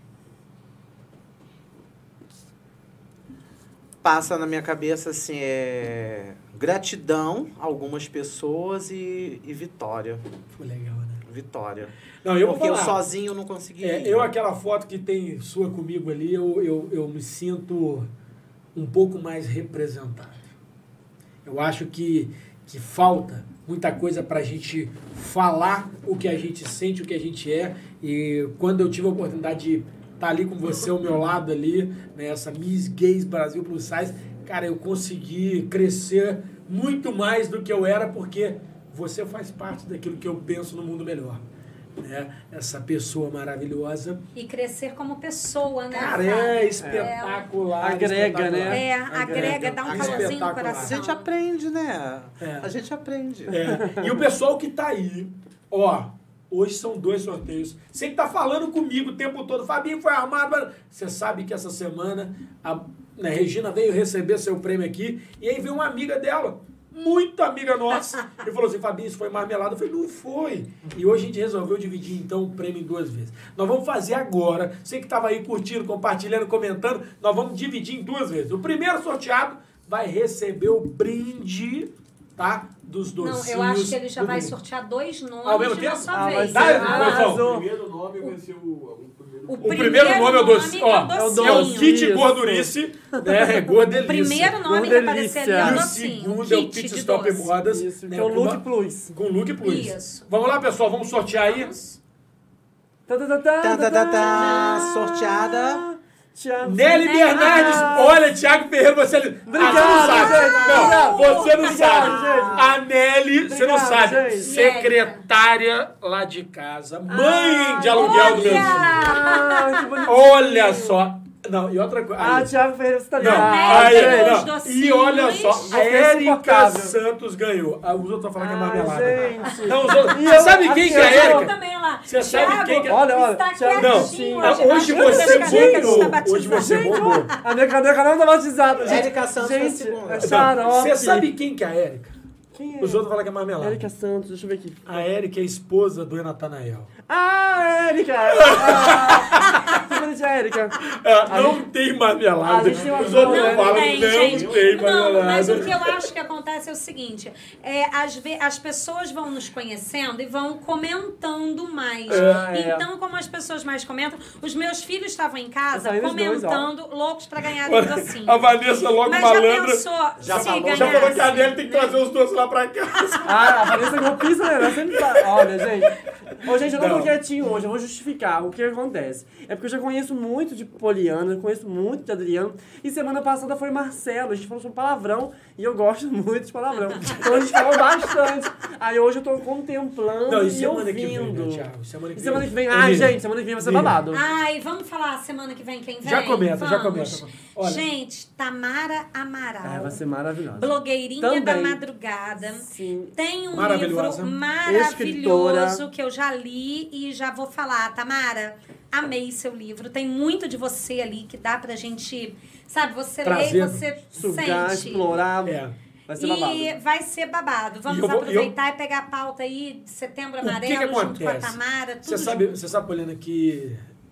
Passa na minha cabeça, assim, gratidão a algumas pessoas e vitória. Foi legal, né? Vitória. Não, eu Porque vou eu falar. sozinho não consegui. Aquela foto que tem sua comigo ali, eu me sinto um pouco mais representado. Eu acho que falta muita coisa pra gente falar o que a gente sente, o que a gente é. E quando eu tive a oportunidade de estar ali com você ao meu lado ali, né, essa Miss Gays Brasil Plus Size, cara, eu consegui crescer muito mais do que eu era, porque você faz parte daquilo que eu penso no mundo melhor. Né? Essa pessoa maravilhosa. E crescer como pessoa, né? Cara, espetacular. Agrega, né? Agrega, dá um calorzinho no Espetacular. A coração. gente aprende, né? É. A gente aprende. E o pessoal que tá aí, ó, hoje são 2 sorteios. Você que tá falando comigo o tempo todo, Fabinho foi armado. Você sabe que essa semana a Regina veio receber seu prêmio aqui e aí veio uma amiga dela, muito amiga nossa, e falou assim, Fabinho, isso foi marmelada. Eu falei, não foi. E hoje a gente resolveu dividir, então, o prêmio em 2 vezes. Nós vamos fazer agora, você que estava aí curtindo, compartilhando, comentando, nós vamos dividir em 2 vezes. O primeiro sorteado vai receber o brinde, tá? Dos docinhos. Não, eu acho que ele já do vai domingo. sortear 2 nomes Ao mesmo de tempo? uma só Ah, vez. vai ser. Dá, Rufão. Arrasou. O primeiro nome vai ser o primeiro. O primeiro nome é o doce. Ó, nome é o docinho. kit Isso. gordurice, né? É gordelícia. O primeiro nome que Gordelícia. aparecer ali é E o o docinho. segundo é o kit Pit de Stop doce. Modas. Isso, né, que é o com Look uma- Plus. Com Look Plus. Isso. Vamos lá, pessoal, vamos sortear aí. Sorteada. Thiago. Nelly Bernardes. Olha, Thiago Ferreira, você... Obrigado, você não sabe. gente. Não, você não Obrigado, sabe. gente. A Nelly, você não Obrigado, sabe. gente. Secretária lá de casa. Mãe de aluguel do meu filho. Ah, que bonitinho. Olha só. Não, e outra coisa. Ah, aí. Thiago Ferreira, você tá Não, ligado. aí, pegou os não. docinhos. E olha só, a Você é Érica insuportável. Santos ganhou. Os outros estão falando que é marmelada. gente. Não, os outros... E Você eu- sabe quem que é a aqui eu Érica? Também lá. Você sabe Thiago, quem que é? Olha, está Thiago. quietinho Não, hoje você bombou. Hoje você bombou. A minha caneca não tá batizada. Gente, Érica Santos foi a gente, segunda. é Não, xarope. você sabe quem que é a Érica? Quem é? Os outros falam que é marmelada. Érica Santos, deixa eu ver aqui. A Érica é a esposa do Natanael. Ah, Érica! Você é Érica. Não tem marmelada. A gente tem uma Os outros boa, né? falam Tem, que não gente. tem Não, marmelada. mas o que eu acho que acontece é o seguinte: as pessoas vão nos conhecendo e vão comentando mais. Então, como as pessoas mais comentam, os meus filhos estavam em casa Eu saí dos dois, comentando, loucos pra ganhar o docinho. A Vanessa logo Mas malandra. já pensou se Já falou que a ganhasse? Adele tem que trazer os doces lá pra casa. A Vanessa golpista, né? Ela sempre tá... Olha, gente... Ô, gente, eu não Não. tô quietinho hoje, eu vou justificar o que acontece. É porque eu já conheço muito de Poliana, eu conheço muito de Adriano, e semana passada foi Marcelo, a gente falou sobre palavrão, e eu gosto muito de palavrão. Então a gente falou bastante. Aí hoje eu tô contemplando Não, e e semana que vem, ouvindo. né, Thiago? Semana que E semana vem. que vem, Olivia. gente, semana que vem vai ser Olivia. babado. Ai, vamos falar semana que vem quem vem? Já comenta, já Vamos. comenta. Olha. Gente, Tamara Amaral. Vai ser maravilhosa. Blogueirinha Também. da madrugada. Sim. Tem um Maravilhosa. livro maravilhoso Escritora. que eu já li e já vou falar. Tamara, amei seu livro. Tem muito de você ali que dá pra gente, sabe, você Trazer, lê e você Sugar, sente. explorar. É. Vai ser babado. E vai ser babado. Vamos E eu vou- aproveitar e pegar a pauta aí de Setembro O que Amarelo que junto com a acontece? Tamara. Você Tudo sabe, Poliana, que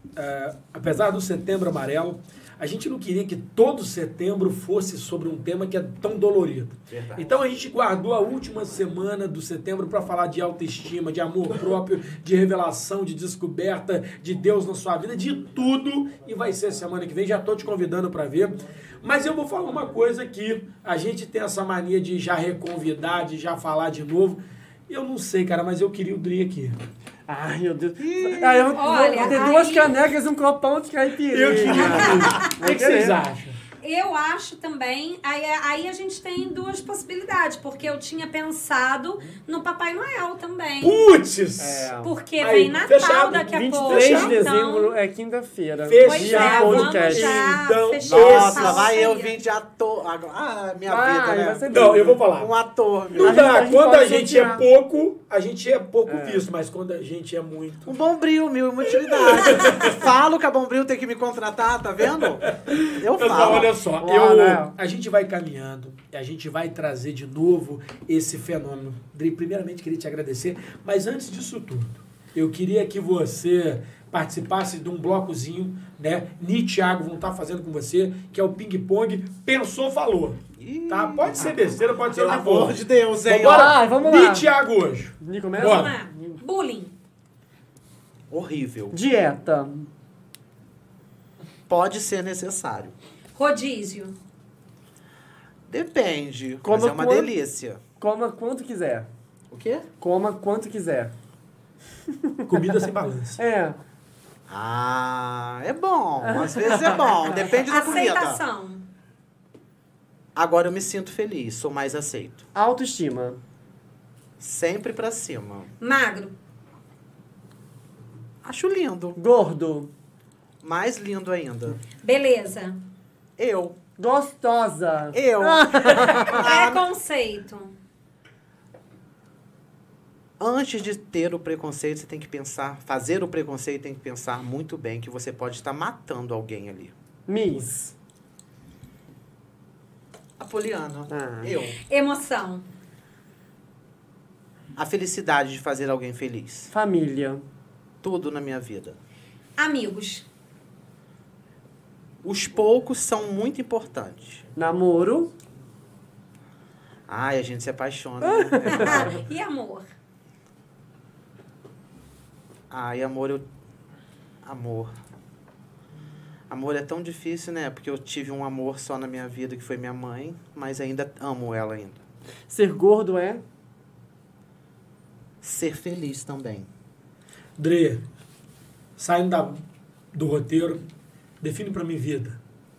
apesar do Setembro Amarelo, a gente não queria que todo setembro fosse sobre um tema que é tão dolorido. Verdade. Então a gente guardou a última semana do setembro para falar de autoestima, de amor próprio, de revelação, de descoberta de Deus na sua vida, de tudo. E vai ser semana que vem, já estou te convidando para ver. Mas eu vou falar uma coisa que a gente tem essa mania de já reconvidar, de já falar de novo. Eu não sei, cara, mas eu queria o Dri aqui. Ai, meu Deus. Aí eu Olha, vou ter duas aí- canecas e um copão de caipirinha. Eu queria o que vocês acham? Eu acho também, aí a gente tem duas possibilidades, porque eu tinha pensado no Papai Noel também. Putz! É. Porque Aí, vem Natal fechado. daqui a 23 pouco. de dezembro Então, é quinta-feira. Fechado. pois Dia é, do vamos podcast. já Então, fechar Nossa, essa vai pauta eu aí. vim de ator. Ah, minha Vai, vida, vai né? ser Não, eu vou falar. Um ator, meu. Não A gente- a dá. gente Quando pode a gente é sortear. pouco, a gente é pouco visto, mas quando a gente é muito. Um Bombril, mil utilidade. Falo que a Bombril tem que me contratar, tá vendo? Eu Pessoal, falo. olha só, Olha. a gente vai caminhando, a gente vai trazer de novo esse fenômeno. Dri, primeiramente, queria te agradecer, mas antes disso tudo, eu queria que você participasse de um blocozinho, né? Ni e Thiago vão estar fazendo com você, que é o ping-pong Pensou, Falou. Tá? Pode ser besteira, pode ser Pelo de amor boa. de Deus, hein? Vambora? Vai, vamos Ni lá. e Thiago hoje. Me começa? Bora. Vamos lá. Bullying. Horrível. Dieta. Pode ser necessário. Rodízio. Depende. Coma Mas é uma quanto- delícia. Coma quanto quiser. O quê? Coma quanto quiser. Comida sem balanço. É. Ah, é bom. Às vezes é bom. Depende da comida. Aceitação. Agora eu me sinto feliz. Sou mais aceito. Autoestima. Sempre pra cima. Magro. Acho lindo. Gordo. Mais lindo ainda. Beleza. Eu. Gostosa. Eu. Preconceito. Antes de ter o preconceito, você tem que pensar... Fazer o preconceito, tem que pensar muito bem que você pode estar matando alguém ali. Miss. Apoliana. Ah. Eu. Emoção. A felicidade de fazer alguém feliz. Família. Tudo na minha vida. Amigos. Os poucos são muito importantes. Namoro. Ai, a gente se apaixona. Né? E amor. Ai, amor, eu... Amor. Amor é tão difícil, né? Porque eu tive um amor só na minha vida, que foi minha mãe. Mas ainda amo ela ainda. Ser gordo é? Ser feliz também. Dre, saindo do roteiro, define pra mim vida.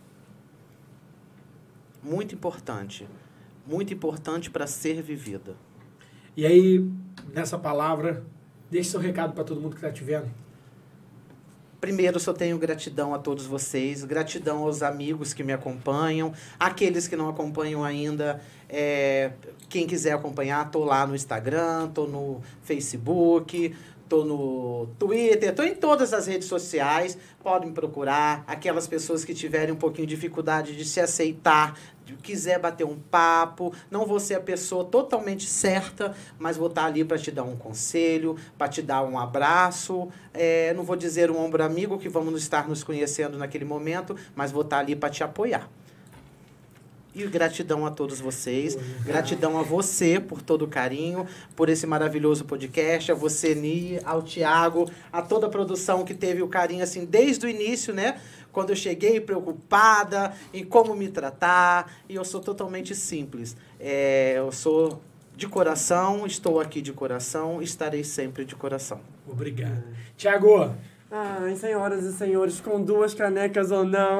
Muito importante. Muito importante para ser vivida. E aí, nessa palavra, deixe seu recado pra todo mundo que tá te vendo. Primeiro, só tenho gratidão a todos vocês, gratidão aos amigos que me acompanham, aqueles que não acompanham ainda, quem quiser acompanhar, tô lá no Instagram, tô no Facebook, tô no Twitter, tô em todas as redes sociais, podem me procurar. Aquelas pessoas que tiverem um pouquinho de dificuldade de se aceitar, quiser bater um papo, não vou ser a pessoa totalmente certa, mas vou estar ali para te dar um conselho, para te dar um abraço, não vou dizer um ombro amigo, que vamos estar nos conhecendo naquele momento, mas vou estar ali para te apoiar. E gratidão a todos vocês, gratidão a você por todo o carinho, por esse maravilhoso podcast, a você, Ni, ao Thiago, a toda a produção que teve o carinho, assim, desde o início, né? Quando eu cheguei preocupada em como me tratar, e eu sou totalmente simples. Eu sou de coração, estou aqui de coração, estarei sempre de coração. Obrigado. Thiago! Ai, senhoras e senhores, com 2 canecas ou não.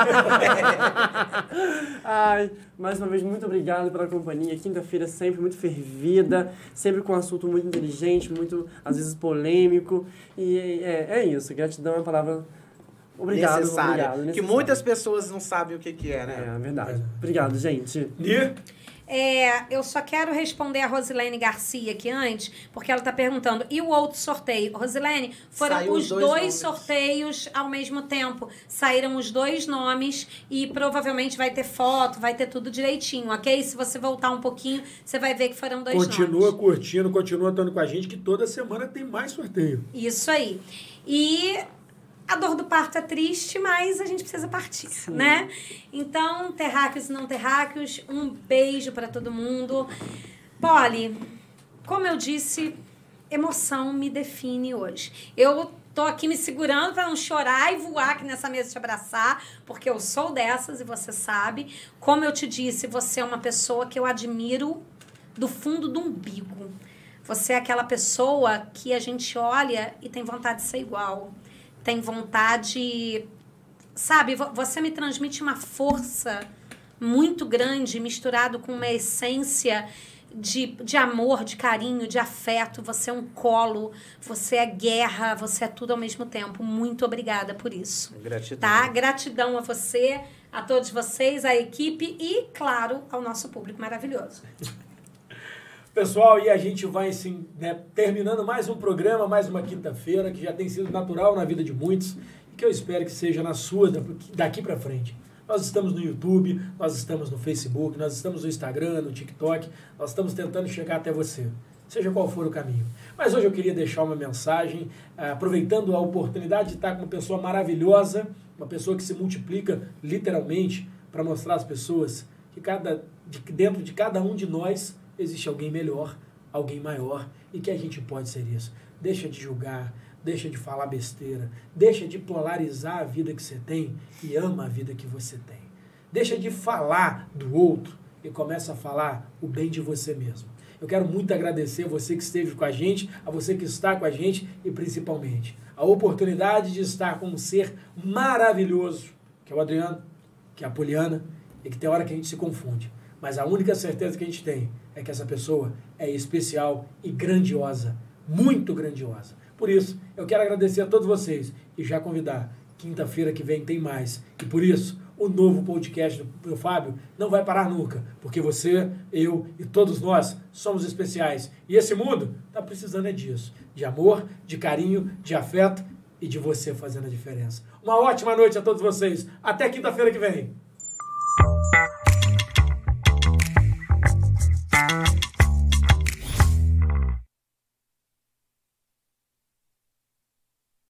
Ai, mais uma vez, muito obrigado pela companhia. Quinta-feira sempre muito fervida, sempre com um assunto muito inteligente, muito, às vezes, polêmico. E é isso, gratidão é uma palavra... Obrigado, necessária. Obrigado. Que muitas pessoas não sabem o que é, né? É verdade. Obrigado, gente. Ni? Eu só quero responder a Rosilene Garcia aqui antes, porque ela está perguntando, e o outro sorteio? Rosilene, foram Saiu os dois nomes. sorteios ao mesmo tempo. Saíram os 2 nomes e provavelmente vai ter foto, vai ter tudo direitinho, ok? Se você voltar um pouquinho, você vai ver que foram 2 nomes. Continua curtindo, continua estando com a gente, que toda semana tem mais sorteio. Isso aí. E... a dor do parto é triste, mas a gente precisa partir, né? Então, terráqueos e não terráqueos, um beijo para todo mundo. Polly, como eu disse, emoção me define hoje. Eu tô aqui me segurando para não chorar e voar aqui nessa mesa e te abraçar, porque eu sou dessas e você sabe. Como eu te disse, você é uma pessoa que eu admiro do fundo do umbigo. Você é aquela pessoa que a gente olha e tem vontade de ser igual. Tem vontade, sabe, você me transmite uma força muito grande, misturado com uma essência de amor, de carinho, de afeto. Você é um colo, você é guerra, você é tudo ao mesmo tempo. Muito obrigada por isso. Gratidão. Tá? Gratidão a você, a todos vocês, à equipe e, claro, ao nosso público maravilhoso. Pessoal, e a gente vai, assim, né, terminando mais um programa, mais uma quinta-feira, que já tem sido natural na vida de muitos, e que eu espero que seja na sua daqui para frente. Nós estamos no YouTube, nós estamos no Facebook, nós estamos no Instagram, no TikTok, nós estamos tentando chegar até você, seja qual for o caminho. Mas hoje eu queria deixar uma mensagem, aproveitando a oportunidade de estar com uma pessoa maravilhosa, uma pessoa que se multiplica literalmente, para mostrar às pessoas que dentro de cada um de nós existe alguém melhor, alguém maior, e que a gente pode ser isso. Deixa de julgar, deixa de falar besteira, deixa de polarizar a vida que você tem e ama a vida que você tem. Deixa de falar do outro e começa a falar o bem de você mesmo. Eu quero muito agradecer a você que esteve com a gente, a você que está com a gente e, principalmente, a oportunidade de estar com um ser maravilhoso, que é o Adriano, que é a Poliana, e que tem hora que a gente se confunde. Mas a única certeza que a gente tem é que essa pessoa é especial e grandiosa, muito grandiosa. Por isso, eu quero agradecer a todos vocês e já convidar, quinta-feira que vem tem mais. E por isso, o novo podcast do Fábio não vai parar nunca, porque você, eu e todos nós somos especiais. E esse mundo está precisando disso, de amor, de carinho, de afeto e de você fazendo a diferença. Uma ótima noite a todos vocês. Até quinta-feira que vem.